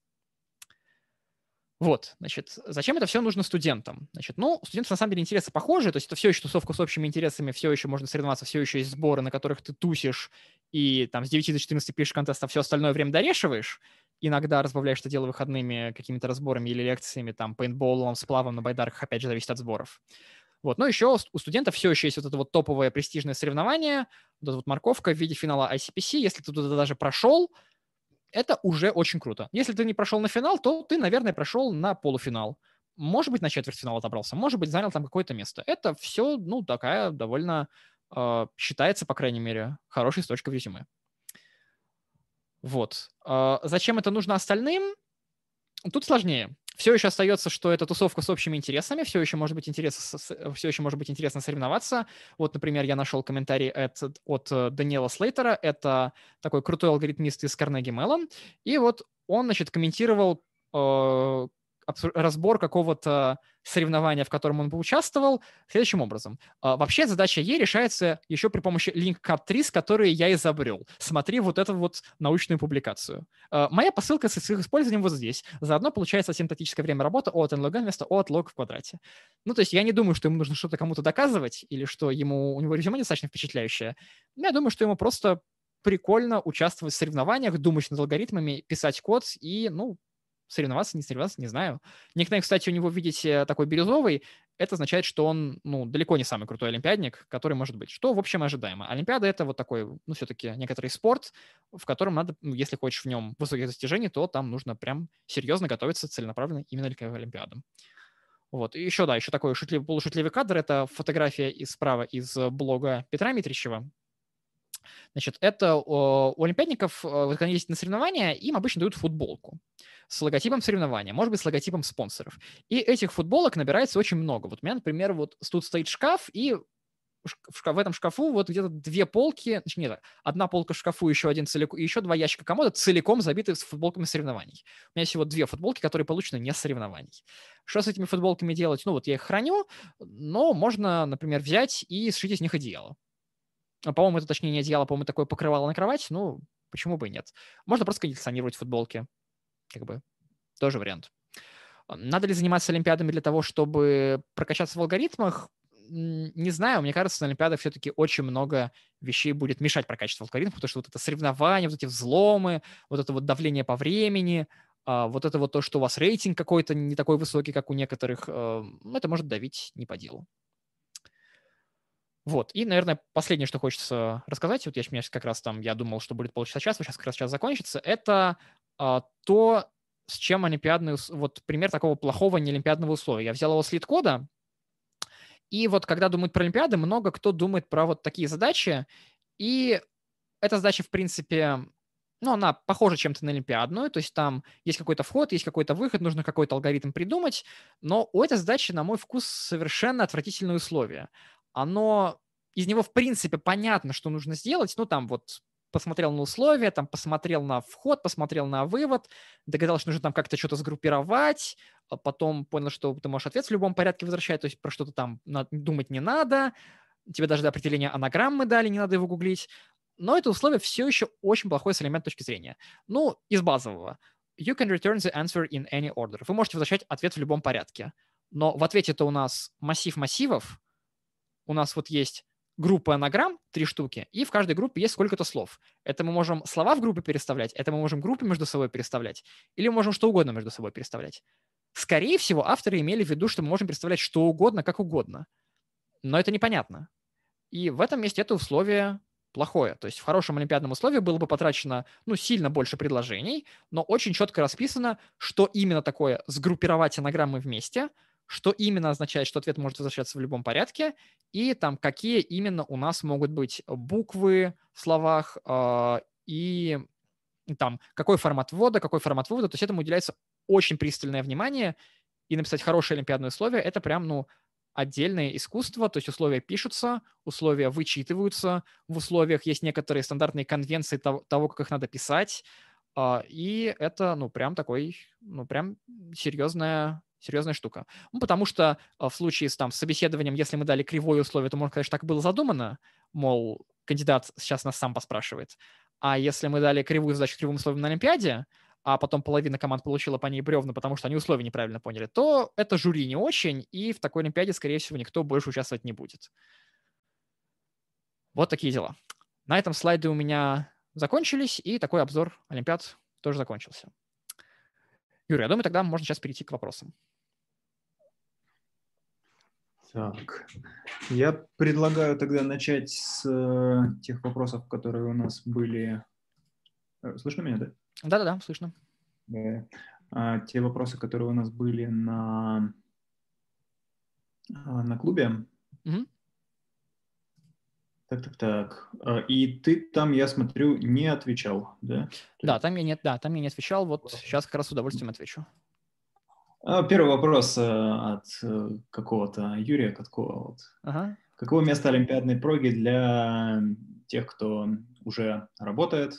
Вот, значит, зачем это все нужно студентам? Значит, ну, у студентов на самом деле интересы похожи, то есть это все еще тусовка с общими интересами, все еще можно соревноваться, все еще есть сборы, на которых ты тусишь, и там с 9 до 14 пишешь контест, а все остальное время дорешиваешь, иногда разбавляешь это дело выходными какими-то разборами или лекциями, там, пейнтболом, сплавом на байдарках, опять же, зависит от сборов. Вот. Но еще у студентов все еще есть вот это вот топовое престижное соревнование, вот эта вот морковка в виде финала ICPC. Если ты туда даже прошел, это уже очень круто. Если ты не прошел на финал, то ты, наверное, прошел на полуфинал. Может быть, на четвертьфинал отобрался, может быть, занял там какое-то место. Это все, ну, такая довольно, считается, по крайней мере, хорошей строчкой в резюме. Вот. Зачем это нужно остальным? Тут сложнее. Все еще остается, что это тусовка с общими интересами, все еще может быть интересно соревноваться. Вот, например, я нашел комментарий от Даниэла Слейтера, это такой крутой алгоритмист из Carnegie Mellon, и вот он, значит, комментировал разбор какого-то соревнования, в котором он поучаствовал, следующим образом. Вообще задача Е решается еще при помощи link-cut-trees, которые я изобрел. Смотри вот эту вот научную публикацию. Моя посылка с их использованием вот здесь. Заодно получается асимптотическое время работы O от nlog вместо O от log в квадрате. Ну, то есть я не думаю, что ему нужно что-то кому-то доказывать или что у него резюме достаточно впечатляющее. Я думаю, что ему просто прикольно участвовать в соревнованиях, думать над алгоритмами, писать код и, ну, соревноваться, не знаю. Никнейм, кстати, у него, видите, такой бирюзовый. Это означает, что он, ну, далеко не самый крутой олимпиадник, который может быть. Что, в общем, ожидаемо. Олимпиада — это вот такой, ну, все-таки некоторый спорт, в котором надо, ну, если хочешь в нем высоких достижений, то там нужно прям серьезно готовиться целенаправленно именно к олимпиадам. Вот. И еще, да, еще такой полушутливый кадр. Это фотография справа из блога Петра Митричева. Значит, это у олимпиадников, когда они ездят на соревнования, им обычно дают футболку с логотипом соревнования, может быть, с логотипом спонсоров. И этих футболок набирается очень много. Вот у меня, например, вот тут стоит шкаф, и в этом шкафу вот где-то две полки, значит, нет, одна полка в шкафу, еще один целиком, и еще два ящика комода целиком забиты с футболками соревнований. У меня всего две футболки, которые получены не с соревнований. Что с этими футболками делать? Ну, вот я их храню, но можно, например, взять и сшить из них одеяло. По-моему, это, точнее, не одеяло, по-моему, такое покрывало на кровать. Ну, почему бы и нет? Можно просто кондиционировать футболки. Как бы тоже вариант. Надо ли заниматься олимпиадами для того, чтобы прокачаться в алгоритмах? Не знаю, мне кажется, на олимпиадах все-таки очень много вещей будет мешать прокачиваться в алгоритмах, потому что вот это соревнование, вот эти взломы, вот это вот давление по времени, вот это вот то, что у вас рейтинг какой-то не такой высокий, как у некоторых, это может давить не по делу. Вот, и, наверное, последнее, что хочется рассказать, вот я как раз там, я думал, что будет полчаса-час, сейчас как раз час закончится, это то, с чем олимпиадный, вот пример такого плохого неолимпиадного условия. Я взял его с лид-кода, и вот когда думают про олимпиады, много кто думает про вот такие задачи, и эта задача, в принципе, ну, она похожа чем-то на олимпиадную, то есть там есть какой-то вход, есть какой-то выход, нужно какой-то алгоритм придумать, но у этой задачи, на мой вкус, совершенно отвратительные условия. Из него, в принципе, понятно, что нужно сделать, ну, там вот посмотрел на условия, там посмотрел на вход, посмотрел на вывод, догадался, что нужно там как-то что-то сгруппировать, а потом понял, что ты можешь ответ в любом порядке возвращать, то есть про что-то там думать не надо, тебе даже до определения анаграммы дали, не надо его гуглить. Но это условие все еще очень плохое с элементной точки зрения. Ну, из базового. You can return the answer in any order. Вы можете возвращать ответ в любом порядке. Но в ответе-то у нас массив массивов. У нас вот есть группа анаграмм, 3 штуки, и в каждой группе есть сколько-то слов. Это мы можем слова в группы переставлять, это мы можем группы между собой переставлять, или мы можем что угодно между собой переставлять. Скорее всего, авторы имели в виду, что мы можем переставлять что угодно, как угодно. Но это непонятно. И в этом месте это условие плохое. То есть в хорошем олимпиадном условии было бы потрачено, ну, сильно больше предложений, но очень четко расписано, что именно такое сгруппировать анаграммы вместе, что именно означает, что ответ может возвращаться в любом порядке, и там какие именно у нас могут быть буквы в словах, и там какой формат ввода, какой формат вывода. То есть этому уделяется очень пристальное внимание, и написать хорошее олимпиадное условие — это прям, ну, отдельное искусство, то есть условия пишутся, условия вычитываются, в условиях есть некоторые стандартные конвенции того, как их надо писать, и это, ну, прям такой, ну, прям серьезная штука. Ну, потому что в случае с собеседованием, если мы дали кривое условие, то можно сказать, что так было задумано, мол, кандидат сейчас нас сам поспрашивает. А если мы дали кривую задачу с кривым условием на Олимпиаде, а потом половина команд получила по ней бревна, потому что они условия неправильно поняли, то это жюри не очень, и в такой Олимпиаде, скорее всего, никто больше участвовать не будет. Вот такие дела. На этом слайды у меня закончились, и такой обзор Олимпиад тоже закончился. Юрий, я думаю, тогда можно сейчас перейти к вопросам. Так, я предлагаю тогда начать с тех вопросов, которые у нас были. Слышно меня, да? Да-да-да, слышно. Да. Те вопросы, которые у нас были на клубе. Угу. Так. И ты там, я смотрю, не отвечал, да? Да, там я не отвечал. Вот сейчас как раз с удовольствием отвечу. Первый вопрос от какого-то Юрия Каткова. Вот. Ага. Каково место олимпиадной проги для тех, кто уже работает,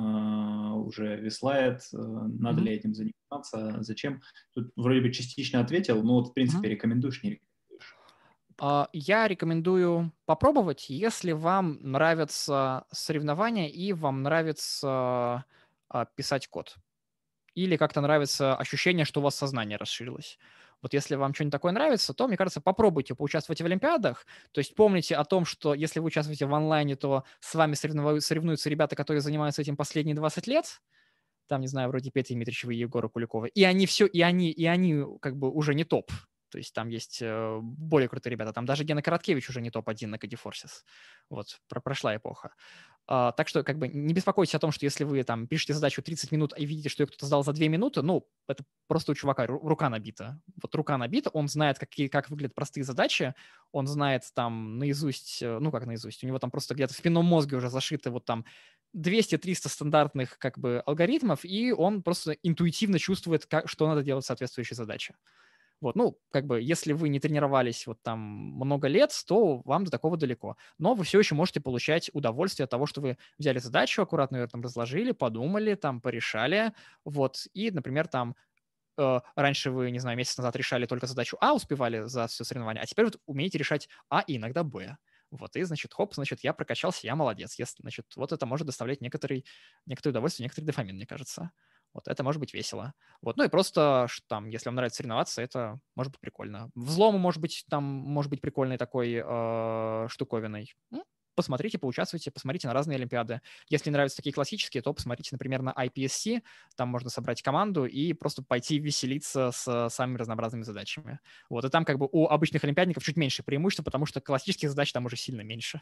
уже веслает? Надо ли этим заниматься? Зачем? Тут вроде бы частично ответил, но вот в принципе рекомендуешь, не рекомендуешь? Я рекомендую попробовать, если вам нравятся соревнования и вам нравится писать код. Или как-то нравится ощущение, что у вас сознание расширилось. Вот если вам что-нибудь такое нравится, то, мне кажется, попробуйте поучаствовать в олимпиадах. То есть помните о том, что если вы участвуете в онлайне, то с вами соревнуются ребята, которые занимаются этим последние 20 лет. Там, не знаю, вроде Петя Дмитриева и Егора Куликова. И они как бы уже не топ. То есть там есть более крутые ребята. Там даже Гена Короткевич уже не топ-1 на Кодифорсис. Вот, прошла эпоха. Так что как бы не беспокойтесь о том, что если вы там пишете задачу 30 минут и видите, что ее кто-то сдал за 2 минуты, ну, это просто у чувака рука набита. Вот рука набита, он знает, как выглядят простые задачи, он знает там наизусть, ну, как наизусть, у него там просто где-то в спинном мозге уже зашиты вот там 200-300 стандартных как бы алгоритмов, и он просто интуитивно чувствует, что надо делать в соответствующей задаче. Вот, ну, как бы, если вы не тренировались вот там много лет, то вам до такого далеко. Но вы все еще можете получать удовольствие от того, что вы взяли задачу, аккуратно ее там разложили, подумали, там, порешали, вот, и, например, там, раньше вы, не знаю, месяц назад решали только задачу А, успевали за все соревнование, а теперь вот умеете решать А и иногда Б. Вот, и, значит, хоп, значит, я прокачался, я молодец. Значит, вот это может доставлять некоторое удовольствие, некоторый дофамин, мне кажется. Вот это может быть весело. Вот, ну и просто там, если вам нравится соревноваться, это может быть прикольно. Взлом может быть прикольной такой штуковиной. Посмотрите, поучаствуйте, посмотрите на разные олимпиады. Если нравятся такие классические, то посмотрите, например, на IPSC. Там можно собрать команду и просто пойти веселиться с самыми разнообразными задачами. Вот, и там как бы у обычных олимпиадников чуть меньше преимущества, потому что классических задач там уже сильно меньше.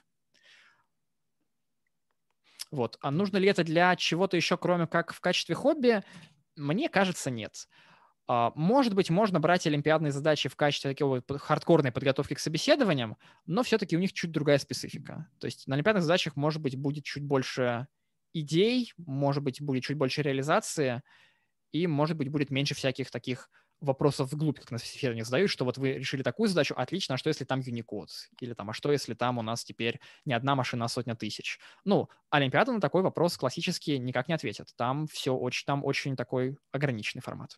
Вот. А нужно ли это для чего-то еще, кроме как в качестве хобби? Мне кажется, нет. Может быть, можно брать олимпиадные задачи в качестве такой хардкорной подготовки к собеседованиям, но все-таки у них чуть другая специфика. То есть на олимпиадных задачах, может быть, будет чуть больше идей, может быть, будет чуть больше реализации, и, может быть, будет меньше всяких таких вопросов вглубь, как на собеседованиях задают, что вот вы решили такую задачу, отлично, а что если там Unicode? Или там, а что если там у нас теперь не одна машина, а сотня тысяч? Ну, олимпиада на такой вопрос классически никак не ответит. Там очень такой ограниченный формат.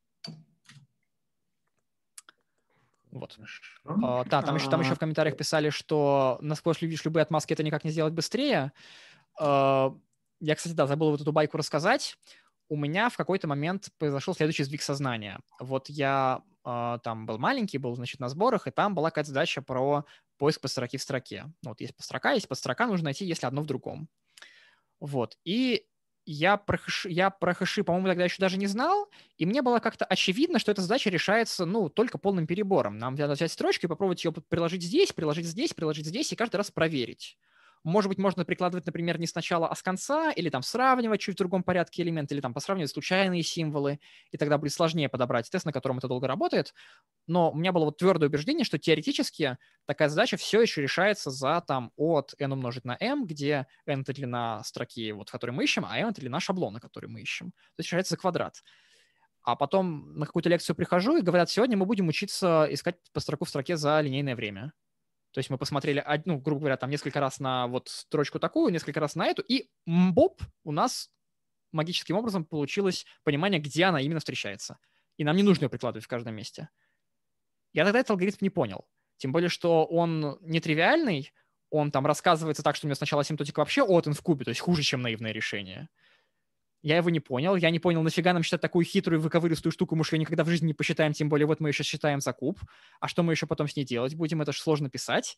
Вот. Да, там еще в комментариях писали, что насквозь видишь любые отмазки, это никак не сделать быстрее. Я, кстати, да, забыл вот эту байку рассказать. У меня в какой-то момент произошел следующий сдвиг сознания. Вот я там был маленький, был, значит, на сборах, и там была какая-то задача про поиск по строке в строке. Ну, вот есть подстрока, нужно найти, если одно в другом. Вот. И я про хэши, по-моему, тогда еще даже не знал, и мне было как-то очевидно, что эта задача решается, ну, только полным перебором. Нам надо взять строчку и попробовать ее приложить здесь, и каждый раз проверить. Может быть, можно прикладывать, например, не сначала, а с конца, или там сравнивать чуть в другом порядке элементы, или там посравнивать случайные символы, и тогда будет сложнее подобрать тест, на котором это долго работает. Но у меня было вот твердое убеждение, что теоретически такая задача все еще решается за там от n умножить на m, где n — это длина строки, вот, в которой мы ищем, а m — это длина шаблона, который мы ищем. То есть решается за квадрат. А потом на какую-то лекцию прихожу и говорят, сегодня мы будем учиться искать построку в строке за линейное время. То есть мы посмотрели, ну, грубо говоря, там несколько раз на вот строчку такую, несколько раз на эту, и мбоп, у нас магическим образом получилось понимание, где она именно встречается. И нам не нужно ее прикладывать в каждом месте. Я тогда этот алгоритм не понял. Тем более, что он нетривиальный, он там рассказывается так, что у меня сначала асимптотика вообще от n в кубе, то есть хуже, чем наивное решение. Я его не понял. Я не понял, нафига нам считать такую хитрую выковыристую штуку, мы что ее никогда в жизни не посчитаем, тем более вот мы ее сейчас считаем за куб. А что мы еще потом с ней делать будем? Это же сложно писать.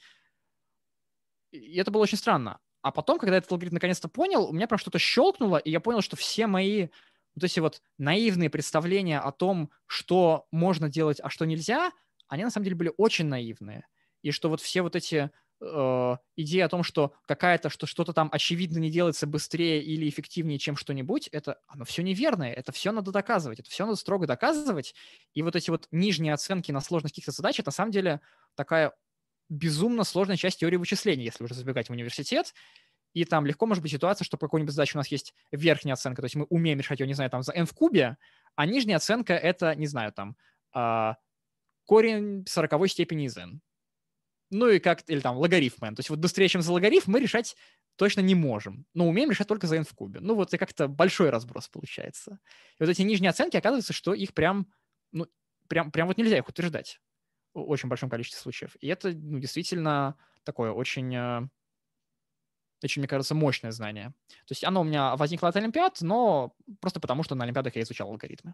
И это было очень странно. А потом, когда этот алгоритм наконец-то понял, у меня прям что-то щелкнуло, и я понял, что все мои вот эти вот наивные представления о том, что можно делать, а что нельзя, они на самом деле были очень наивные. И что вот все вот эти идеи о том, что что-то там очевидно не делается быстрее или эффективнее, чем что-нибудь, оно все неверное, это все надо доказывать, это все надо строго доказывать. И вот эти вот нижние оценки на сложность каких-то задач, это на самом деле такая безумно сложная часть теории вычислений, если уже забегать в университет. И там легко может быть ситуация, что по какой-нибудь задаче у нас есть верхняя оценка, то есть мы умеем решать ее, не знаю, там за n в кубе, а нижняя оценка — это, не знаю, там корень 40 степени из n. Ну и или там логарифм n. То есть вот быстрее, чем за логарифм, мы решать точно не можем. Но умеем решать только за n в кубе. Ну вот и как-то большой разброс получается. И вот эти нижние оценки, оказывается, что их прям вот нельзя их утверждать в очень большом количестве случаев. И это действительно такое очень, мне кажется, мощное знание. То есть оно у меня возникло от Олимпиад, но просто потому, что на Олимпиадах я изучал алгоритмы.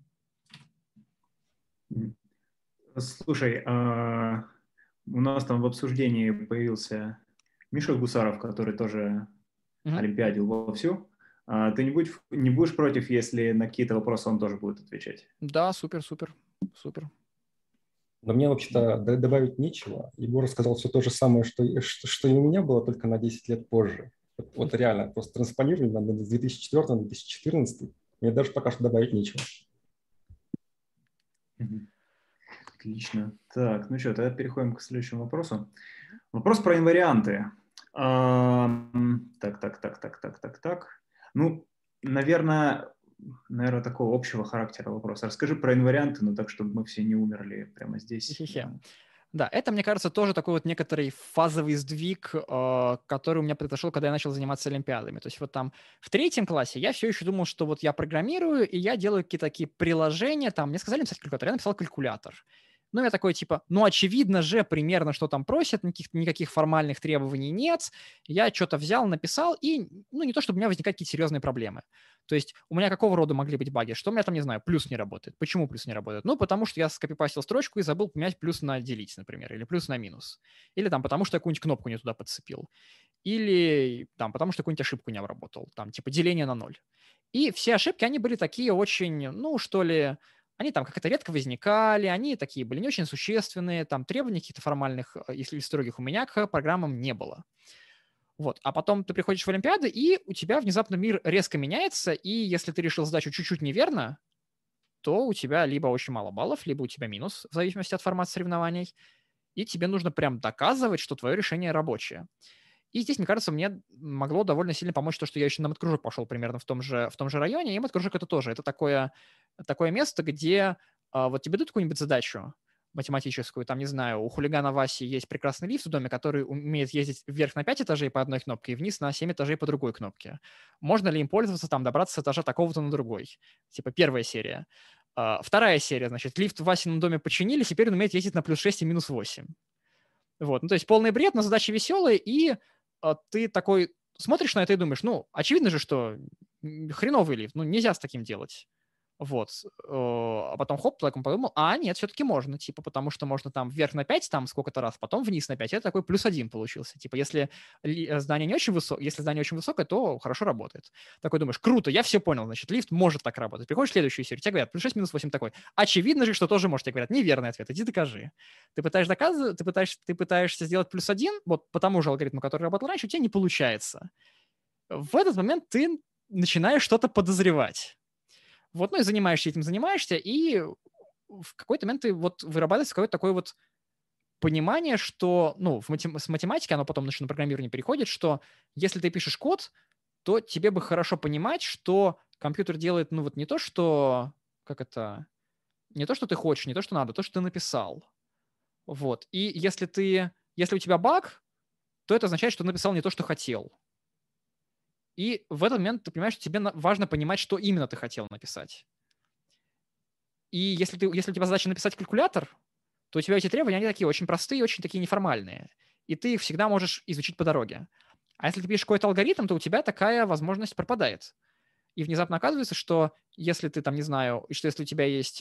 Слушай, у нас там в обсуждении появился Миша Гусаров, который тоже олимпиадил вовсю. Ты не будешь против, если на какие-то вопросы он тоже будет отвечать? Да, супер. Но мне вообще-то добавить нечего. Егор сказал все то же самое, что и у меня было, только на 10 лет позже. Вот реально, просто транспонирование на 2004-2014. Мне даже пока что добавить нечего. Отлично. Так, ну что, тогда переходим к следующему вопросу. Вопрос про инварианты. Так. Ну, наверное, такого общего характера вопрос. Расскажи про инварианты, но так, чтобы мы все не умерли прямо здесь. Да, это, мне кажется, тоже такой вот некоторый фазовый сдвиг, который у меня произошел, когда я начал заниматься олимпиадами. То есть вот там в 3 классе я все еще думал, что вот я программирую, и я делаю какие-то такие приложения, там, мне сказали написать калькулятор, я написал калькулятор. Ну, я такой, типа, очевидно же примерно, что там просят, никаких формальных требований нет. Я что-то взял, написал, и, не то, чтобы у меня возникают какие-то серьезные проблемы. То есть у меня какого рода могли быть баги? Что у меня там, не знаю, плюс не работает. Почему плюс не работает? Ну, потому что я скопипастил строчку и забыл поменять плюс на делить, например, или плюс на минус. Или там потому что я какую-нибудь кнопку не туда подцепил. Или там потому что какую-нибудь ошибку не обработал. Там типа деление на 0. И все ошибки, они были такие очень, они там как-то редко возникали, они такие были не очень существенные, там требований каких-то формальных, если строгих, у меня к программам не было. Вот. А потом ты приходишь в Олимпиады, и у тебя внезапно мир резко меняется, и если ты решил задачу чуть-чуть неверно, то у тебя либо очень мало баллов, либо у тебя минус, в зависимости от формата соревнований, и тебе нужно прям доказывать, что твое решение рабочее. И здесь, мне кажется, мне могло довольно сильно помочь то, что я еще на маткружок пошел примерно в том же районе, и маткружок это тоже. Это такое место, где вот тебе дают какую-нибудь задачу математическую, там, не знаю, у хулигана Васи есть прекрасный лифт в доме, который умеет ездить вверх на 5 этажей по одной кнопке и вниз на 7 этажей по другой кнопке. Можно ли им пользоваться, там, добраться с этажа такого-то на другой? Типа первая серия. Вторая серия, значит, лифт в Васином доме починили, теперь он умеет ездить на плюс 6 и минус 8. Вот, то есть полный бред, но задачи веселые, и ты такой смотришь на это и думаешь, очевидно же, что хреновый лифт, нельзя с таким делать. Вот. А потом хоп, так он подумал, нет, все-таки можно, типа, потому что можно там вверх на 5, там сколько-то раз, потом вниз на 5. Это такой +1 получился. Типа, если здание не очень высокое, если здание очень высокое, то хорошо работает. Такой думаешь, круто, я все понял, значит, лифт может так работать. Приходишь в следующую серию, тебе говорят, +6, -8 такой. Очевидно же, что тоже может. Тебе говорят, неверный ответ, иди докажи. Ты пытаешься доказывать, ты пытаешься сделать +1, вот по тому же алгоритму, который работал раньше, у тебя не получается. В этот момент ты начинаешь что-то подозревать. Вот, и занимаешься, и в какой-то момент ты вот вырабатывается какое-то такое вот понимание, что, с математики, оно потом на программирование переходит, что если ты пишешь код, то тебе бы хорошо понимать, что компьютер делает, не то, что, не то, что ты хочешь, не то, что надо, то, что ты написал. Вот, и если у тебя баг, то это означает, что ты написал не то, что хотел. И в этот момент ты понимаешь, что тебе важно понимать, что именно ты хотел написать. И если у тебя задача написать калькулятор, то у тебя эти требования, они такие очень простые, очень такие неформальные. И ты их всегда можешь изучить по дороге. А если ты пишешь какой-то алгоритм, то у тебя такая возможность пропадает. И внезапно оказывается, что если ты, если у тебя есть,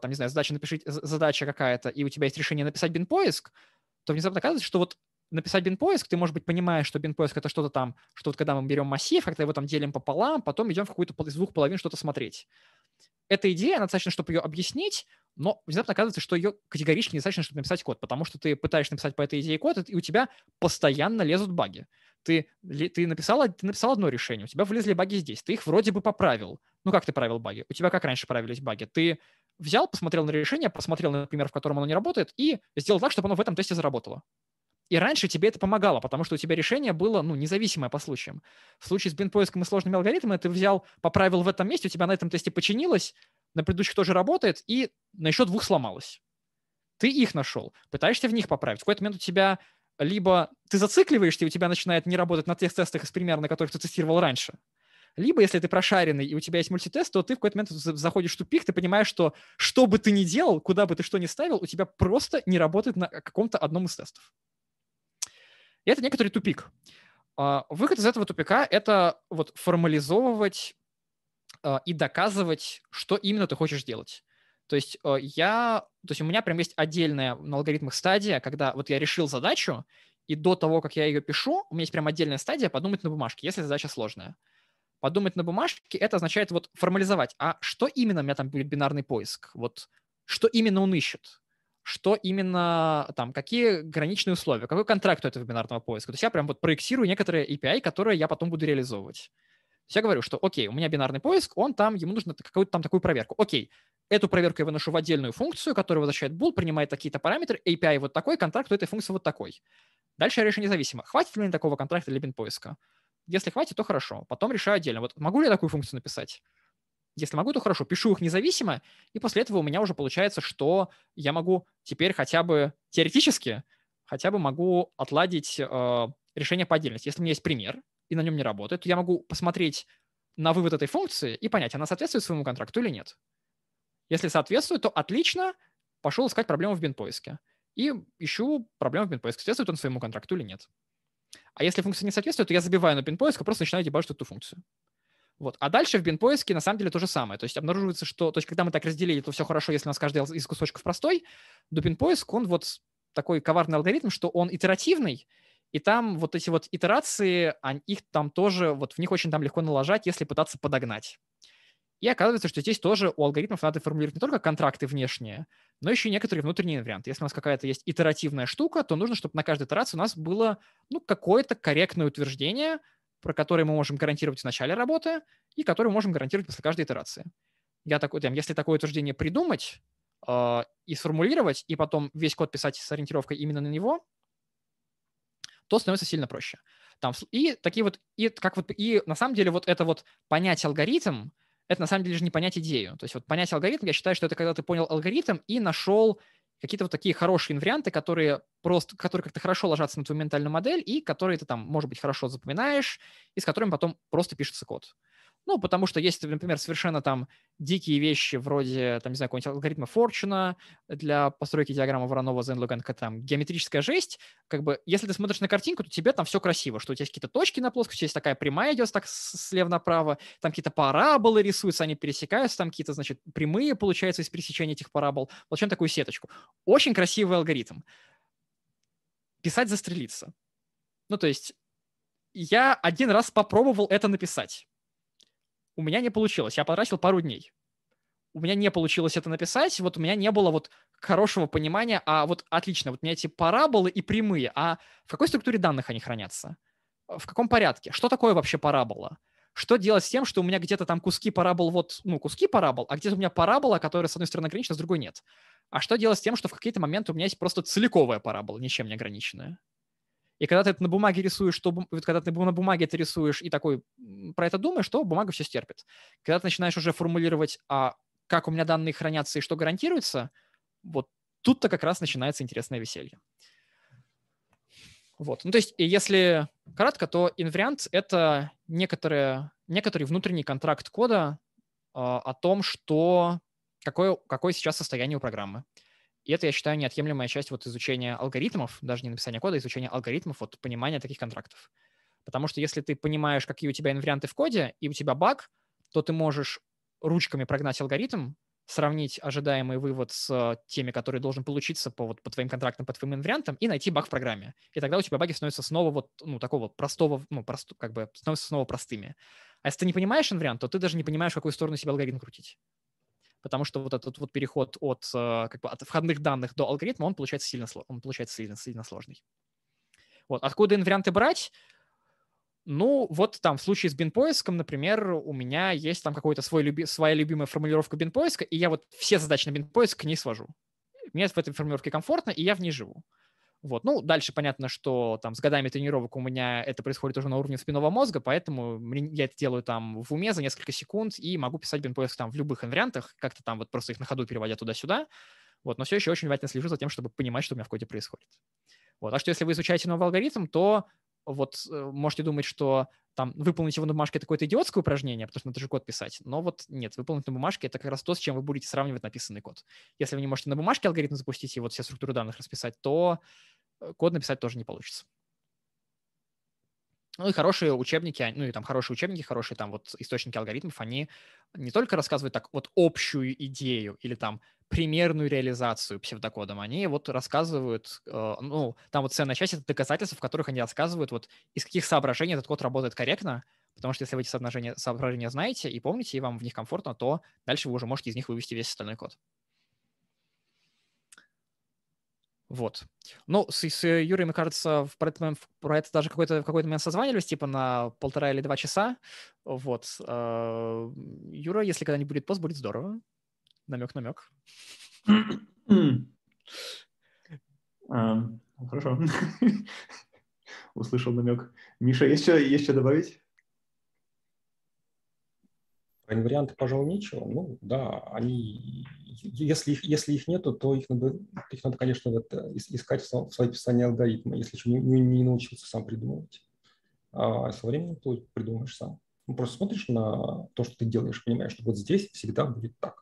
задача какая-то, и у тебя есть решение написать бин-поиск, то внезапно оказывается, что вот написать бин-поиск, ты, может быть, понимаешь, что бин-поиск — это что-то там, что вот когда мы берем массив, как-то его там делим пополам, потом идем в какую-то из двух половин что-то смотреть. Эта идея, она достаточно, чтобы ее объяснить, но внезапно оказывается, что ее категорически недостаточно, чтобы написать код, потому что ты пытаешься написать по этой идее код, и у тебя постоянно лезут баги. Ты написал одно решение, у тебя влезли баги здесь, ты их вроде бы поправил. Как ты правил баги? У тебя как раньше правились баги? Ты взял, посмотрел на решение, посмотрел на пример, в котором оно не работает, и сделал так, чтобы оно в этом тесте заработало. И раньше тебе это помогало, потому что у тебя решение было, независимое по случаям. В случае с бин-поиском и сложными алгоритмами ты взял, поправил в этом месте, у тебя на этом тесте починилось, на предыдущих тоже работает, и на еще 2 сломалось. Ты их нашел, пытаешься в них поправить. В какой-то момент у тебя либо ты зацикливаешься, и у тебя начинает не работать на тех тестах из примера, на которых ты тестировал раньше, либо, если ты прошаренный, и у тебя есть мультитест, то ты в какой-то момент заходишь в тупик, ты понимаешь, что бы ты ни делал, куда бы ты что ни ставил, у тебя просто не работает на каком-то одном из тестов. И это некоторый тупик. Выход из этого тупика — это вот формализовывать и доказывать, что именно ты хочешь делать. То есть у меня прям есть отдельная на алгоритмах стадия, когда вот я решил задачу, и до того, как я ее пишу, у меня есть прям отдельная стадия подумать на бумажке, если задача сложная. Подумать на бумажке — это означает вот формализовать. А что именно у меня там будет бинарный поиск? Вот что именно он ищет? Что именно там, какие граничные условия? Какой контракт у этого бинарного поиска? То есть я прям вот проектирую некоторые API, которые я потом буду реализовывать. То есть я говорю, что окей, у меня бинарный поиск, ему нужно какую-то там такую проверку. Окей, эту проверку я выношу в отдельную функцию, которая возвращает bool, принимает такие-то параметры, API вот такой, контракт у этой функции вот такой. Дальше я решаю независимо, хватит ли мне такого контракта для бин-поиска. Если хватит, то хорошо. Потом решаю отдельно. Вот могу ли я такую функцию написать? Если могу, то хорошо. Пишу их независимо, и после этого у меня уже получается, что я могу теперь хотя бы теоретически могу отладить решение по отдельности. Если у меня есть пример, и на нем не работает, то я могу посмотреть на вывод этой функции и понять, она соответствует своему контракту или нет. Если соответствует, то отлично, пошел искать проблему в бин-поиске. И ищу проблему в бин-поиске, соответствует он своему контракту или нет. А если функция не соответствует, то я забиваю на бин-поиск и просто начинаю дебажить эту функцию. Вот. А дальше в бин-поиске на самом деле то же самое. То есть обнаруживается, что... То есть когда мы так разделили, то все хорошо, если у нас каждый из кусочков простой. До бин-поиск, он вот такой коварный алгоритм, что он итеративный, и там вот эти вот итерации, их там тоже, вот в них очень там легко налажать, если пытаться подогнать. И оказывается, что здесь тоже у алгоритмов надо формулировать не только контракты внешние, но еще и некоторые внутренние варианты. Если у нас какая-то есть итеративная штука, то нужно, чтобы на каждой итерации у нас было какое-то корректное утверждение, про которое мы можем гарантировать в начале работы и которое мы можем гарантировать после каждой итерации. Если такое утверждение придумать и сформулировать, и потом весь код писать с ориентировкой именно на него, то становится сильно проще. И на самом деле вот это вот понять алгоритм, это на самом деле же не понять идею. То есть вот понять алгоритм, я считаю, что это когда ты понял алгоритм и нашел какие-то вот такие хорошие инварианты, которые как-то хорошо ложатся на твою ментальную модель и которые ты там, может быть, хорошо запоминаешь, и с которыми потом просто пишется код. Потому что есть, например, совершенно там дикие вещи вроде, там, не знаю, какого-нибудь алгоритма Форчуна для постройки диаграммы Воронова, Зенлоген, там геометрическая жесть. Как бы, если ты смотришь на картинку, то тебе там все красиво, что у тебя есть какие-то точки на плоскости, есть такая прямая идет так слева направо, там какие-то параболы рисуются, они пересекаются, там какие-то, значит, прямые, получается, из пересечения этих парабол. Получаем такую сеточку. Очень красивый алгоритм. Писать застрелиться. То есть я один раз попробовал это написать. У меня не получилось. Я потратил пару дней. У меня не получилось это написать. Вот у меня не было вот хорошего понимания. Отлично, вот у меня эти параболы и прямые. А в какой структуре данных они хранятся? В каком порядке? Что такое вообще парабола? Что делать с тем, что у меня где-то там куски парабол, куски парабол, а где-то у меня парабола, которая с одной стороны ограничена, с другой нет? А что делать с тем, что в какие-то моменты у меня есть просто целиковая парабола, ничем не ограниченная? И когда ты это на бумаге рисуешь, когда ты на бумаге это рисуешь и такой про это думаешь, то бумага все стерпит. Когда ты начинаешь уже формулировать, как у меня данные хранятся и что гарантируется, вот тут-то как раз начинается интересное веселье. Вот. То есть, если кратко, то инвариант — это некоторый внутренний контракт кода о том, какое сейчас состояние у программы. И это, я считаю, неотъемлемая часть вот изучения алгоритмов, даже не написания кода, а изучения алгоритмов, вот понимания таких контрактов. Потому что если ты понимаешь, какие у тебя инварианты в коде, и у тебя баг, то ты можешь ручками прогнать алгоритм, сравнить ожидаемый вывод с теми, которые должен получиться по твоим контрактам, по твоим инвариантам, и найти баг в программе. И тогда у тебя баги становятся снова такого простого, становятся снова простыми. А если ты не понимаешь инвариант, то ты даже не понимаешь, в какую сторону себе алгоритм крутить. Потому что вот этот вот переход от входных данных до алгоритма, он получается сильно сложный. Вот. Откуда инварианты брать? Вот там в случае с бин-поиском, например, у меня есть там какая-то своя любимая формулировка бин-поиска, и я вот все задачи на бин-поиск к ней свожу. Мне в этой формулировке комфортно, и я в ней живу. Вот. Ну, дальше понятно, что там с годами тренировок у меня это происходит уже на уровне спинного мозга, поэтому я это делаю там в уме за несколько секунд и могу писать бинпоиск там в любых инвариантах, как-то там вот просто их на ходу переводя туда-сюда. Вот. Но все еще очень внимательно слежу за тем, чтобы понимать, что у меня в коде происходит. Вот. А что если вы изучаете новый алгоритм, то вот можете думать, что там выполнить его на бумажке — это какое-то идиотское упражнение, потому что надо же код писать. Но вот нет, выполнить на бумажке — это как раз то, с чем вы будете сравнивать написанный код. Если вы не можете на бумажке алгоритм запустить и вот все структуры данных расписать, то код написать тоже не получится. Ну и хорошие учебники, ну и там хорошие учебники, хорошие там вот источники алгоритмов, они не только рассказывают так вот общую идею или там примерную реализацию псевдокодом, они вот рассказывают, ну, там вот ценная часть — это доказательства, в которых они рассказывают, вот из каких соображений этот код работает корректно, потому что если вы эти соображения знаете и помните, и вам в них комфортно, то дальше вы уже можете из них вывести весь остальной код. Вот. Ну, с Юрой, мне кажется, про это даже в какой-то момент созванивались, типа на 1,5 или 2 часа. Вот. Юра, если когда-нибудь будет пост, будет здорово. Намек. Хорошо. Услышал намек. Миша, есть что добавить? Про инварианты, пожалуй, нечего. Ну, да, они, если их нету, то их надо, конечно, искать в своей описании алгоритма, если еще не научился сам придумывать. А со временем ты придумаешь сам. Ну, просто смотришь на то, что ты делаешь, понимаешь, что вот здесь всегда будет так.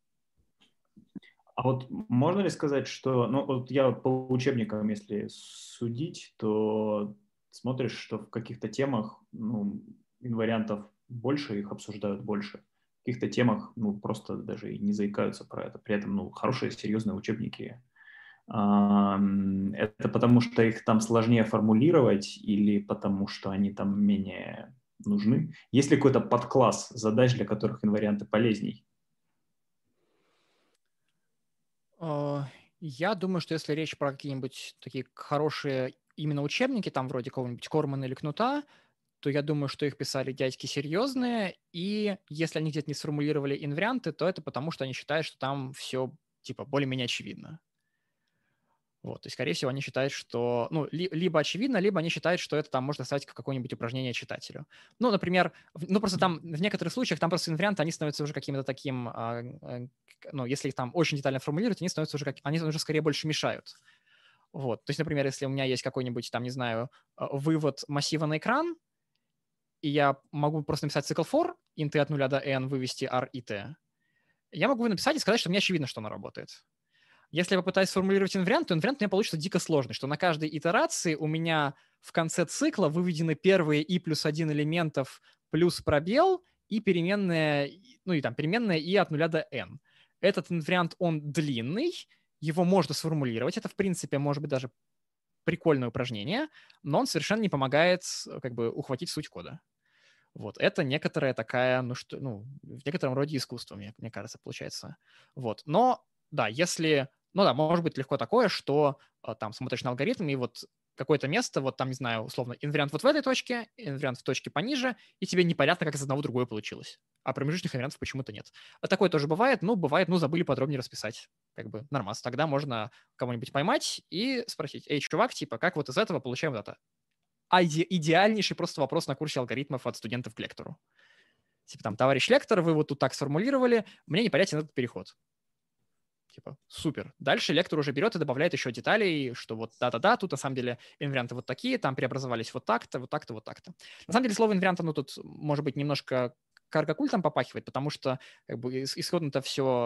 А вот можно ли сказать, что, ну, вот я по учебникам, если судить, то смотришь, что в каких-то темах, ну, инвариантов больше, их обсуждают больше. В каких-то темах, ну, просто даже и не заикаются про это. При этом, ну, хорошие, серьезные учебники. Это потому, что их там сложнее формулировать или потому, что они там менее нужны? Есть ли какой-то подкласс задач, для которых инварианты полезней? Я думаю, что если речь про какие-нибудь такие хорошие именно учебники, там вроде какого-нибудь Кормана или Кнута, то я думаю, что их писали дядьки серьезные, и если они где-то не сформулировали инварианты, то это потому, что они считают, что там все типа более-менее очевидно. Вот, и, скорее всего, они считают, что, ну, либо очевидно, либо они считают, что это там можно ставить как какое-нибудь упражнение читателю. Ну, например, ну, просто там в некоторых случаях там просто инварианты, они становятся уже каким-то таким, ну, если их там очень детально формулировать, они становятся уже, они уже скорее больше мешают. Вот, то есть, например, если у меня есть какой-нибудь там, не знаю, вывод массива на экран, и я могу просто написать цикл for, int от 0 до n вывести r и t, я могу написать и сказать, что мне очевидно, что оно работает. Если я попытаюсь сформулировать инвариант, то инвариант у меня получится дико сложный, что на каждой итерации у меня в конце цикла выведены первые i плюс 1 элементов плюс пробел и переменная, ну и там переменная i от 0 до n. Этот инвариант, он длинный, его можно сформулировать, это в принципе может быть даже прикольное упражнение, но он совершенно не помогает как бы ухватить суть кода. Вот, это некоторая такая, ну, что, ну, в некотором роде искусство, мне кажется, получается. Вот, но, да, если, ну, да, может быть легко такое, что там смотришь на алгоритм, и вот какое-то место, вот там, не знаю, условно, инвариант вот в этой точке, инвариант в точке пониже, и тебе непонятно, как из одного другое получилось. А промежуточных инвариантов почему-то нет. А такое тоже бывает, ну, забыли подробнее расписать. Как бы нормас. Тогда можно кого-нибудь поймать и спросить: эй, чувак, типа, как вот из этого получаем вот это? Идеальнейший просто вопрос на курсе алгоритмов от студентов к лектору. Типа там, товарищ лектор, вы вот тут так сформулировали, мне непонятен этот переход. Типа, супер. Дальше лектор уже берет и добавляет еще деталей, что вот да-да-да, тут на самом деле инварианты вот такие, там преобразовались вот так-то, вот так-то, вот так-то. На самом деле слово инвариант, оно тут, может быть, немножко каргокультом попахивает, потому что как бы исходно-то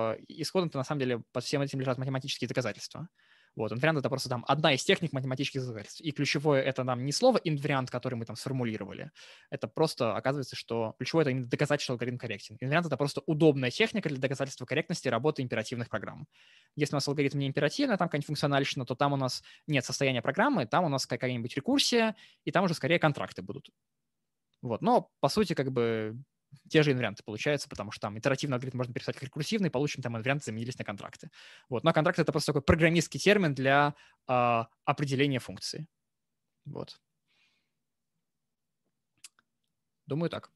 на самом деле под всем этим лежат математические доказательства. Вот, инвариант — это просто там одна из техник математических доказательств. И ключевое — это нам не слово инвариант, который мы там сформулировали. Это просто оказывается, что ключевое — это именно доказать, что алгоритм корректен. Инвариант — это просто удобная техника для доказательства корректности работы императивных программ. Если у нас алгоритм не императивный, там какая-нибудь функциональщина, то там у нас нет состояния программы, там у нас какая-нибудь рекурсия, и там уже скорее контракты будут. Вот, но по сути как бы те же инварианты получаются, потому что там итеративный алгоритм можно переписать как рекурсивный, получим там инварианты заменились на контракты. Вот. Но контракт — это просто такой программистский термин для определения функции. Вот. Думаю, так.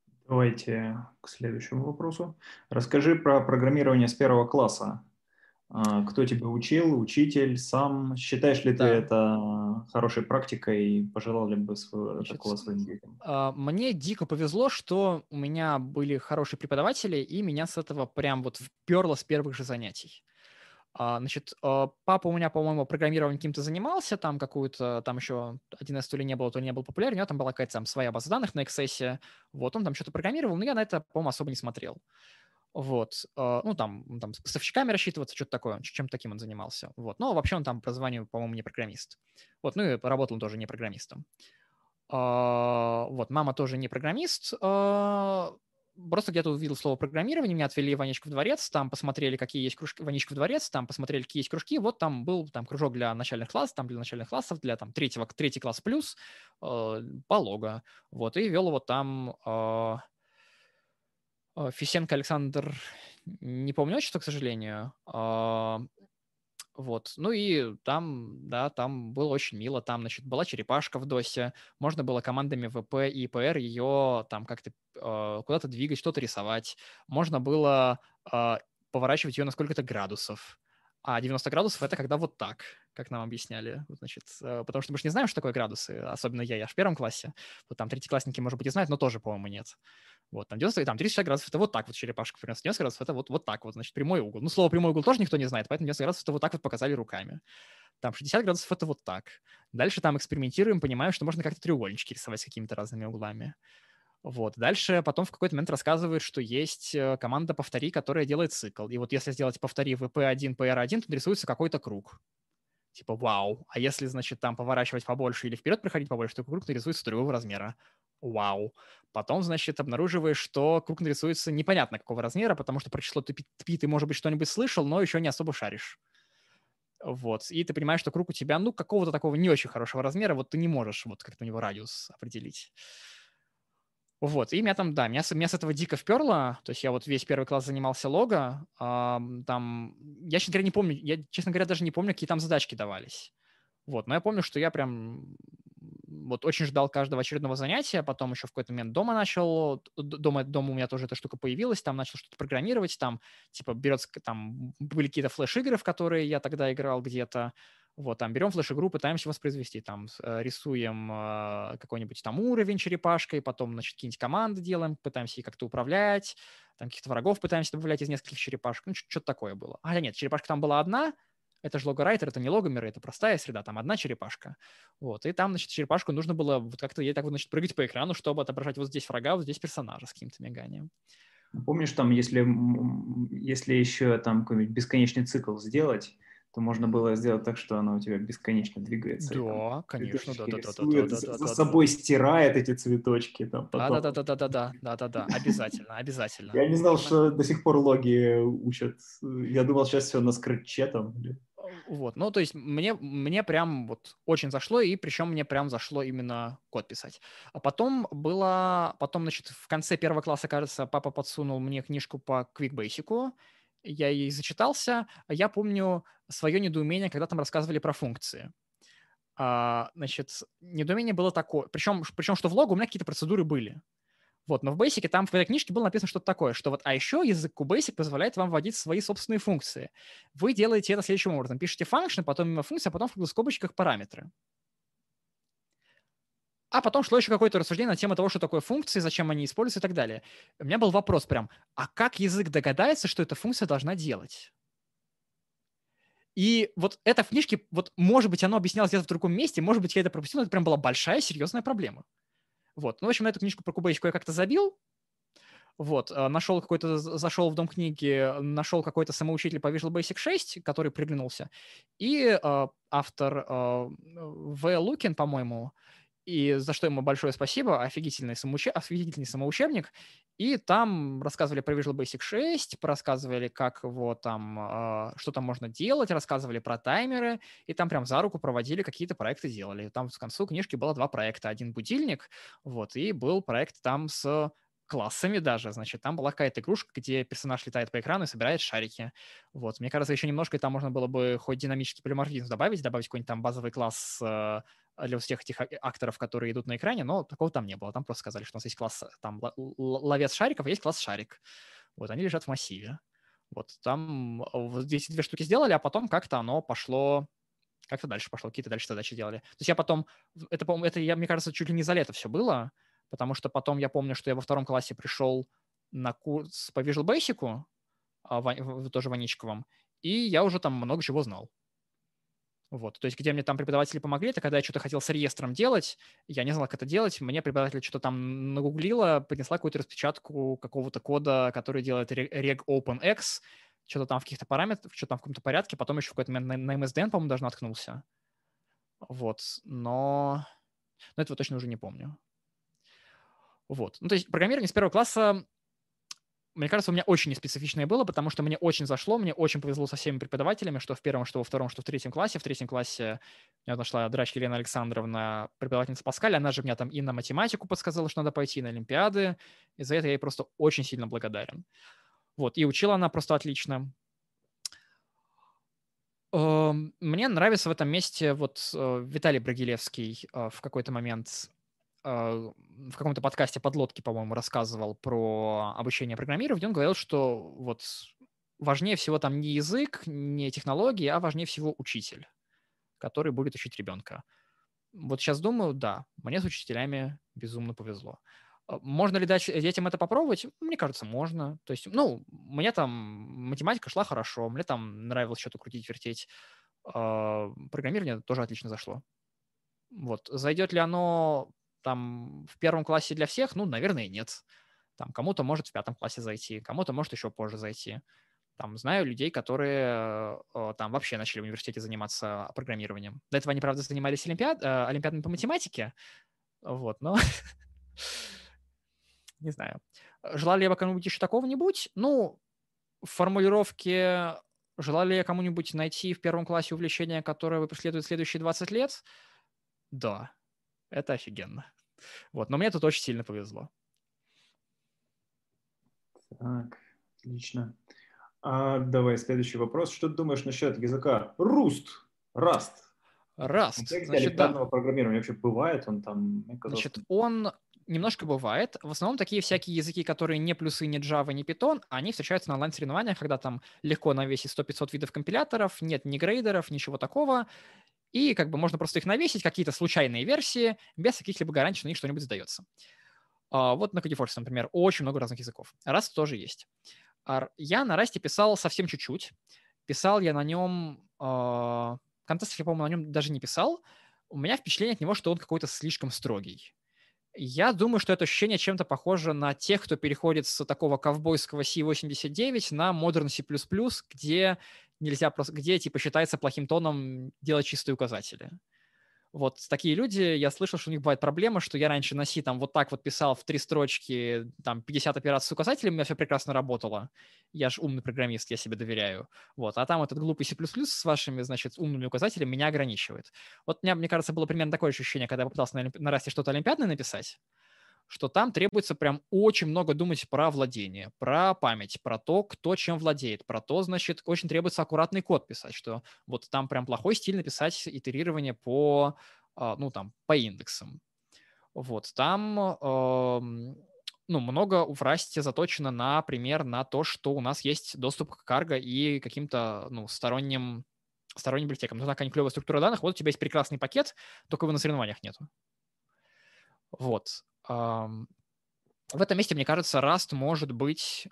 Давайте к следующему вопросу. Расскажи про программирование с первого класса. Кто тебя учил, учитель, сам? Считаешь ли ты это хорошей практикой и пожелал ли бы такого своим детям? Мне дико повезло, что у меня были хорошие преподаватели, и меня с этого прям вот вперло с первых же занятий. Значит, папа у меня, по-моему, программированием каким-то занимался, там какую-то, там еще 1С то ли не был популярен, у него там была какая-то там своя база данных на Access, вот, он там что-то программировал, но я на это, по-моему, особо не смотрел. Вот, ну, там с поставщиками рассчитываться, что-то такое, чем-то таким он занимался, вот, но вообще он там по званию, по-моему, не программист, вот, ну, и работал он тоже не программистом. Вот, мама тоже не программист, просто где-то увидел слово программирование, меня отвели в Ванечку в дворец, там посмотрели, какие есть кружки, Ванечка в дворец, там посмотрели, какие есть кружки, вот там был там кружок для начальных классов, там для начальных классов, для там третий класс плюс, полога, вот, и вел его там Фисенко Александр, не помню отчество, к сожалению, вот, ну и там, да, там было очень мило, там, значит, была черепашка в досе, можно было командами VP и PR ее там как-то куда-то двигать, что-то рисовать, можно было поворачивать ее на сколько-то градусов, а 90 градусов — это когда вот так, как нам объясняли, вот, значит, потому что мы же не знаем, что такое градусы, особенно я в первом классе, вот там третьеклассники, может быть, и знают, но тоже, по-моему, нет. Вот, там 90, там 30 градусов — это вот так вот черепашка, например, 90 градусов — это вот так вот, значит, прямой угол. Ну, слово прямой угол тоже никто не знает, поэтому 90 градусов — это вот так вот показали руками. Там 60 градусов — это вот так. Дальше там экспериментируем, понимаем, что можно как-то треугольнички рисовать с какими-то разными углами. Вот. Дальше потом в какой-то момент рассказывают, что есть команда «Повтори», которая делает цикл. И вот если сделать «Повтори» VP1, PR1, то нарисуется какой-то круг. Типа, вау. А если, значит, там поворачивать побольше или вперед проходить побольше, то круг нарисуется другого размера. Вау. Потом, значит, обнаруживаешь, что круг нарисуется непонятно какого размера, потому что про число π ты, может быть, что-нибудь слышал, но еще не особо шаришь. Вот. И ты понимаешь, что круг у тебя, ну, какого-то такого не очень хорошего размера, вот ты не можешь вот как-то у него радиус определить. Вот, и меня там, да, меня с этого дико вперло, то есть я вот весь первый класс занимался лого, там, я, честно говоря, не помню, я, честно говоря, даже не помню, какие там задачки давались. Вот, но я помню, что я прям вот очень ждал каждого очередного занятия, потом еще в какой-то момент дома начал, дома у меня тоже эта штука появилась, там начал что-то программировать, там, типа, берется, там, были какие-то флеш-игры, в которые я тогда играл где-то, вот, там, берем флеш-игру, пытаемся воспроизвести, там, рисуем какой-нибудь там уровень черепашкой, потом, значит, какие-нибудь команды делаем, пытаемся их как-то управлять, там, каких-то врагов пытаемся добавлять из нескольких черепашек, ну, что-то такое было. А, нет, черепашка там была одна, это же логорайтер, это не логомеры, это простая среда, там одна черепашка. Вот, и там, значит, черепашку нужно было вот как-то ей так вот, значит, прыгать по экрану, чтобы отображать вот здесь врага, вот здесь персонажа с каким-то миганием. Помнишь, там, если еще там какой-нибудь бесконечный цикл сделать, то можно было сделать так, что она у тебя бесконечно двигается. Да, конечно, да. За собой стирает эти цветочки. Да, обязательно. Я не знал, что до сих пор логи учат. Я думал, сейчас все на скретче там. Вот, ну, то есть мне прям вот очень зашло, и причем мне прям зашло именно код писать. А потом, значит, в конце первого класса, кажется, папа подсунул мне книжку по Quick Basic, я ей зачитался, я помню свое недоумение, когда там рассказывали про функции. Значит, недоумение было такое, причем что в логу у меня какие-то процедуры были. Вот, но в Basic там в этой книжке было написано что-то такое, что вот, а еще язык QBasic позволяет вам вводить свои собственные функции. Вы делаете это следующим образом. Пишите function, потом мимо функции, а потом в скобочках параметры. А потом шло еще какое-то рассуждение на тему того, что такое функции, зачем они используются и так далее. У меня был вопрос прям, а как язык догадается, что эта функция должна делать? И вот это в книжке, вот, может быть, оно объяснялось где-то в другом месте, может быть, я это пропустил, но это прям была большая, серьезная проблема. Вот. Ну, в общем, на эту книжку про QBasic я как-то забил. Вот, зашел в Дом книги, нашел какой-то самоучитель по Visual Basic 6, который приглянулся, и автор В. Лукин, по-моему, и за что ему большое спасибо, офигительный самоучебник, и там рассказывали про Visual Basic 6, рассказывали, как его там, что там можно делать, рассказывали про таймеры, и там прям за руку проводили, какие-то проекты делали. Там в концу книжки было 2 проекта. Один будильник, вот, и был проект там с классами даже, значит, там была какая-то игрушка, где персонаж летает по экрану и собирает шарики. Вот, мне кажется, еще немножко, и там можно было бы хоть динамический полиморфизм добавить какой-нибудь там базовый класс для всех этих акторов, которые идут на экране, но такого там не было. Там просто сказали, что у нас есть класс, там, ловец шариков, а есть класс шарик. Вот, они лежат в массиве. Вот там вот эти 2 штуки сделали, а потом как-то оно пошло, как-то дальше пошло, какие-то дальше задачи делали. То есть я потом, это, по-моему, мне кажется, чуть ли не за лето все было, потому что потом я помню, что я во 2 классе пришел на курс по Visual Basic, тоже Ваничковым, и я уже там много чего знал. Вот, то есть где мне там преподаватели помогли, это когда я что-то хотел с реестром делать, я не знал, как это делать, мне преподаватель что-то там нагуглила, принесла какую-то распечатку какого-то кода, который делает regopenx, что-то там в каких-то параметрах, что-то там в каком-то порядке, потом еще в какой-то момент на MSDN, по-моему, даже наткнулся. Вот, но этого точно уже не помню. Вот, ну то есть программирование с 1 класса, мне кажется, у меня очень неспецифичное было, потому что мне очень зашло, мне очень повезло со всеми преподавателями, что в 1, что во 2, что в 3 классе. В 3 классе у меня нашла Драч Елена Александровна, преподавательница Паскаля, она же меня там и на математику подсказала, что надо пойти, и на олимпиады, и за это я ей просто очень сильно благодарен. Вот, и учила она просто отлично. Мне нравится в этом месте вот Виталий Брагилевский в какой-то момент в каком-то подкасте «Подлодки», по-моему, рассказывал про обучение программированию, он говорил, что вот важнее всего там не язык, не технологии, а важнее всего учитель, который будет учить ребенка. Вот сейчас думаю, да, мне с учителями безумно повезло. Можно ли дать детям это попробовать? Мне кажется, можно. То есть, ну, мне там математика шла хорошо, мне там нравилось что-то крутить, вертеть. Программирование тоже отлично зашло. Вот. Зайдет ли оно там в 1 классе для всех? Ну, наверное, нет. Там кому-то может в 5 классе зайти, кому-то может еще позже зайти. Там знаю людей, которые там вообще начали в университете заниматься программированием. До этого они, правда, занимались олимпиадами по математике, вот, но не знаю. Желал ли я бы кому-нибудь еще такого-нибудь? Ну, в формулировке желал ли я кому-нибудь найти в 1 классе увлечение, которое вы преследуете следующие 20 лет? Да, это офигенно. Вот, но мне тут очень сильно повезло. Так, отлично. Давай следующий вопрос. Что ты думаешь насчет языка Rust? Rust. В контексте олимпиадного программирования вообще бывает он там? Значит, он немножко бывает. В основном такие всякие языки, которые не плюсы, не Java, не Python, они встречаются на онлайн-соревнованиях, когда там легко навесить 100-500 видов компиляторов, нет ни грейдеров, ничего такого. И как бы можно просто их навесить, какие-то случайные версии, без каких-либо гарантий, что на них что-нибудь сдается. Вот на Codeforce, например, очень много разных языков. Rust тоже есть. Я на Rust писал совсем чуть-чуть. Писал я на нем... Контестов я, по-моему, на нем даже не писал. У меня впечатление от него, что он какой-то слишком строгий. Я думаю, что это ощущение чем-то похоже на тех, кто переходит с такого ковбойского C89 на Modern C++, где нельзя просто, где типа считается плохим тоном делать чистые указатели. Вот такие люди, я слышал, что у них бывает проблема, что я раньше на C там вот так вот писал в 3 строчки, там 50 операций с указателем, у меня все прекрасно работало. Я же умный программист, я себе доверяю. Вот, а там этот глупый C++ с вашими, значит, умными указателями меня ограничивает. Вот у меня, мне кажется, было примерно такое ощущение, когда я попытался на Расте что-то олимпиадное написать, что там требуется прям очень много думать про владение, про память, про то, кто чем владеет, про то, значит, очень требуется аккуратный код писать, что вот там прям плохой стиль написать итерирование по, ну, там, по индексам. Вот, там, ну, много в Расте заточено, например, на то, что у нас есть доступ к карго и каким-то, ну, сторонним библиотекам. Ну, такая клевая структура данных, вот у тебя есть прекрасный пакет, только его на соревнованиях нету. Вот. В этом месте, мне кажется, Rust может быть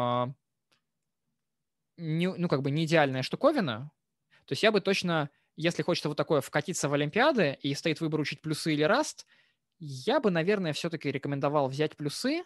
не идеальная штуковина. То есть я бы точно, если хочется вот такое вкатиться в олимпиады и стоит выбор учить плюсы или Rust, я бы, наверное, все-таки рекомендовал взять плюсы,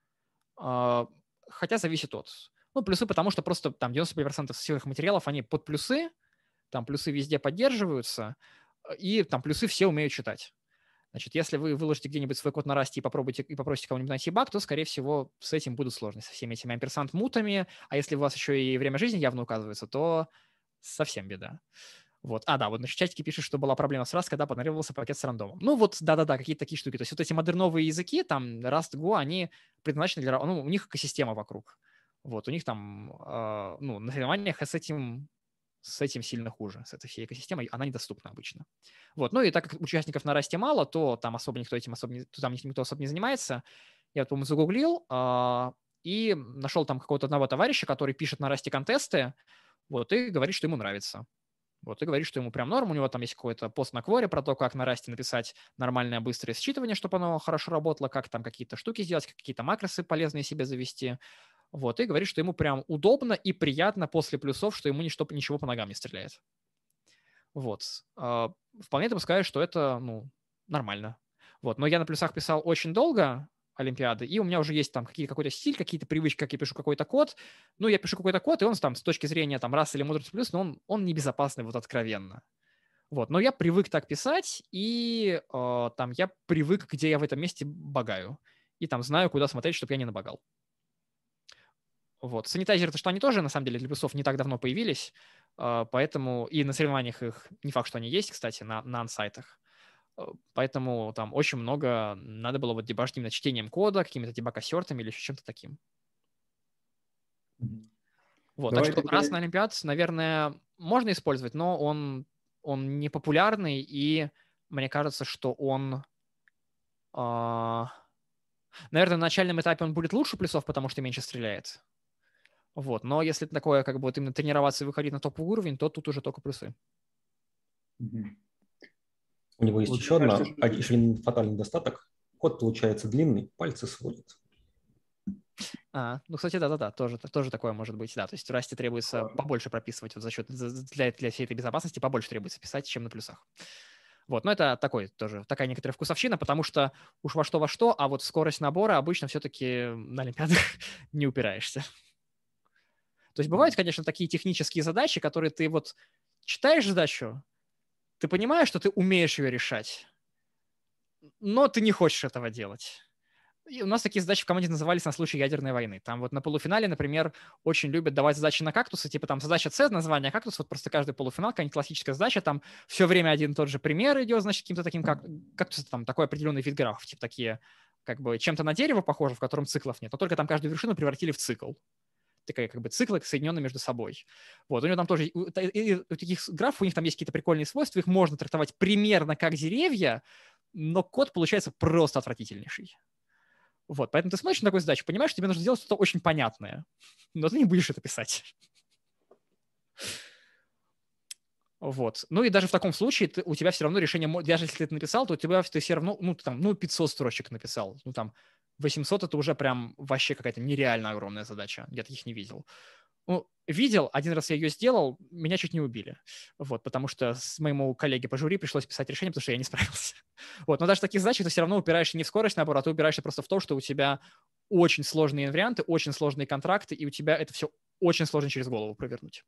хотя зависит от. Ну, плюсы, потому что просто там 95% всех материалов, они под плюсы, там плюсы везде поддерживаются, и там плюсы все умеют читать. Значит, если вы выложите где-нибудь свой код на Rust и попросите кого-нибудь найти баг, то, скорее всего, с этим будут сложности, со всеми этими амперсанд-мутами, а если у вас еще и время жизни явно указывается, то совсем беда. Вот. Да, вот на чатике пишут, что была проблема с Rust, когда понравился пакет с рандомом. Ну вот, да-да-да, какие-то такие штуки. То есть вот эти модерновые языки, там, Rust, Go, они предназначены для... Ну, у них экосистема вокруг. Вот, у них там, ну, на соревнованиях с этим сильно хуже, с этой всей экосистемой, она недоступна обычно. Вот, ну и так как участников на Расте мало, то там никто особо не занимается. Я вот, по-моему, загуглил, и нашел там какого-то одного товарища, который пишет на Rust контесты, вот, и говорит, что ему нравится. Вот, и говорит, что ему прям норм, у него там есть какой-то пост на Quora про то, как на Rust написать нормальное быстрое считывание, чтобы оно хорошо работало, как там какие-то штуки сделать, какие-то макросы полезные себе завести. Вот, и говорит, что ему прям удобно и приятно после плюсов, что ему ничего по ногам не стреляет. Вот. Вполне допускаю, что это, ну, нормально. Вот. Но я на плюсах писал очень долго олимпиады, и у меня уже есть там какой-то стиль, какие-то привычки, как я пишу какой-то код. Ну, я пишу какой-то код, и он там с точки зрения там Rust или Modern плюс, но он небезопасный вот откровенно. Вот. Но я привык так писать, и там я привык, где я в этом месте багаю. И там знаю, куда смотреть, чтобы я не набагал. Вот. Санитайзеры, что они тоже, на самом деле, для плюсов не так давно появились, поэтому и на соревнованиях их не факт, что они есть, кстати, на ансайтах. Поэтому там очень много надо было вот дебажить именно чтением кода, какими-то дебаг-ассертами или еще чем-то таким. Вот. Так что раз на Олимпиад, наверное, можно использовать, но он не популярный, и мне кажется, что он... наверное, на начальном этапе он будет лучше плюсов, потому что меньше стреляет. Вот. Но если это такое, как бы вот именно тренироваться и выходить на топовый уровень, то тут уже только плюсы. У него есть еще один фатальный недостаток. Код получается длинный, пальцы сводят. Ну, кстати, да, тоже такое может быть, да. То есть в Rust требуется побольше прописывать вот за счет, для всей этой безопасности побольше требуется писать, чем на плюсах. Вот, но это такая некоторая вкусовщина, потому что уж во что, а вот скорость набора обычно все-таки на олимпиадах не упираешься. То есть бывают, конечно, такие технические задачи, которые ты вот читаешь задачу, ты понимаешь, что ты умеешь ее решать, но ты не хочешь этого делать. И у нас такие задачи в команде назывались на случай ядерной войны. Там вот на полуфинале, например, очень любят давать задачи на кактусы, типа там задача С, название кактус, вот просто каждый полуфинал, какая-нибудь классическая задача, там все время один и тот же пример идет, значит, каким-то таким кактус, там такой определенный вид графов, типа такие, как бы чем-то на дерево похоже, в котором циклов нет, но только там каждую вершину превратили в цикл. Такие как бы циклы, соединенные между собой. Вот, у него там тоже, у таких графов, у них там есть какие-то прикольные свойства, их можно трактовать примерно как деревья, но код получается просто отвратительнейший. Вот, поэтому ты смотришь на такую задачу, понимаешь, что тебе нужно сделать что-то очень понятное, но ты не будешь это писать. Вот. Ну и даже в таком случае у тебя все равно решение, даже если ты это написал, то у тебя ты все равно, 500 строчек написал. 800 это уже прям вообще какая-то нереально огромная задача. Я таких не видел. Видел, один раз я ее сделал, меня чуть не убили. Вот, потому что с моему коллеге по жюри пришлось писать решение, потому что я не справился. Вот, но даже в таких задачах ты все равно упираешься не в скорость набора, а ты упираешься просто в то, что у тебя очень сложные инварианты, очень сложные контракты, и у тебя это все очень сложно через голову провернуть.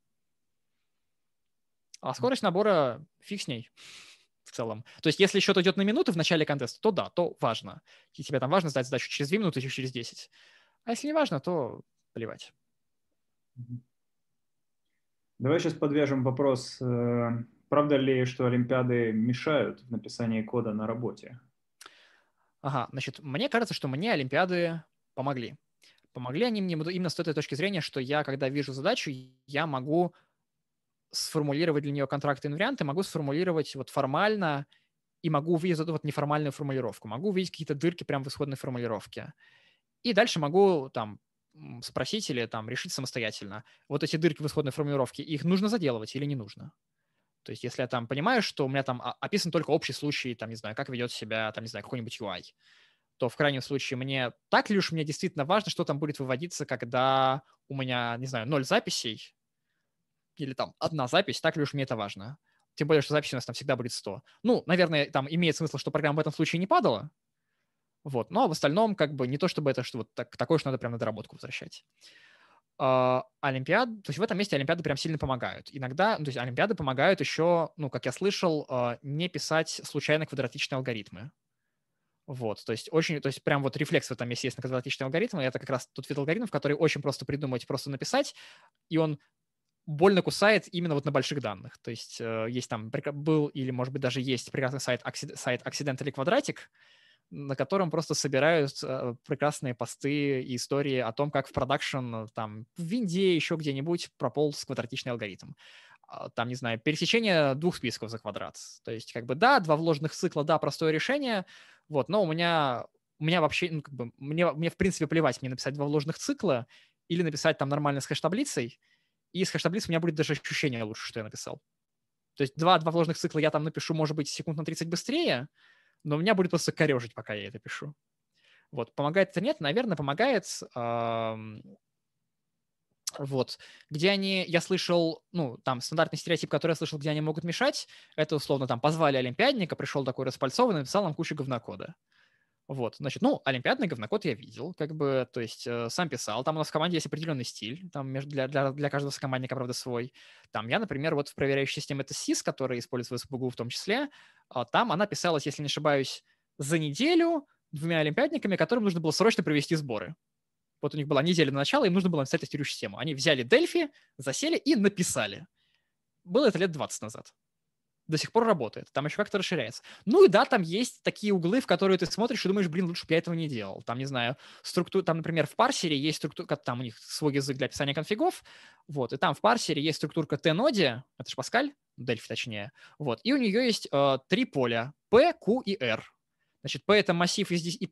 А скорость набора фиг с ней в целом. То есть если счет идет на минуты в начале контеста, то да, то важно. И тебе там важно сдать задачу через 2 минуты или через 10. А если не важно, то плевать. Давай сейчас подвяжем вопрос. Правда ли, что олимпиады мешают в написании кода на работе? Ага, значит, мне кажется, что мне олимпиады помогли. Помогли они мне именно с той точки зрения, что я, когда вижу задачу, я могу сформулировать для нее контракты инварианты, могу сформулировать вот формально и могу увидеть эту вот неформальную формулировку. Могу увидеть какие-то дырки прямо в исходной формулировке. И дальше могу там спросить или там решить самостоятельно. Вот эти дырки в исходной формулировке, их нужно заделывать или не нужно? То есть если я там понимаю, что у меня там описан только общий случай, там, не знаю, как ведет себя, там, не знаю, какой-нибудь UI, то в крайнем случае мне действительно важно, что там будет выводиться, когда у меня, не знаю, 0 записей или там 1 запись, так ли уж мне это важно? Тем более, что записей у нас там всегда будет 100. Наверное, там имеет смысл, что программа в этом случае не падала, вот, но в остальном как бы не то, чтобы это что вот такое, что надо прям на доработку возвращать. Олимпиад, то есть в этом месте олимпиады прям сильно помогают. Иногда, то есть олимпиады помогают еще, как я слышал, не писать случайно квадратичные алгоритмы. Вот, то есть прям вот рефлекс в этом месте есть на квадратичные алгоритмы. Это как раз тот вид алгоритмов, который очень просто придумать, просто написать, и он больно кусает именно вот на больших данных. То есть есть там был или, может быть, даже есть прекрасный сайт Accidentally Quadratic, на котором просто собирают прекрасные посты и истории о том, как в продакшн, там, в Винде, еще где-нибудь прополз квадратичный алгоритм. Там, не знаю, пересечение 2 списков за квадрат. То есть, как бы, да, 2 вложенных цикла, да, простое решение, вот, но у меня у меня вообще, ну, как бы, мне в принципе плевать, мне написать 2 вложенных цикла или написать там нормально с хэш-таблицей, и с хэш-таблицей у меня будет даже ощущение лучше, что я написал. То есть 2 вложенных цикла я там напишу, может быть, секунд на 30 быстрее, но меня будет просто корежить, пока я это пишу. Вот, помогает это нет? Наверное, помогает. Вот. Я слышал, ну, там, стандартный стереотип, который я слышал, где они могут мешать, это, условно, там, позвали олимпиадника, пришел такой распальцованный, написал нам кучу говнокода. Вот, значит, ну, олимпиадный говнокод я видел, как бы, то есть сам писал. Там у нас в команде есть определенный стиль, там для каждого сокомандника, правда, свой. Там я, например, вот в проверяющей системе это SIS, который используется в СПГУ в том числе, там она писалась, если не ошибаюсь, за неделю 2 олимпиадниками, которым нужно было срочно провести сборы. Вот у них была неделя на начало, им нужно было написать тестирующую систему. Они взяли Delphi, засели и написали. Было это лет 20 назад. До сих пор работает. Там еще как-то расширяется. Ну и да, там есть такие углы, в которые ты смотришь и думаешь, блин, лучше бы я этого не делал. Там, не знаю, там, например, в парсере есть структура, там у них свой язык для описания конфигов, вот, и там в парсере есть структурка T-ноде, это же Паскаль, Delphi точнее, вот, и у нее есть 3 поля, P, Q и R. Значит, P это массив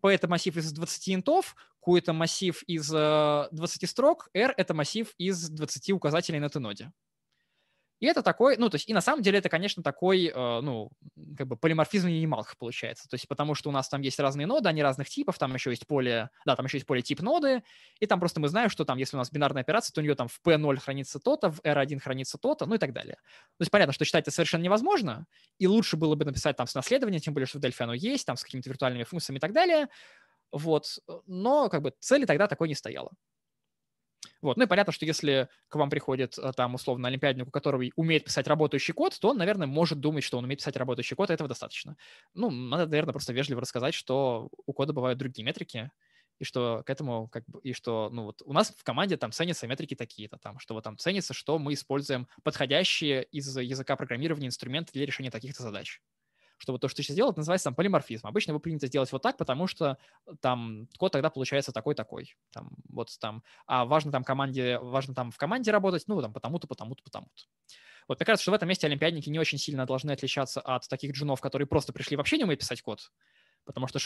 из 20 интов, Q это массив из 20 строк, R это массив из 20 указателей на T-ноде. И это такой, ну, то есть, и на самом деле это, конечно, такой, ну, как бы полиморфизм немалых получается. То есть, потому что у нас там есть разные ноды, они разных типов, там еще есть поле, да, там еще есть поле тип ноды, и там просто мы знаем, что там, если у нас бинарная операция, то у нее там в P0 хранится то-то, в R1 хранится то-то, ну и так далее. То есть, понятно, что считать это совершенно невозможно, и лучше было бы написать там с наследованием, тем более, что в Delphi оно есть, там с какими-то виртуальными функциями и так далее, вот, но как бы цели тогда такой не стояло. Вот. Ну и понятно, что если к вам приходит там условно олимпиадник, у которого умеет писать работающий код, то он, наверное, может думать, что он умеет писать работающий код, и этого достаточно. Ну, надо, наверное, просто вежливо рассказать, что у кода бывают другие метрики, и что к этому, как бы, и что, ну вот у нас в команде там ценятся метрики такие-то, там, что вот там ценится, что мы используем подходящие из языка программирования инструменты для решения таких-то задач. Что вот то, что ты сейчас сделал, это называется там полиморфизм. Обычно его принято сделать вот так, потому что там код тогда получается такой-такой. Там, вот там, важно там в команде работать, ну, там, потому-то, потому-то, потому-то. Вот мне кажется, что в этом месте олимпиадники не очень сильно должны отличаться от таких джунов, которые просто пришли вообще не умеют писать код. Потому что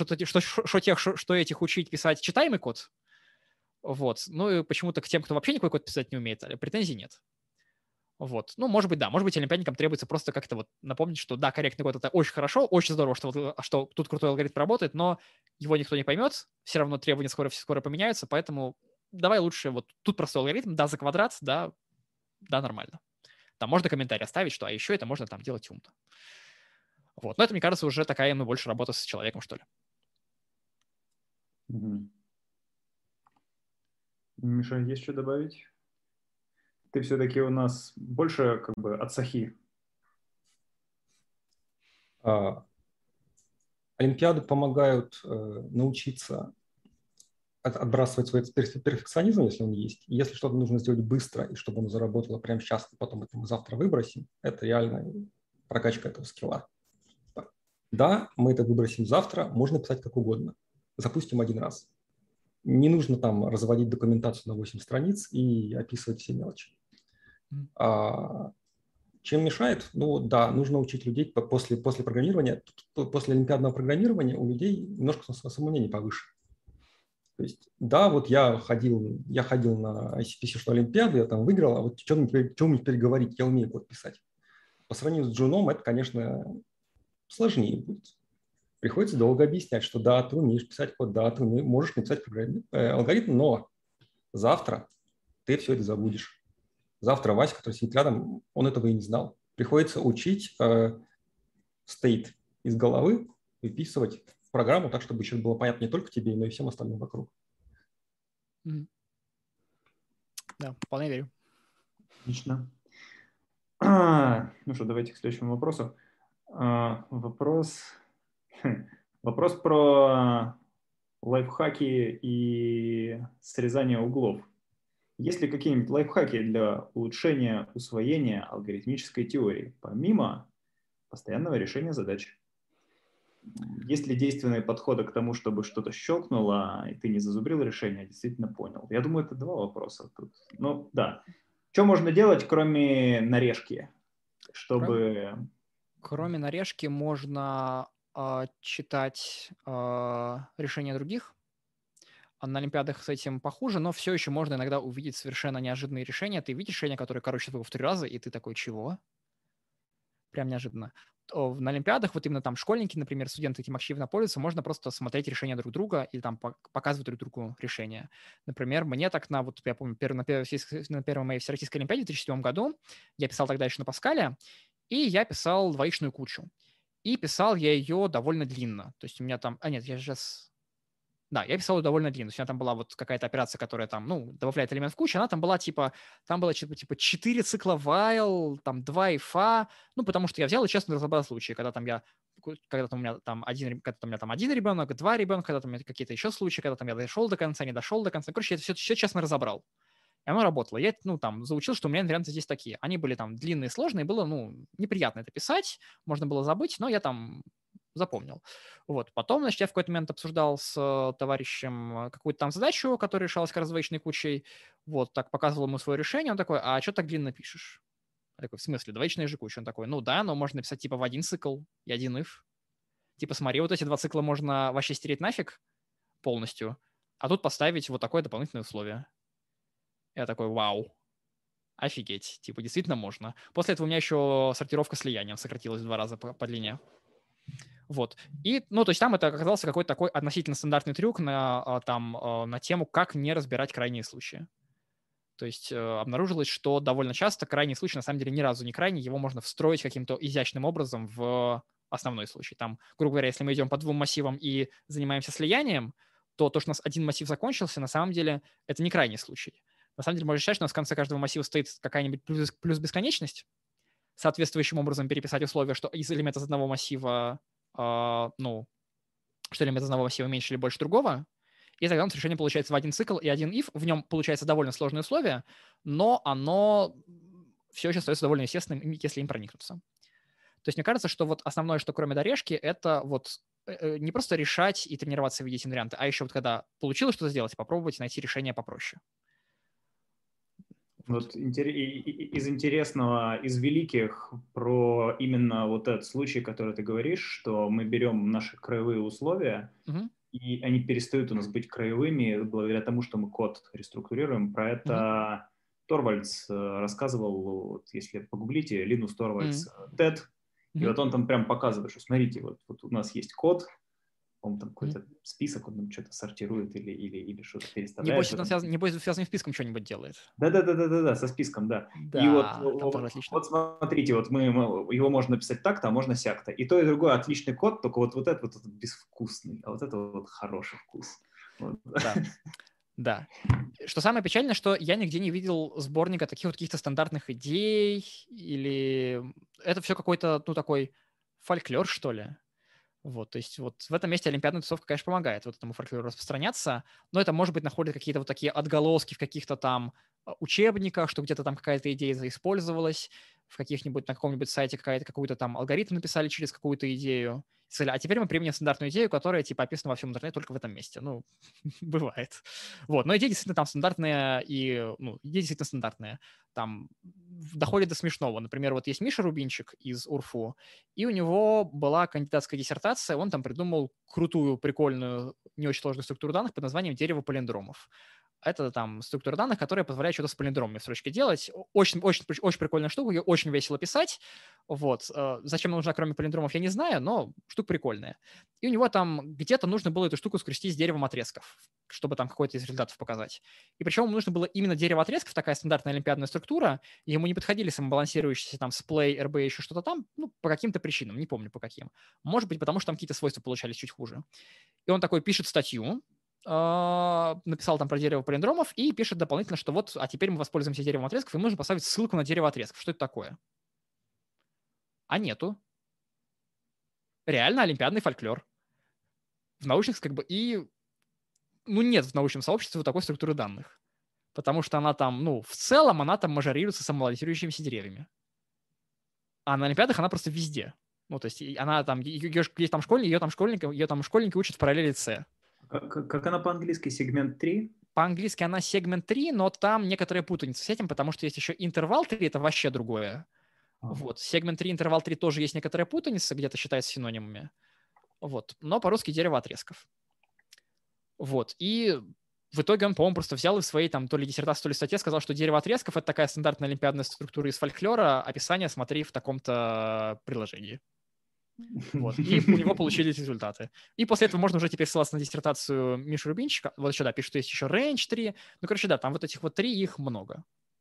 что этих учить писать читаемый код, вот. Ну и почему-то к тем, кто вообще никакой код писать не умеет, претензий нет. Вот. Ну, может быть, да. Может быть, олимпиадникам требуется просто как-то вот напомнить, что да, корректный код — это очень хорошо, очень здорово, что тут крутой алгоритм работает, но его никто не поймет, все равно требования скоро поменяются, поэтому давай лучше вот тут простой алгоритм, да, за квадрат, да, нормально. Там можно комментарий оставить, что, а еще это можно там делать умно. Вот. Но это, мне кажется, уже такая, ну, больше работа с человеком, что ли. Миша, есть что добавить? Ты все-таки у нас больше как бы от Сахи. Олимпиады помогают научиться отбрасывать свой перфекционизм, если он есть. И если что-то нужно сделать быстро, и чтобы оно заработало прямо сейчас, и потом это мы завтра выбросим, это реально прокачка этого скилла. Да, мы это выбросим завтра, можно писать как угодно. Запустим один раз. Не нужно там разводить документацию на 8 страниц и описывать все мелочи. Чем мешает? Ну да, нужно учить людей после программирования, после олимпиадного программирования у людей немножко самомнение повыше. То есть, да, вот я ходил на ICPC олимпиаду, я там выиграл, а вот что мне теперь говорить, я умею код писать. По сравнению с джуном это, конечно, сложнее будет. Приходится долго объяснять, что да, ты умеешь писать код, да, ты можешь написать алгоритм, но завтра ты все это забудешь. Завтра Вася, который сидит рядом, он этого и не знал. Приходится учить state из головы, выписывать в программу так, чтобы еще было понятно не только тебе, но и всем остальным вокруг. Да, вполне верю. Отлично. Ну что, давайте к следующему вопросу. Вопрос про лайфхаки и срезание углов. Есть ли какие-нибудь лайфхаки для улучшения усвоения алгоритмической теории, помимо постоянного решения задач? Есть ли действенные подходы к тому, чтобы что-то щелкнуло, и ты не зазубрил решение, а действительно понял? Я думаю, это 2 вопроса тут. Ну, да. Что можно делать, кроме нарежки, чтобы... Кроме нарежки можно читать решения других. На Олимпиадах с этим похуже, но все еще можно иногда увидеть совершенно неожиданные решения. Ты видишь решение, которое, короче, было в 3 раза, и ты такой, чего? Прям неожиданно. На Олимпиадах, вот именно там школьники, например, студенты этим активно пользуются, можно просто смотреть решения друг друга или там показывать друг другу решения. Например, мне так я помню, на первой моей всероссийской Олимпиаде в 2007 году, я писал тогда еще на Паскале, и я писал двоичную кучу. И писал я ее довольно длинно. То есть у меня там... нет, я сейчас... Да, я писал ее довольно длинно. То есть у меня там была вот какая-то операция, которая там, добавляет элемент в кучу. Она там была типа 4 цикла while, там 2 if, потому что я взял и честно разобрал случаи, когда у меня там один ребенок, 2 ребенка, когда там у меня какие-то еще случаи, когда там я дошел до конца, не дошел до конца. Короче, я это все честно разобрал. И оно работало. Я, заучил, что у меня варианты здесь такие. Они были там длинные, сложные, было, неприятно это писать, можно было забыть, но я там запомнил. Вот. Потом, значит, я в какой-то момент обсуждал с товарищем какую-то там задачу, которая решалась как раз двоичной кучей. Вот, так показывал ему свое решение. Он такой, а что так длинно пишешь? Я такой, в смысле, двоичная же куча? Он такой, да, но можно написать типа в один цикл и один if. Типа, смотри, вот эти 2 цикла можно вообще стереть нафиг полностью, а тут поставить вот такое дополнительное условие. Я такой, вау, офигеть, типа, действительно можно. После этого у меня еще сортировка слиянием сократилась в 2 раза по длине. Вот. И, то есть там это оказался какой-то такой относительно стандартный трюк на тему, как не разбирать крайние случаи. То есть обнаружилось, что довольно часто крайний случай на самом деле ни разу не крайний, его можно встроить каким-то изящным образом в основной случай. Там, грубо говоря, если мы идем по 2 массивам и занимаемся слиянием, то что у нас один массив закончился, на самом деле это не крайний случай. На самом деле можно считать, что у нас в конце каждого массива стоит какая-нибудь плюс бесконечность, соответствующим образом переписать условия, что из элемента из одного массива что элемент из одного массива меньше или больше другого, и тогда у нас решение получается в один цикл и один if. В нем получается довольно сложное условие, но оно все еще остается довольно естественным, если им проникнуться. То есть мне кажется, что вот основное, что кроме дорешки, это вот не просто решать и тренироваться видеть инварианты, а еще вот когда получилось что-то сделать, попробовать найти решение попроще. Вот из интересного, из великих про именно вот этот случай, который ты говоришь, что мы берем наши краевые условия, и они перестают у нас быть краевыми благодаря тому, что мы код реструктурируем. Про это Торвальдс рассказывал, вот, если погуглите, Линус Торвальдс TED, и вот он там прям показывает, что смотрите, вот у нас есть код, он там какой-то список, он там что-то сортирует или что-то переставляет. Небось, связанным списком что-нибудь делает. Да, со списком, да. И вот смотрите, вот его можно написать так-то, а можно сяк-то. И то, и другое отличный код, только вот этот вот безвкусный, а вот это вот хороший вкус. Вот. Да. Что самое печальное, что я нигде не видел сборника таких вот каких-то стандартных идей, или это все какой-то, такой фольклор, что ли. Вот, то есть вот в этом месте олимпиадная тусовка, конечно, помогает вот этому фольклору распространяться, но это, может быть, находит какие-то вот такие отголоски в каких-то там учебниках, что где-то там какая-то идея заиспользовалась, в каких-нибудь, на каком-нибудь сайте какой-то там алгоритм написали через какую-то идею, а теперь мы применим стандартную идею, которая типа описана во всем интернете только в этом месте. Бывает. Вот, но идея действительно там стандартная, идея действительно стандартная. Там доходит до смешного. Например, вот есть Миша Рубинчик из УРФУ, и у него была кандидатская диссертация, он там придумал крутую, прикольную, не очень сложную структуру данных под названием «Дерево палиндромов». Это там структура данных, которая позволяет что-то с палиндромами в строчке делать. Очень прикольная штука, ее очень весело писать. Вот. Зачем она нужна, кроме палиндромов, я не знаю, но штука прикольная. И у него там где-то нужно было эту штуку скрестить с деревом отрезков, чтобы там какой-то из результатов показать. И причем ему нужно было именно дерево отрезков, такая стандартная олимпиадная структура, и ему не подходили самобалансирующиеся там сплей, RB, еще что-то там, по каким-то причинам, не помню по каким. Может быть, потому что там какие-то свойства получались чуть хуже. И он такой пишет статью, написал там про дерево палиндромов и пишет дополнительно, что вот, а теперь мы воспользуемся деревом отрезков, и мы можем поставить ссылку на дерево отрезков. Что это такое? А нету. Реально олимпиадный фольклор. В научных нет в научном сообществе вот такой структуры данных. Потому что она там, в целом она там мажорируется самобалансирующимися деревьями. А на олимпиадах она просто везде. То есть она там, есть там школьники, ее там школьники учат в параллели С. Как она по-английски? Сегмент 3? По-английски она сегмент 3, но там некоторая путаница с этим, потому что есть еще интервал 3, это вообще другое. Вот. Сегмент 3, интервал 3 тоже есть некоторая путаница, где-то считается синонимами. Вот. Но по-русски дерево отрезков. Вот. И в итоге он, по-моему, просто взял и в своей там то ли диссертации, то ли статье сказал, что дерево отрезков — это такая стандартная олимпиадная структура из фольклора, описание смотри в таком-то приложении. Вот. И у него получились результаты. И после этого можно уже теперь ссылаться на диссертацию Миши Рубинчика. Вот еще, да, пишет, что есть еще range 3. Ну, короче, да, там вот этих вот 3, их много.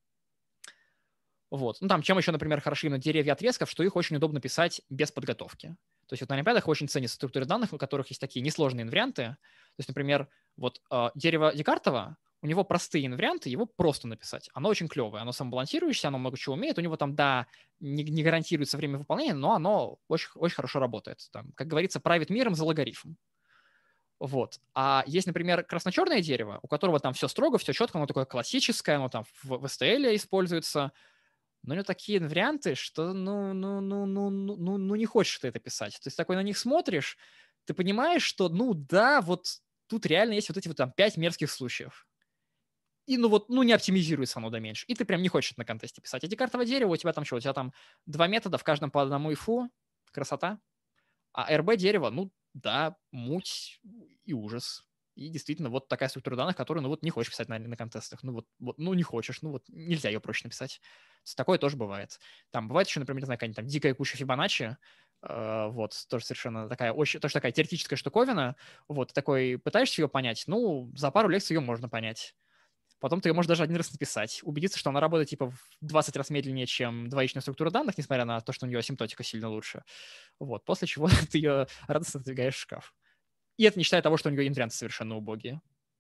Вот. Ну, там чем еще, например, хороши именно деревья отрезков, что их очень удобно писать без подготовки. То есть вот на олимпиадах очень ценятся структуры данных, у которых есть такие несложные инварианты. То есть, например, вот дерево Декартова, у него простые инварианты, его просто написать. Оно очень клевое, оно самобалансирующееся, оно много чего умеет, у него там, да, не гарантируется время выполнения, но оно очень, очень хорошо работает. Там, как говорится, правит миром за логарифм. Вот. А есть, например, красно-черное дерево, у которого там все строго, все четко, оно такое классическое, оно там в STL используется. Но у него такие варианты, что ну не хочешь ты это писать. То есть такой на них смотришь, ты понимаешь, что, ну да, вот тут реально есть вот эти вот там 5 мерзких случаев. И не оптимизируется оно до меньше. И ты прям не хочешь это на контесте писать. А декартовое дерево у тебя там что? У тебя там 2 метода, в каждом по одному ифу. Красота. А РБ дерево, ну да, муть и ужас. И действительно, вот такая структура данных, которую, не хочешь писать на контестах. Не хочешь, нельзя ее проще написать. Такое тоже бывает. Там бывает еще, например, не знаю, какая-нибудь там дикая куча Фибоначчи, вот, тоже совершенно такая, тоже такая теоретическая штуковина, вот, такой, пытаешься ее понять, за пару лекций ее можно понять. Потом ты ее можешь даже один раз написать, убедиться, что она работает типа в 20 раз медленнее, чем двоичная структура данных, несмотря на то, что у нее асимптотика сильно лучше. Вот, после чего ты ее радостно отодвигаешь в шкаф. И это не считая того, что у нее инварианты совершенно убогие.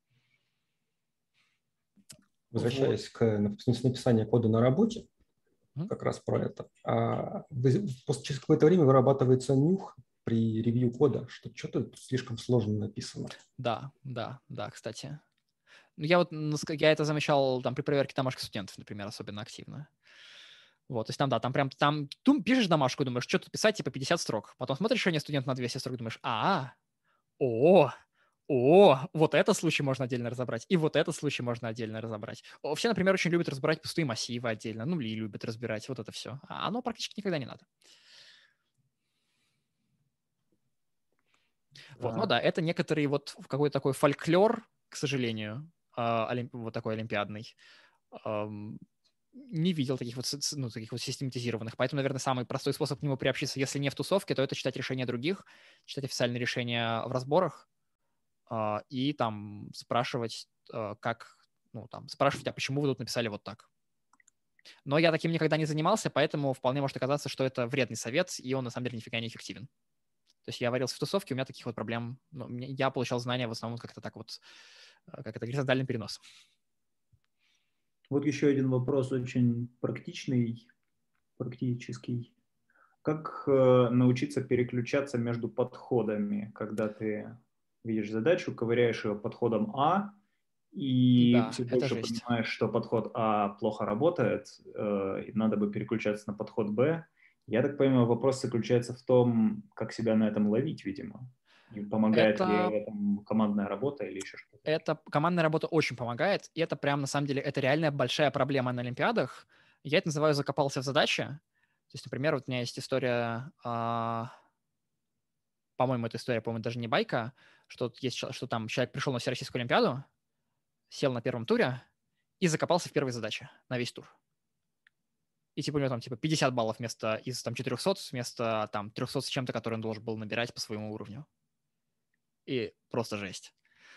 Возвращаясь к написанию кода на работе, как раз про это. Через какое-то время вырабатывается нюх при ревью кода, что что-то слишком сложно написано. Да, кстати. Я это замечал там при проверке домашних студентов, например, особенно активно. Вот, то есть там пишешь домашку, думаешь, что тут писать, типа 50 строк. Потом смотришь решение студента на 200 строк, думаешь, вот этот случай можно отдельно разобрать, и вот этот случай можно отдельно разобрать. Все, например, очень любят разбирать пустые массивы отдельно, Ли любят разбирать, вот это все. А оно практически никогда не надо. Вот, это некоторый вот какой-то такой фольклор, к сожалению, вот такой олимпиадный. Не видел таких вот систематизированных. Поэтому, наверное, самый простой способ к нему приобщиться, если не в тусовке, то это читать решения других, читать официальные решения в разборах и там спрашивать, спрашивать, а почему вы тут написали вот так. Но я таким никогда не занимался, поэтому вполне может оказаться, что это вредный совет, и он на самом деле нифига не эффективен. То есть я варился в тусовке, у меня таких вот проблем, я получал знания в основном как-то так вот, как это, горизонтальным переносом. Вот еще один вопрос очень практический. Как научиться переключаться между подходами, когда ты видишь задачу, ковыряешь ее подходом А, и все больше понимаешь, что подход А плохо работает, и надо бы переключаться на подход Б. Я так понимаю, вопрос заключается в том, как себя на этом ловить, видимо. И помогает ли в этом командная работа или еще что-то? Это командная работа очень помогает, и это прям, на самом деле, это реальная большая проблема на Олимпиадах. Я это называю «закопался в задаче». То есть, например, вот у меня есть история, по-моему, эта история, даже не байка, что там человек пришел на Всероссийскую Олимпиаду, сел на первом туре и закопался в первой задаче на весь тур. И типа у него там 50 баллов вместо из 400, вместо 300 с чем-то, который он должен был набирать по своему уровню. И просто жесть.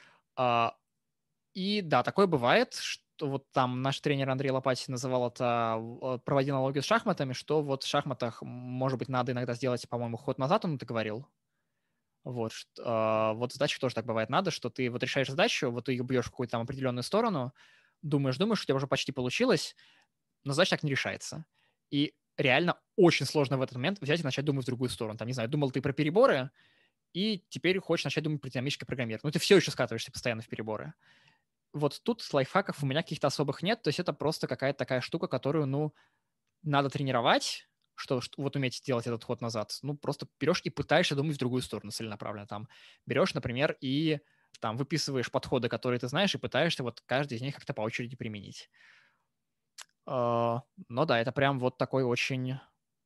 И да, такое бывает, что вот там наш тренер Андрей Лопатин называл это, проводил аналогию с шахматами, что вот в шахматах, может быть, надо иногда сделать, по-моему, ход назад, он это говорил. Вот в задачах тоже так бывает надо, что ты вот решаешь задачу, вот ты ее бьешь в какую-то там определенную сторону, думаешь, у тебя уже почти получилось, но задача так не решается. И реально очень сложно в этот момент взять и начать думать в другую сторону. Там, не знаю, думал ты про переборы, и теперь хочешь начать думать про динамическое программирование. Ты все еще скатываешься постоянно в переборы. Вот тут лайфхаков у меня каких-то особых нет, то есть это просто какая-то такая штука, которую, надо тренировать, что вот уметь делать этот ход назад. Просто берешь и пытаешься думать в другую сторону целенаправленно. Там берешь, например, и там выписываешь подходы, которые ты знаешь, и пытаешься вот каждый из них как-то по очереди применить. Но да, это прям вот такой очень,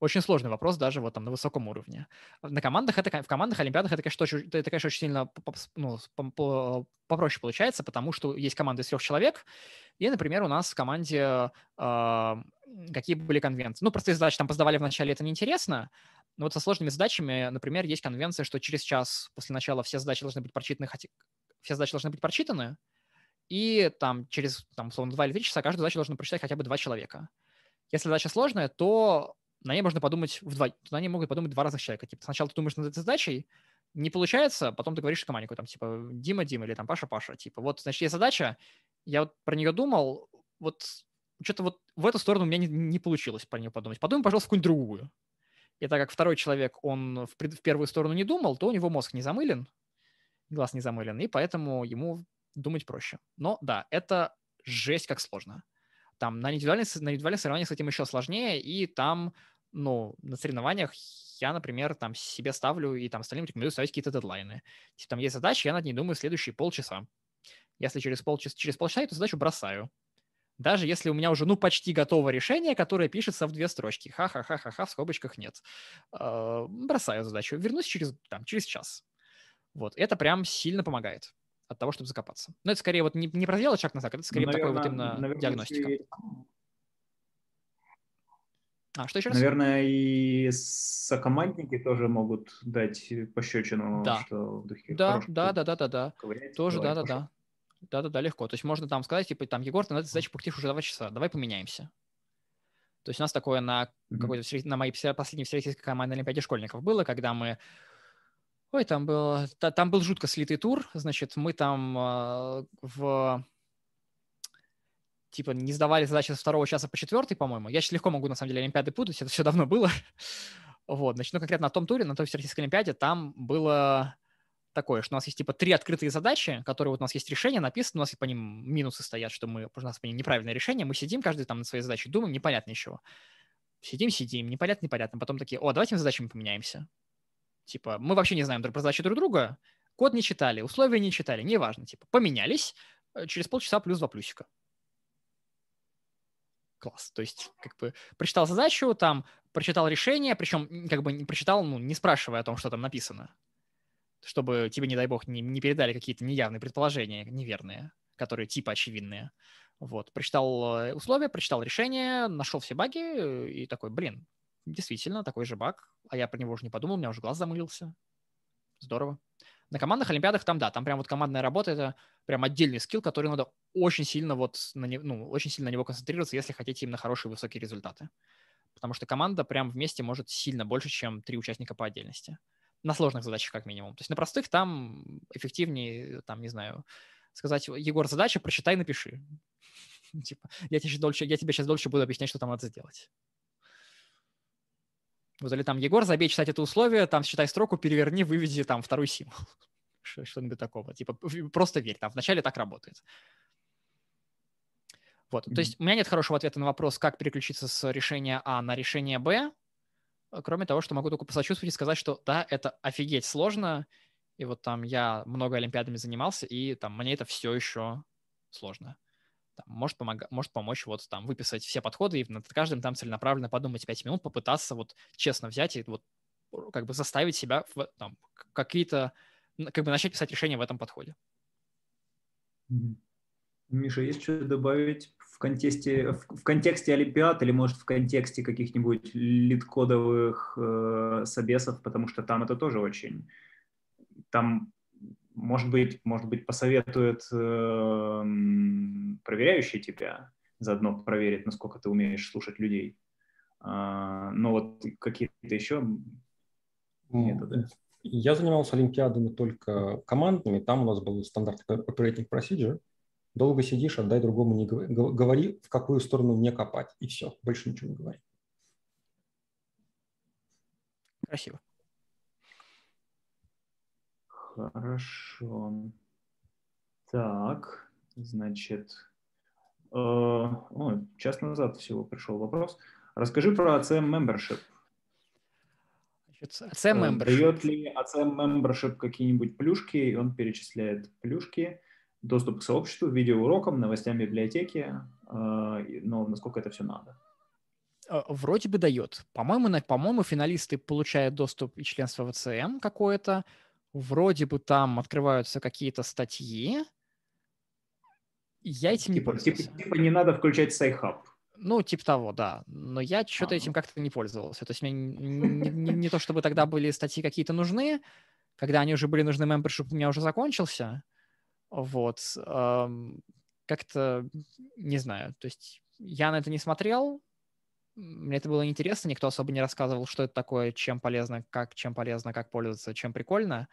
Очень сложный вопрос даже вот там на высоком уровне. В командных олимпиадах это, конечно, очень сильно попроще получается, потому что есть команда из 3 человек, и, например, у нас в команде какие были конвенции. Ну, простые задачи там посдавали в начале, это неинтересно, но вот со сложными задачами, например, есть конвенция, что через час после начала все задачи должны быть прочитаны, и там через, условно, 2 или 3 часа каждую задачу должны прочитать хотя бы 2 человека. Если задача сложная, то на ней на ней могут подумать 2 разных человека. Типа сначала ты думаешь над этой задачей, не получается, потом ты говоришь команде, там, типа, Дима или там Паша. Типа, вот, значит, есть задача, я вот про нее думал, вот что-то вот в эту сторону у меня не получилось про нее подумать. Подумай, пожалуйста, в какую-нибудь другую. И так как второй человек, он в первую сторону не думал, то у него мозг не замылен, глаз не замылен, и поэтому ему думать проще. Но да, это жесть как сложно. Там на индивидуальных соревнованиях с этим еще сложнее, и там, на соревнованиях я, например, там себе ставлю и там остальным рекомендую ставить какие-то дедлайны. Типа, там есть задача, я над ней думаю следующие полчаса. Если через полчаса я эту задачу бросаю. Даже если у меня уже, почти готово решение, которое пишется в 2 строчки. Ха-ха-ха-ха-ха, в скобочках нет. Бросаю задачу. Вернусь через час. Вот. Это прям сильно помогает от того, чтобы закопаться. Но это скорее вот не про сделать шаг назад, это скорее такой вот именно диагностика. Что еще раз? Наверное, и сокомандники тоже могут дать пощечину, Да. что в духе Да. ковырять. Тоже, да. Да, легко. То есть можно там сказать, типа, там, Егор, ты на этой задаче пыхтишь уже 2 часа, давай поменяемся. То есть у нас такое на моей последней всероссийской командной олимпиаде школьников было, когда мы... там был жутко слитый тур, значит, мы там не сдавали задачи с 2 часа по 4, по-моему. Я сейчас легко могу, на самом деле, олимпиады путать, это все давно было. Вот, значит, конкретно на том туре, на той всероссийской олимпиаде, там было такое, что у нас есть, 3 открытые задачи, которые вот у нас есть решение написано, у нас по ним минусы стоят, что у нас по ним неправильное решение, мы сидим каждый там на своей задаче, думаем, непонятно еще. Сидим, непонятно. Потом такие, давайте задачами поменяемся. Типа, мы вообще не знаем про задачи друг друга, код не читали, условия не читали, неважно. Типа, поменялись, через полчаса плюс 2 плюсика. Класс. То есть, прочитал задачу, там, прочитал решение, причем, не прочитал, не спрашивая о том, что там написано, чтобы тебе, не дай бог, не передали какие-то неявные предположения, неверные, которые типа очевидные. Вот. Прочитал условия, прочитал решение, нашел все баги и такой, действительно, такой же баг, а я про него уже не подумал, у меня уже глаз замылился. Здорово. На командных олимпиадах там прям вот командная работа — это прям отдельный скилл, который надо очень сильно очень сильно на него концентрироваться, если хотите именно хорошие высокие результаты. Потому что команда прям вместе может сильно больше, чем 3 участника по отдельности. На сложных задачах как минимум. То есть на простых там эффективнее, не знаю, сказать: Егор, задача, прочитай, напиши. Типа, я тебе сейчас дольше буду объяснять, что там надо сделать. Вот, или там, Егор, забей читать это условие, там считай строку, переверни, выведи там 2 символ. Что-нибудь такого. Типа, просто верь, там вначале так работает. Вот, то есть у меня нет хорошего ответа на вопрос, как переключиться с решения А на решение Б, кроме того, что могу только посочувствовать и сказать, что да, это офигеть сложно, и вот там я много олимпиадами занимался, и там мне это все еще сложно. Может помочь вот там выписать все подходы и над каждым там целенаправленно подумать 5 минут, попытаться вот честно взять и вот заставить себя какие-то, начать писать решения в этом подходе. Миша, есть что добавить в контексте олимпиад или, может, в контексте каких-нибудь лид-кодовых собесов, потому что там это тоже очень... Там, может быть, посоветуют проверяющие тебя, заодно проверить, насколько ты умеешь слушать людей. Но вот какие-то еще методы. Я занимался олимпиадами только командными, там у нас был стандарт operating procedure. Долго сидишь, отдай другому, не говори, в какую сторону не копать, и все, больше ничего не говори. Красиво. Хорошо. Так, значит, час назад всего пришел вопрос. Расскажи про ACM Membership. ACM Membership. Дает ли ACM Membership какие-нибудь плюшки, и он перечисляет плюшки, доступ к сообществу, видеоурокам, новостям библиотеки, но насколько это все надо? Вроде бы дает. По-моему, финалисты получают доступ и членство в ВЦМ какое-то. Вроде бы там открываются какие-то статьи. Я этим не пользовался. Типа не надо включать SciHub. Ну, типа того, да. Но я что-то этим как-то не пользовался. То есть мне не то, чтобы тогда были статьи какие-то нужны. Когда они уже были нужны, membership у меня уже закончился. Вот. Как-то, не знаю. То есть я на это не смотрел. Мне это было неинтересно. Никто особо не рассказывал, что это такое, чем полезно, как пользоваться, чем прикольно.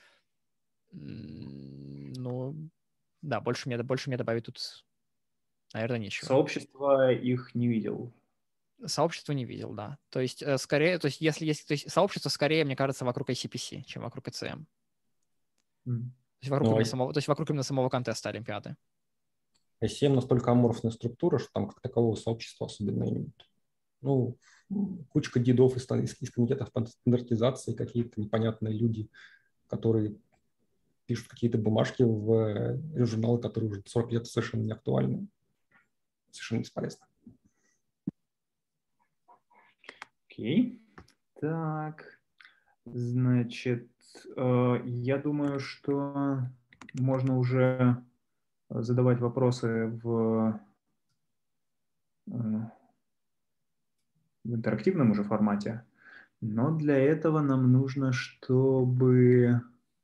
Ну, да, больше мне добавить тут, наверное, нечего. Сообщество их не видел. Сообщество не видел, да. То есть, скорее, то есть, если есть, то есть, сообщество скорее, мне кажется, вокруг ICPC, чем вокруг ECM. То есть, вокруг именно самого контеста Олимпиады. ICM настолько аморфная структура, что там как такового сообщества особенно и нет. Ну, кучка дедов из комитетов по стандартизации, какие-то непонятные люди, которые пишут какие-то бумажки в журналы, которые уже 40 лет совершенно не актуальны. Совершенно бесполезно. Окей. Так, значит, я думаю, что можно уже задавать вопросы в интерактивном уже формате. Но для этого нам нужно, чтобы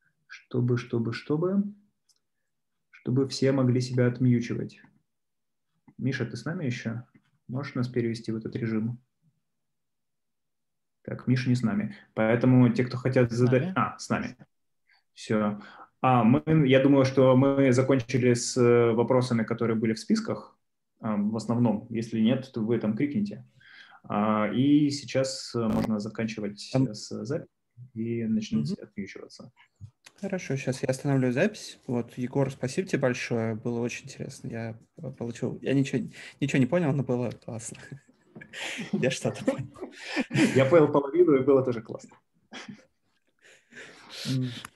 все могли себя отмьючивать. Миша, ты с нами еще? Можешь нас перевести в этот режим? Так, Миша не с нами. Поэтому те, кто хотят задать... с нами. Все. Я думаю, что мы закончили с вопросами, которые были в списках. В основном. Если нет, то вы там крикните. И сейчас можно заканчивать с записью и начнуть отмьючиваться. Хорошо, сейчас я остановлю запись. Вот, Егор, спасибо тебе большое. Было очень интересно. Я ничего не понял, но было классно. Я что-то понял. Я понял половину, и было тоже классно.